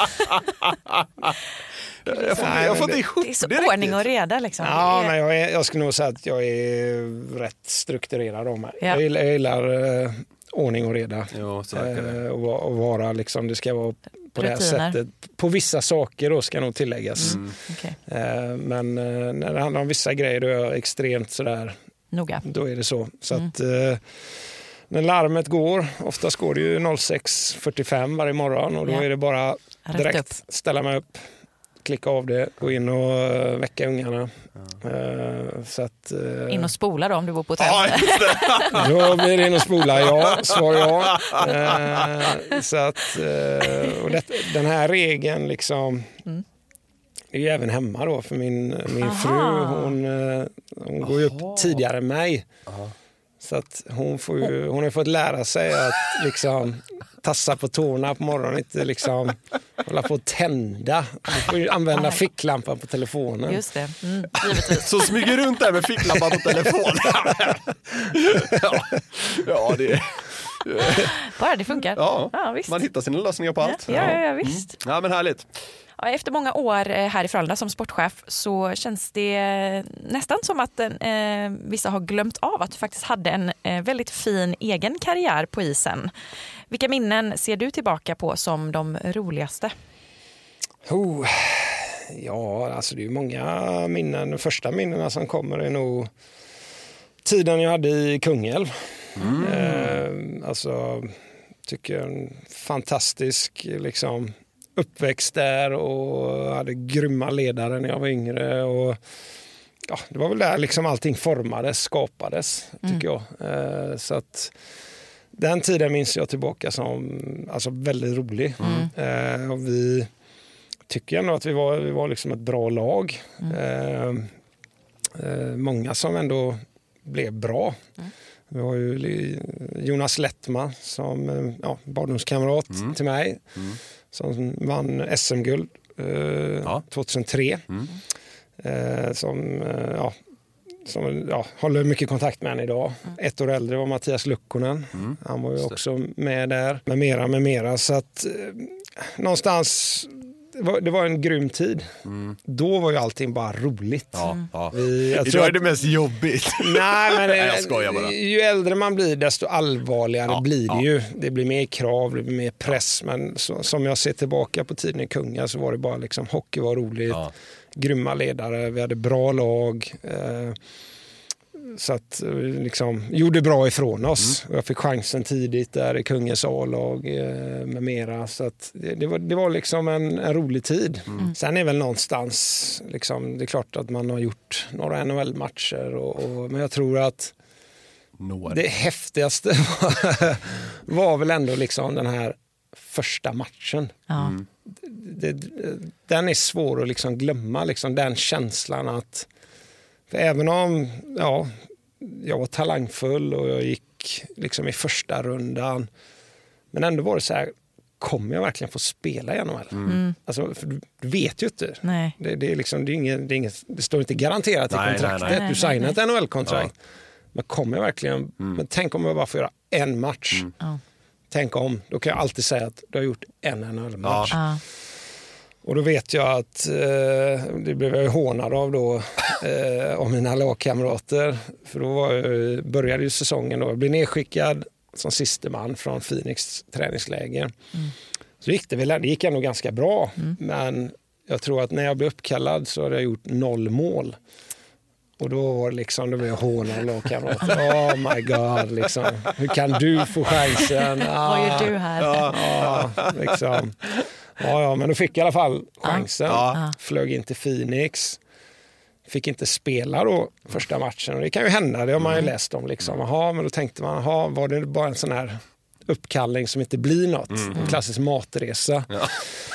Jag får,
Nej,
jag
men
får
det-
inte ihop
Det är så
det
ordning och
riktigt.
reda liksom.
Ja,
Det är-
men jag, är, jag skulle nog säga att jag är rätt strukturerad av mig.
Ja.
Jag gillar, jag gillar eh, ordning och reda.
Jo, så verkar det.
Eh, och, va- och vara liksom, det ska vara på det här
Rutiner.
sättet. På vissa saker då ska nog tilläggas.
Mm.
Okej.
Eh, men eh, när det handlar om vissa grejer då är jag extremt sådär,
Noga.
då är det så. Så att eh, när larmet går, oftast går det ju sex fyrtiofem varje morgon och då
Ja.
är det bara
Rätt
direkt
upp.
ställa mig upp, klicka av det, gå in och uh, väcka ungarna. Eh, så att, eh,
In och spola då om du bor på hotell.
Ja, just det.
då blir det in och spola, ja, svar ja. Eh, så att, eh, och det, den här regeln liksom,
Mm.
det är ju även hemma då, för min, min
Aha.
fru, hon, eh, hon går ju upp tidigare än mig. Så att hon, får ju, hon har fått lära sig att liksom tassa på tårna på morgonen, inte liksom hålla på att tända. Hon får ju använda ficklampan på telefonen.
Just det, mm, givetvis.
Så smyger runt där med ficklampan på telefon. ja. ja, det
Bara det funkar.
ja.
Ja, visst.
Man hittar sina lösningar på allt.
Ja, ja, ja, visst.
Ja, men härligt.
Ja, efter många år eh, här i Frölunda som sportchef så känns det nästan som att eh, vissa har glömt av att du faktiskt hade en eh, väldigt fin egen karriär på isen. Vilka minnen ser du tillbaka på som de roligaste?
Oh, ja, alltså det är ju många minnen. De första minnena som kommer är nog tiden jag hade i Kungälv. Mm. Eh, alltså, tycker jag en fantastisk liksom, uppväxt där och hade grymma ledare när jag var yngre. Och, ja, det var väl där liksom allting formades, skapades, tycker mm. jag. Eh, så att den tiden minns jag tillbaka som alltså, väldigt rolig. Mm. Eh, och vi tycker ändå att vi var, vi var liksom ett bra lag. Mm. Eh, eh, många som ändå blev bra. Mm. Vi har ju Jonas Lettma som ja, barndomskamrat mm. till mig. Mm. Som vann S M-guld eh, ja. tjugohundratre. Mm. Eh, som eh, ja, som ja, håller mycket kontakt med henne idag. Mm. Ett år äldre var Mattias Lukkonen. Mm. Han var ju också med där. Med mera, med mera. Så att eh, någonstans... Det var, det var en grym tid. Mm. Då var ju allting bara roligt.
Ja, ja.
Vi, jag
Idag
tror
är det mest jobbigt.
Nej, men det,
jag skojar bara.
Ju äldre man blir desto allvarligare
ja,
blir det
ja.
ju. Det blir mer krav, det blir mer press. Men så, som jag ser tillbaka på tiden i Kunga så var det bara liksom hockey var roligt. Ja. Grymma ledare, vi hade bra lag. Eh, så att vi liksom gjorde bra ifrån oss. Mm. Jag fick chansen tidigt där i Kungens A-lag eh, med mera. Så att det, det, var, det var liksom en, en rolig tid. Mm. Sen är väl någonstans, liksom, det är klart att man har gjort några N H L-matcher. Och, och, men jag tror att Några. det häftigaste var, var väl ändå liksom den här första matchen. Mm. Det, det, den är svår att liksom glömma, liksom, den känslan att för även om ja, jag var talangfull och jag gick liksom i första rundan, men ändå var det så här, kommer jag verkligen få spela i N H L? Mm. Alltså, för du vet ju inte.
Nej.
Det, det, är liksom, det, är inget, det, är inget, det står inte garanterat i
nej,
kontraktet.
nej, nej.
Du signar ett N H L-kontrakt. Ja. Men kommer jag verkligen...
Mm.
Men tänk om jag bara får göra en match. Mm.
Ja.
Tänk om. Då kan jag alltid säga att du har gjort en N H L-match.
Ja.
Och då vet jag att eh, det blev jag hånad av då eh, av mina lagkamrater. För då var jag, började ju säsongen då. Jag blev nedskickad som siste man från Phoenix träningsläger. Mm. Så gick det väl, det gick ändå ganska bra. Mm. Men jag tror att när jag blev uppkallad så hade jag gjort noll mål. Och då var det liksom, då blev jag hånad av lagkamrater. Oh my god, liksom. Hur kan du få chansen? Ah,
vad gör du här?
Ja, ah, liksom. Ja, ja, men då fick jag i alla fall chansen. Ja. Flög in till Phoenix. Fick inte spela då första matchen. Och det kan ju hända, det har man ju läst om. Liksom. Aha, men då tänkte man, aha, var det bara en sån här uppkallning som inte blir något? Mm. En klassisk matresa. Ja.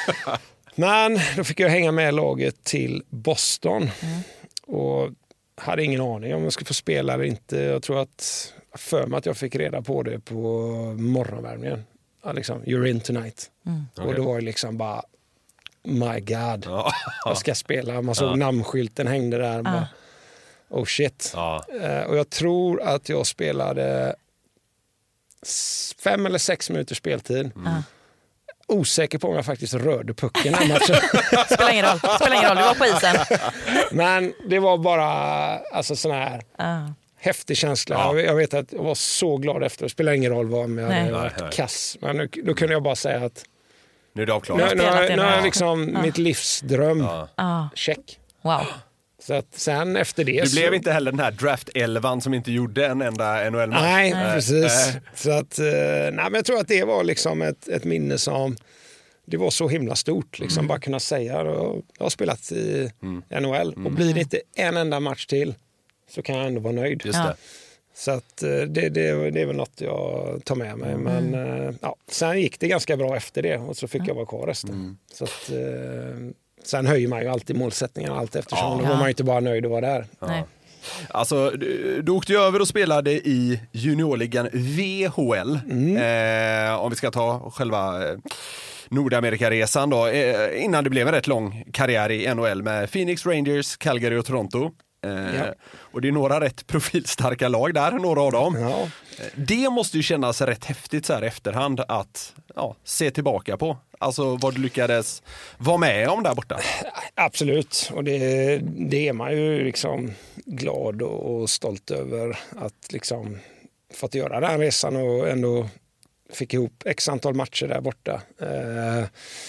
Men då fick jag hänga med laget till Boston. Mm. Och hade ingen aning om jag skulle få spela eller inte. Jag tror att, för mig att jag fick reda på det på morgonvärmningen. Ja, liksom, you're in tonight. Mm. Och okay. Då var det liksom bara, my god, ja. Jag ska spela. Man såg ja. namnskylten hängde där. Ja. Bara, oh shit. Ja. Uh, och jag tror att jag spelade fem eller sex minuter speltid. Mm. Osäker på om jag faktiskt rörde pucken här matchen.
Spelar ingen roll. Spelar ingen roll, du var på isen.
Men det var bara alltså sån här uh. häftig känsla. Ja. Jag vet att jag var så glad efter. Det spelar ingen roll vad, om jag hade varit nej, nej. kass. Men nu, då kunde jag bara säga att
nu är det avklarat.
Nu, nu, nu, nu är liksom ja. mitt livsdröm.
Ja.
Check.
Wow.
Så att sen efter det
du
så...
blev inte heller den här draft-elvan som inte gjorde en enda N H L-match.
Nej, nej. precis. Äh. Så att, nej, men jag tror att det var liksom ett, ett minne som det var så himla stort. Liksom, mm. bara kunna säga jag har spelat i mm. N H L. Mm. Och blir det inte en enda match till så kan jag ändå vara nöjd.
Just det.
Så att det, det, det är väl något jag tar med mig. Mm. Men ja, sen gick det ganska bra efter det och så fick mm. jag vara kvar resten. Mm. Så att, sen höjer man ju alltid målsättningen allt eftersom. Ja. Då var man ju inte bara nöjd att vara där.
Ja. Nej. Alltså, du, du åkte ju över och spelade i juniorligan V H L. Mm. Eh, om vi ska ta själva eh, Nordamerikaresan då. Eh, innan det blev en rätt lång karriär i N H L med Phoenix, Rangers, Calgary och Toronto. Eh, ja. Och det är några rätt profilstarka lag där, några av dem. Ja. Det måste ju kännas rätt häftigt så här efterhand att ja, se tillbaka på. Alltså vad du lyckades vara med om där borta.
Absolut, och det, det är man ju liksom glad och stolt över att liksom fått göra den resan och ändå fick ihop x antal matcher där borta. Eh,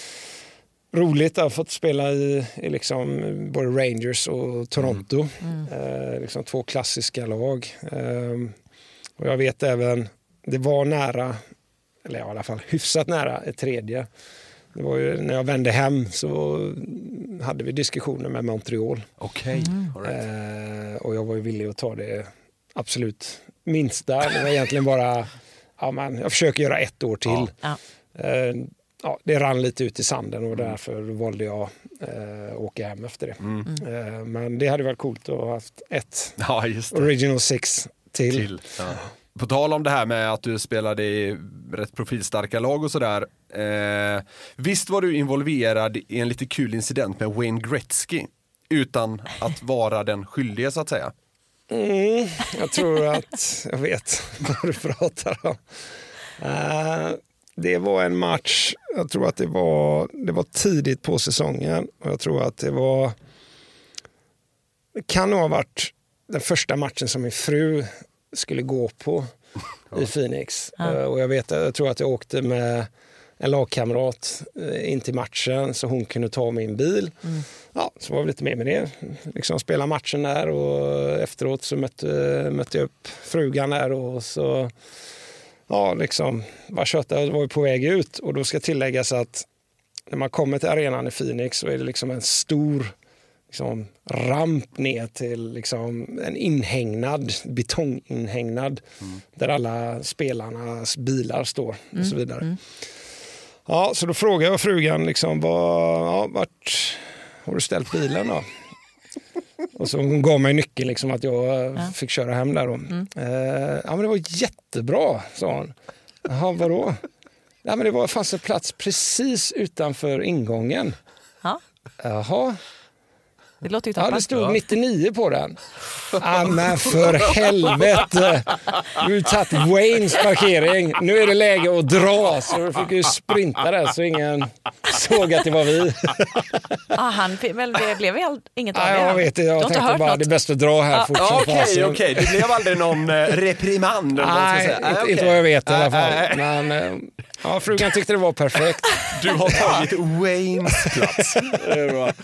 roligt att ha fått spela i, i liksom både Rangers och Toronto. Mm. Mm. Eh, liksom två klassiska lag. Eh, och jag vet även, det var nära, eller ja, i alla fall hyfsat nära ett tredje. Det var ju, när jag vände hem så hade vi diskussioner med Montreal.
Okej. Okay. Mm.
Eh, och jag var ju villig att ta det absolut minsta. Det var egentligen bara, ja man, jag försöker göra ett år till. Ja. Eh, ja, det rann lite ut i sanden och därför valde jag eh, åka hem efter det. Mm. Eh, men det hade varit coolt att ha haft ett
ja, just det.
Original Six till. till.
Ja. På tal om det här med att du spelade i rätt profilstarka lag och sådär. Eh, visst var du involverad i en lite kul incident med Wayne Gretzky utan att vara den skyldige så att säga?
Mm, jag tror att jag vet vad du pratar om. Uh, det var en match, jag tror att det var, det var tidigt på säsongen och jag tror att det var det kan nog ha varit den första matchen som min fru skulle gå på i Phoenix. Ja. Uh, och jag vet, jag tror att jag åkte med en lagkamrat uh, in till matchen så hon kunde ta min bil. Mm. Ja, så var vi lite med med det. Liksom spela matchen där och efteråt så mötte, mötte jag upp frugan där och så ja, liksom bara köttade och var på väg ut och då ska tilläggas att när man kommer till arenan i Phoenix så är det liksom en stor liksom, ramp ner till liksom, en inhägnad, betonginhägnad mm. där alla spelarnas bilar står och mm. så vidare. Mm. Ja, så då frågade jag frugan liksom, vad, ja, vart har du ställt bilen då? Och så hon gav mig nyckeln liksom att jag ja. fick köra hem där då. Mm. Eh, ja men det var jättebra, sa hon. Jaha, vadå? Ja men det var fanns en plats precis utanför ingången.
Ja.
Jaha.
Det låter ju
Ja,
toppen.
det stod nittionio på den. Ah, men för helvete. Du har tagit Waynes parkering. Nu är det läge att dra. Så du fick ju sprinta där så ingen såg att det var vi.
Ah, han, men det blev väl inget av
Ah,
det?
jag vet det. Jag tänkte bara något. Det är bäst att dra här
ah,
fort som
Okej,
fasen.
okej. Det blev aldrig någon eh, reprimand. Eller vad man ska
Nej,
säga.
inte,
Ah, okay.
inte vad jag vet i alla
Ah,
fall.
ah, ah.
Men eh, ja, frugan tyckte det var perfekt.
Du har tagit Waynes plats. Det är bra.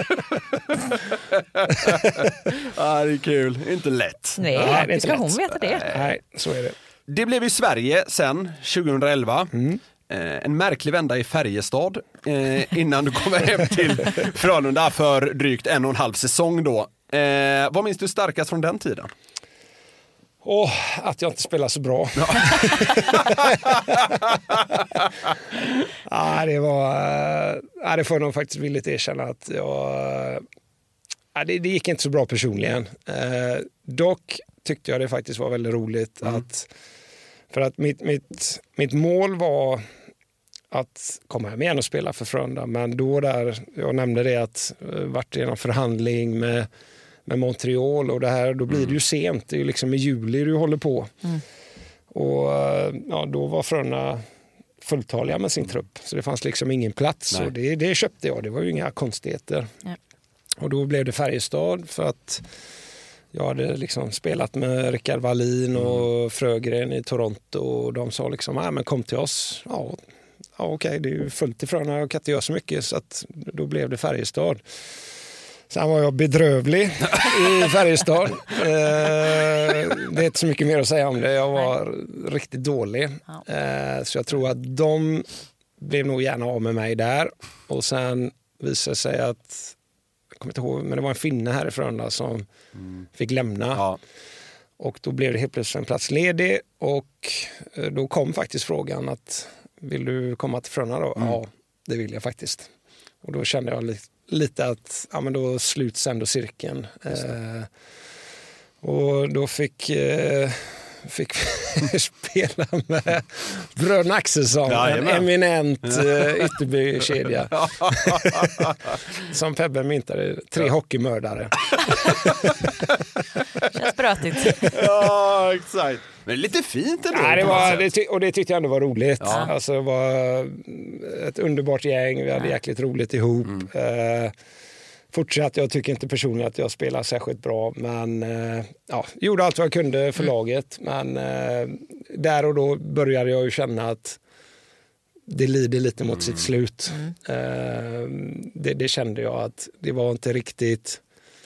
ah, det är kul. Inte lätt.
Nej,
Nej, det är
hur ska
inte
hon
lätt.
veta det?
Nej, så är det.
Det blev i Sverige sen, tjugohundraelva. Mm. Eh, en märklig vända i Färjestad eh, innan du kommer hem till Frölunda för drygt en och en halv säsong då. Eh, vad minns du starkast från den tiden?
Åh, oh, att jag inte spelar så bra. Ja. ah, det var... Ah, det får jag nog faktiskt villigt erkänna att jag... Ah, det, det gick inte så bra personligen. Eh, dock tyckte jag det faktiskt var väldigt roligt mm. att... För att mitt, mitt, mitt mål var att komma hem igen och spela för Frölunda. Men då där, jag nämnde det att jag varit i en förhandling med... med Montreal och det här, då blir det ju sent. Det är ju liksom i juli du håller på. Mm. Och ja, då var Frölunda fulltaliga med sin trupp. Så det fanns liksom ingen plats. Och det, det köpte jag. Det var ju inga konstigheter. Ja. Och då blev det Färjestad för att jag hade liksom spelat med Rickard Wallin och mm. Frögren i Toronto. Och de sa liksom, nej men kom till oss. Ja, ja okej, det är ju fullt i Frölunda. Jag kan inte göra så mycket. Så att då blev det Färjestad. Sen var jag bedrövlig i Färjestad. Eh, det är inte så mycket mer att säga om det. Jag var Nej. riktigt dålig. Eh, så jag tror att de blev nog gärna av med mig där. Och sen visade det sig att, jag kommer inte ihåg, men det var en finne härifrån som mm. fick lämna. Ja. Och då blev det helt plötsligt en plats ledig. Och då kom faktiskt frågan att, vill du komma till Frölunda då? Mm. Ja, det vill jag faktiskt. Och då kände jag lite lite att ja, men då sluts ändå cirkeln. Eh, och då fick eh, fick spela med bröderna Axelsson, ja, en eminent eh, ytterbykedja. Som Pebbe myntade, tre ja. hockeymördare.
Känns brötigt.
Ja, exakt. Men lite fint ändå.
Ja, det var, det ty- och det tyckte jag ändå var roligt. Ja. Alltså, det var ett underbart gäng. Vi hade ja. jäkligt roligt ihop. Mm. Eh, fortsatt, jag tycker inte personligen att jag spelar särskilt bra. Men eh, ja, gjorde allt vad jag kunde för mm. laget. Men eh, där och då började jag ju känna att det lider lite mot mm. sitt slut. Mm. Eh, det, det kände jag att det var inte riktigt...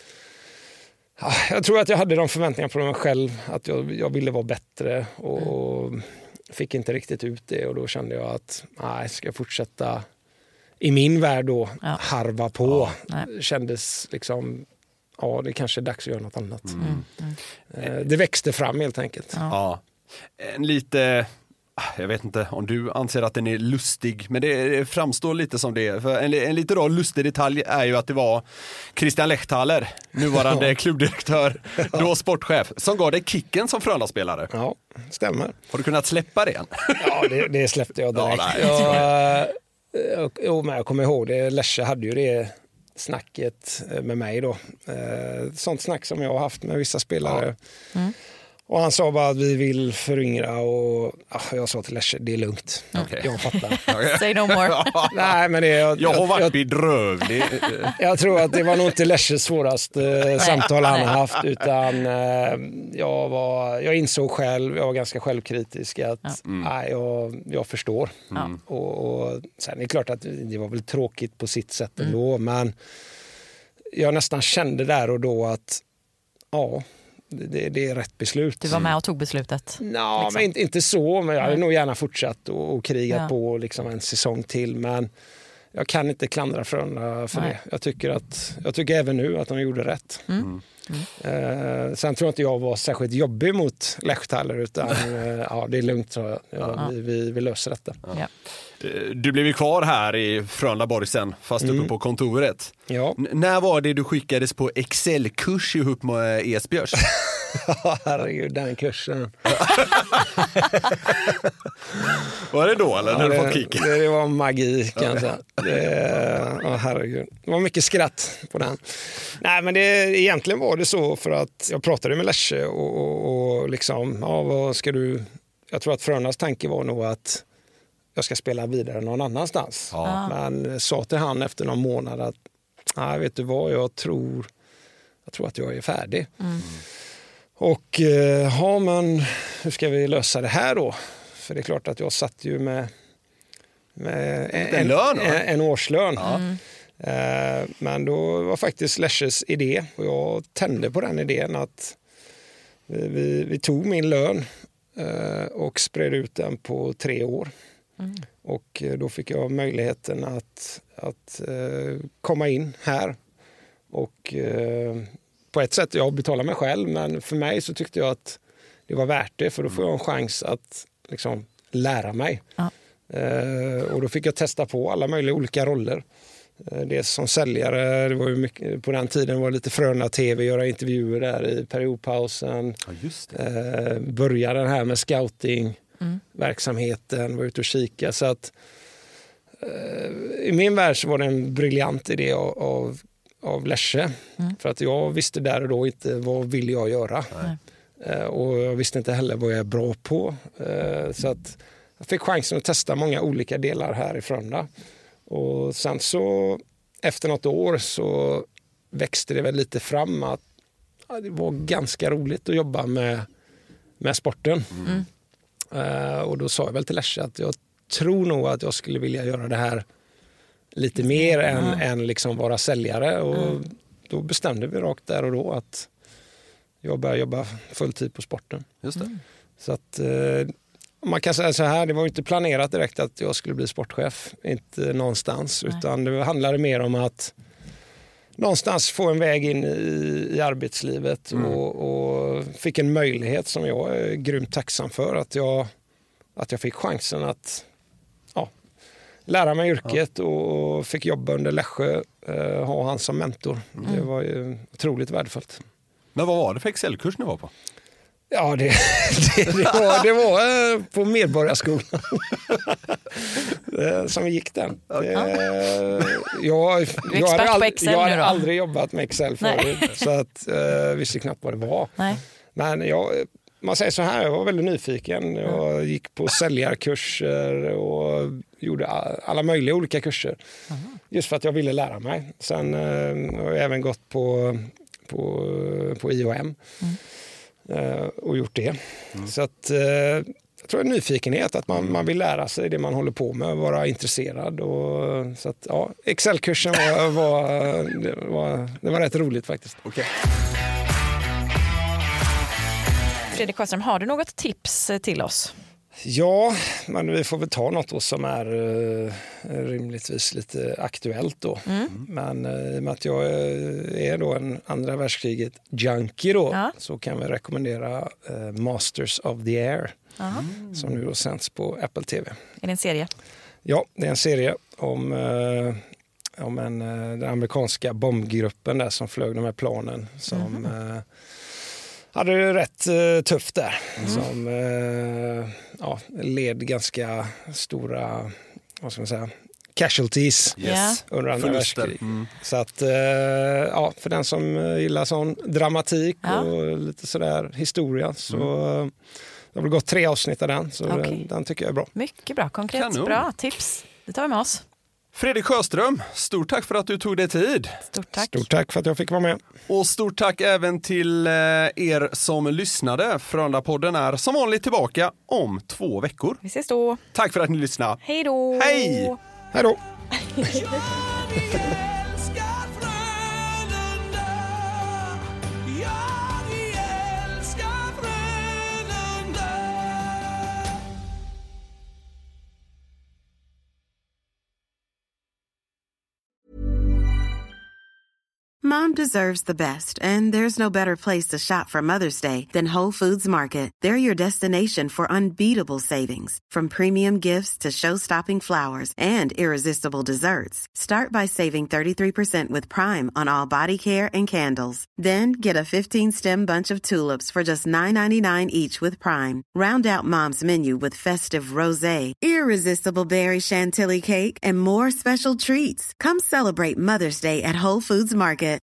Jag tror att jag hade de förväntningar på mig själv, att jag, jag ville vara bättre och mm. fick inte riktigt ut det, och då kände jag att nej, ska jag fortsätta i min värld då ja. harva på. Ja, kändes liksom, ja det kanske är dags att göra något annat. Mm. Mm. Det växte fram helt enkelt.
Ja. Ja. En lite... Jag vet inte om du anser att den är lustig, men det framstår lite som det. För en, en lite då lustig detalj är ju att det var Christian Lechthaler, nuvarande ja. klubbdirektör, då sportchef, som gav dig kicken som Frölunda-spelare.
Ja, stämmer.
Har du kunnat släppa det än?
Ja, det, det släppte jag direkt. Ja, jag, jag, jag, jag kommer ihåg det, Lesche hade ju det snacket med mig då. Sånt snack som jag har haft med vissa spelare. Ja. Mm. Och han sa bara att vi vill föryngra, och ja, jag sa till Lesche, det är lugnt. Okay. Jag fattar.
Say no more.
Nej, men det, jag,
jag har varit
jag,
bedrövlig.
Jag tror att det var nog inte Lesches svåraste eh, samtal han har haft, utan eh, jag, var, jag insåg själv, jag var ganska självkritisk att ja. mm. nej, jag, jag förstår. Mm. Och, och sen är det klart att det var väl tråkigt på sitt sätt mm. ändå, men jag nästan kände där och då att ja, Det, det är rätt beslut.
Du var med och tog beslutet?
Ja, liksom. men inte, inte så. Men jag hade Nej. nog gärna fortsatt och, och krigat ja. på liksom en säsong till. Men jag kan inte klandra Frölunda för Nej. det. Jag tycker, att, jag tycker även nu att de gjorde rätt. Mm. Mm. Eh, sen tror jag inte jag var särskilt jobbig mot Lechthaler, utan eh, ja, det är lugnt. Så, ja, ja. Vi, vi, vi löser detta.
Ja. Ja. Du blev ju kvar här i Frölunda sen, fast mm. uppe på kontoret.
Ja.
N- när var det du skickades på Excel-kurs ihop med Esbjörns?
Ja, herregud, den kursen.
Var det då eller när
ja,
du
det,
fått kicken?
Det, det var magi kan jag säga. Det, ja, herregud. Det var mycket skratt på den. Nej, men det, egentligen var det så för att jag pratade med Lesche och, och, och liksom, ja, vad ska du... Jag tror att Frönas tanke var nog att jag ska spela vidare någon annanstans. Ja. Men sa till han efter någon månad att, nej, vet du vad, jag tror, jag tror att jag är färdig. Mm. Och ja, men hur ska vi lösa det här då? För det är klart att jag satt ju med, med en, en, lön, en, en årslön. Ja. Mm. Men då var faktiskt Lesches idé, och jag tände på den idén, att vi, vi tog min lön och spred ut den på tre år. Mm. Och då fick jag möjligheten att, att komma in här. Och på ett sätt, jag betalar mig själv, men för mig så tyckte jag att det var värt det, för då får jag en chans att liksom lära mig. Ja. Eh, och då fick jag testa på alla möjliga olika roller. Eh, det som säljare, det var ju mycket, på den tiden var det lite Fröna T V, göra intervjuer där i periodpausen. Ja, just det. Eh, började den här med scouting, mm. verksamheten, var ute och kika. Så att eh, i min värld så var det en briljant idé av, av av Lesche. Mm. För att jag visste där och då inte vad vill jag göra. Uh, och jag visste inte heller vad jag är bra på. Uh, så att jag fick chansen att testa många olika delar härifrån. Då. Och sen så efter något år så växte det väl lite fram att ja, det var ganska roligt att jobba med, med sporten. Mm. Uh, och då sa jag väl till Lesche att jag tror nog att jag skulle vilja göra det här lite mer än, mm. än liksom vara säljare. Och mm. då bestämde vi rakt där och då att jag började jobba fulltid på sporten. Just det. Mm. Så att eh, man kan säga så här, det var inte planerat direkt att jag skulle bli sportchef. Inte någonstans. Nej. Utan det handlade mer om att någonstans få en väg in i, i arbetslivet. Mm. Och, och fick en möjlighet som jag är grymt tacksam för. Att jag, att jag fick chansen att lära mig yrket, ja. och fick jobba under Lesche, eh, ha han som mentor. Mm. Det var ju otroligt värdefullt.
Men vad var det för Excel-kurs ni var på?
Ja, det, det, det var, det var eh, på Medborgarskolan som vi gick den. Det, jag jag hade, ald- jag hade aldrig jobbat med Excel förut, så att eh, visste knappt vad det var. Nej. Men jag... Man säger så här, jag var väldigt nyfiken. Jag gick på säljarkurser och gjorde alla möjliga olika kurser. Aha. Just för att jag ville lära mig. Sen eh, har jag även gått på, på, på I O M mm. eh, och gjort det. Mm. Så att, eh, jag tror det är nyfikenhet, att man, man vill lära sig det man håller på med, vara intresserad. Och, så att, ja, Excel-kursen var, var, det var, det var rätt roligt faktiskt.
Okay.
Fredrik Sjöström, har du något tips till oss?
Ja, men vi får väl ta något då som är uh, rimligtvis lite aktuellt då. Mm. Men uh, i och med att jag är då en andra världskriget junkie då, ja. så kan vi rekommendera uh, Masters of the Air. Mm. Som nu då sänds på Apple T V.
Är det en serie? Ja,
det är en serie om, uh, om en, uh, den amerikanska bombgruppen där som flög de här planen som... Mm. Uh, hade det rätt uh, tufft där. Mm. Som uh, ja, led ganska stora, vad ska man säga, casualties
yes.
under andra världskriget. Mm. Så att, uh, ja, för den som gillar sån dramatik ja. och lite sådär historia, så mm. uh, det har väl gått tre avsnitt av den, så okay. den, den tycker jag är bra.
Mycket bra, konkret, Kanon. Bra tips. Det tar vi med oss.
Fredrik Sjöström, stort tack för att du tog dig tid.
Stort tack.
Stort tack för att jag fick vara med.
Och stort tack även till er som lyssnade. Frölunda-podden är som vanligt tillbaka om två veckor.
Vi ses då.
Tack för att ni lyssnade.
Hej då.
Hej!
Hej då.
Mom deserves the best, and there's no better place to shop for Mother's Day than Whole Foods Market. They're your destination for unbeatable savings, from premium gifts to show-stopping flowers and irresistible desserts. Start by saving thirty-three percent with Prime on all body care and candles. Then get a fifteen-stem bunch of tulips for just nine ninety-nine each with Prime. Round out Mom's menu with festive rosé, irresistible berry chantilly cake, and more special treats. Come celebrate Mother's Day at Whole Foods Market.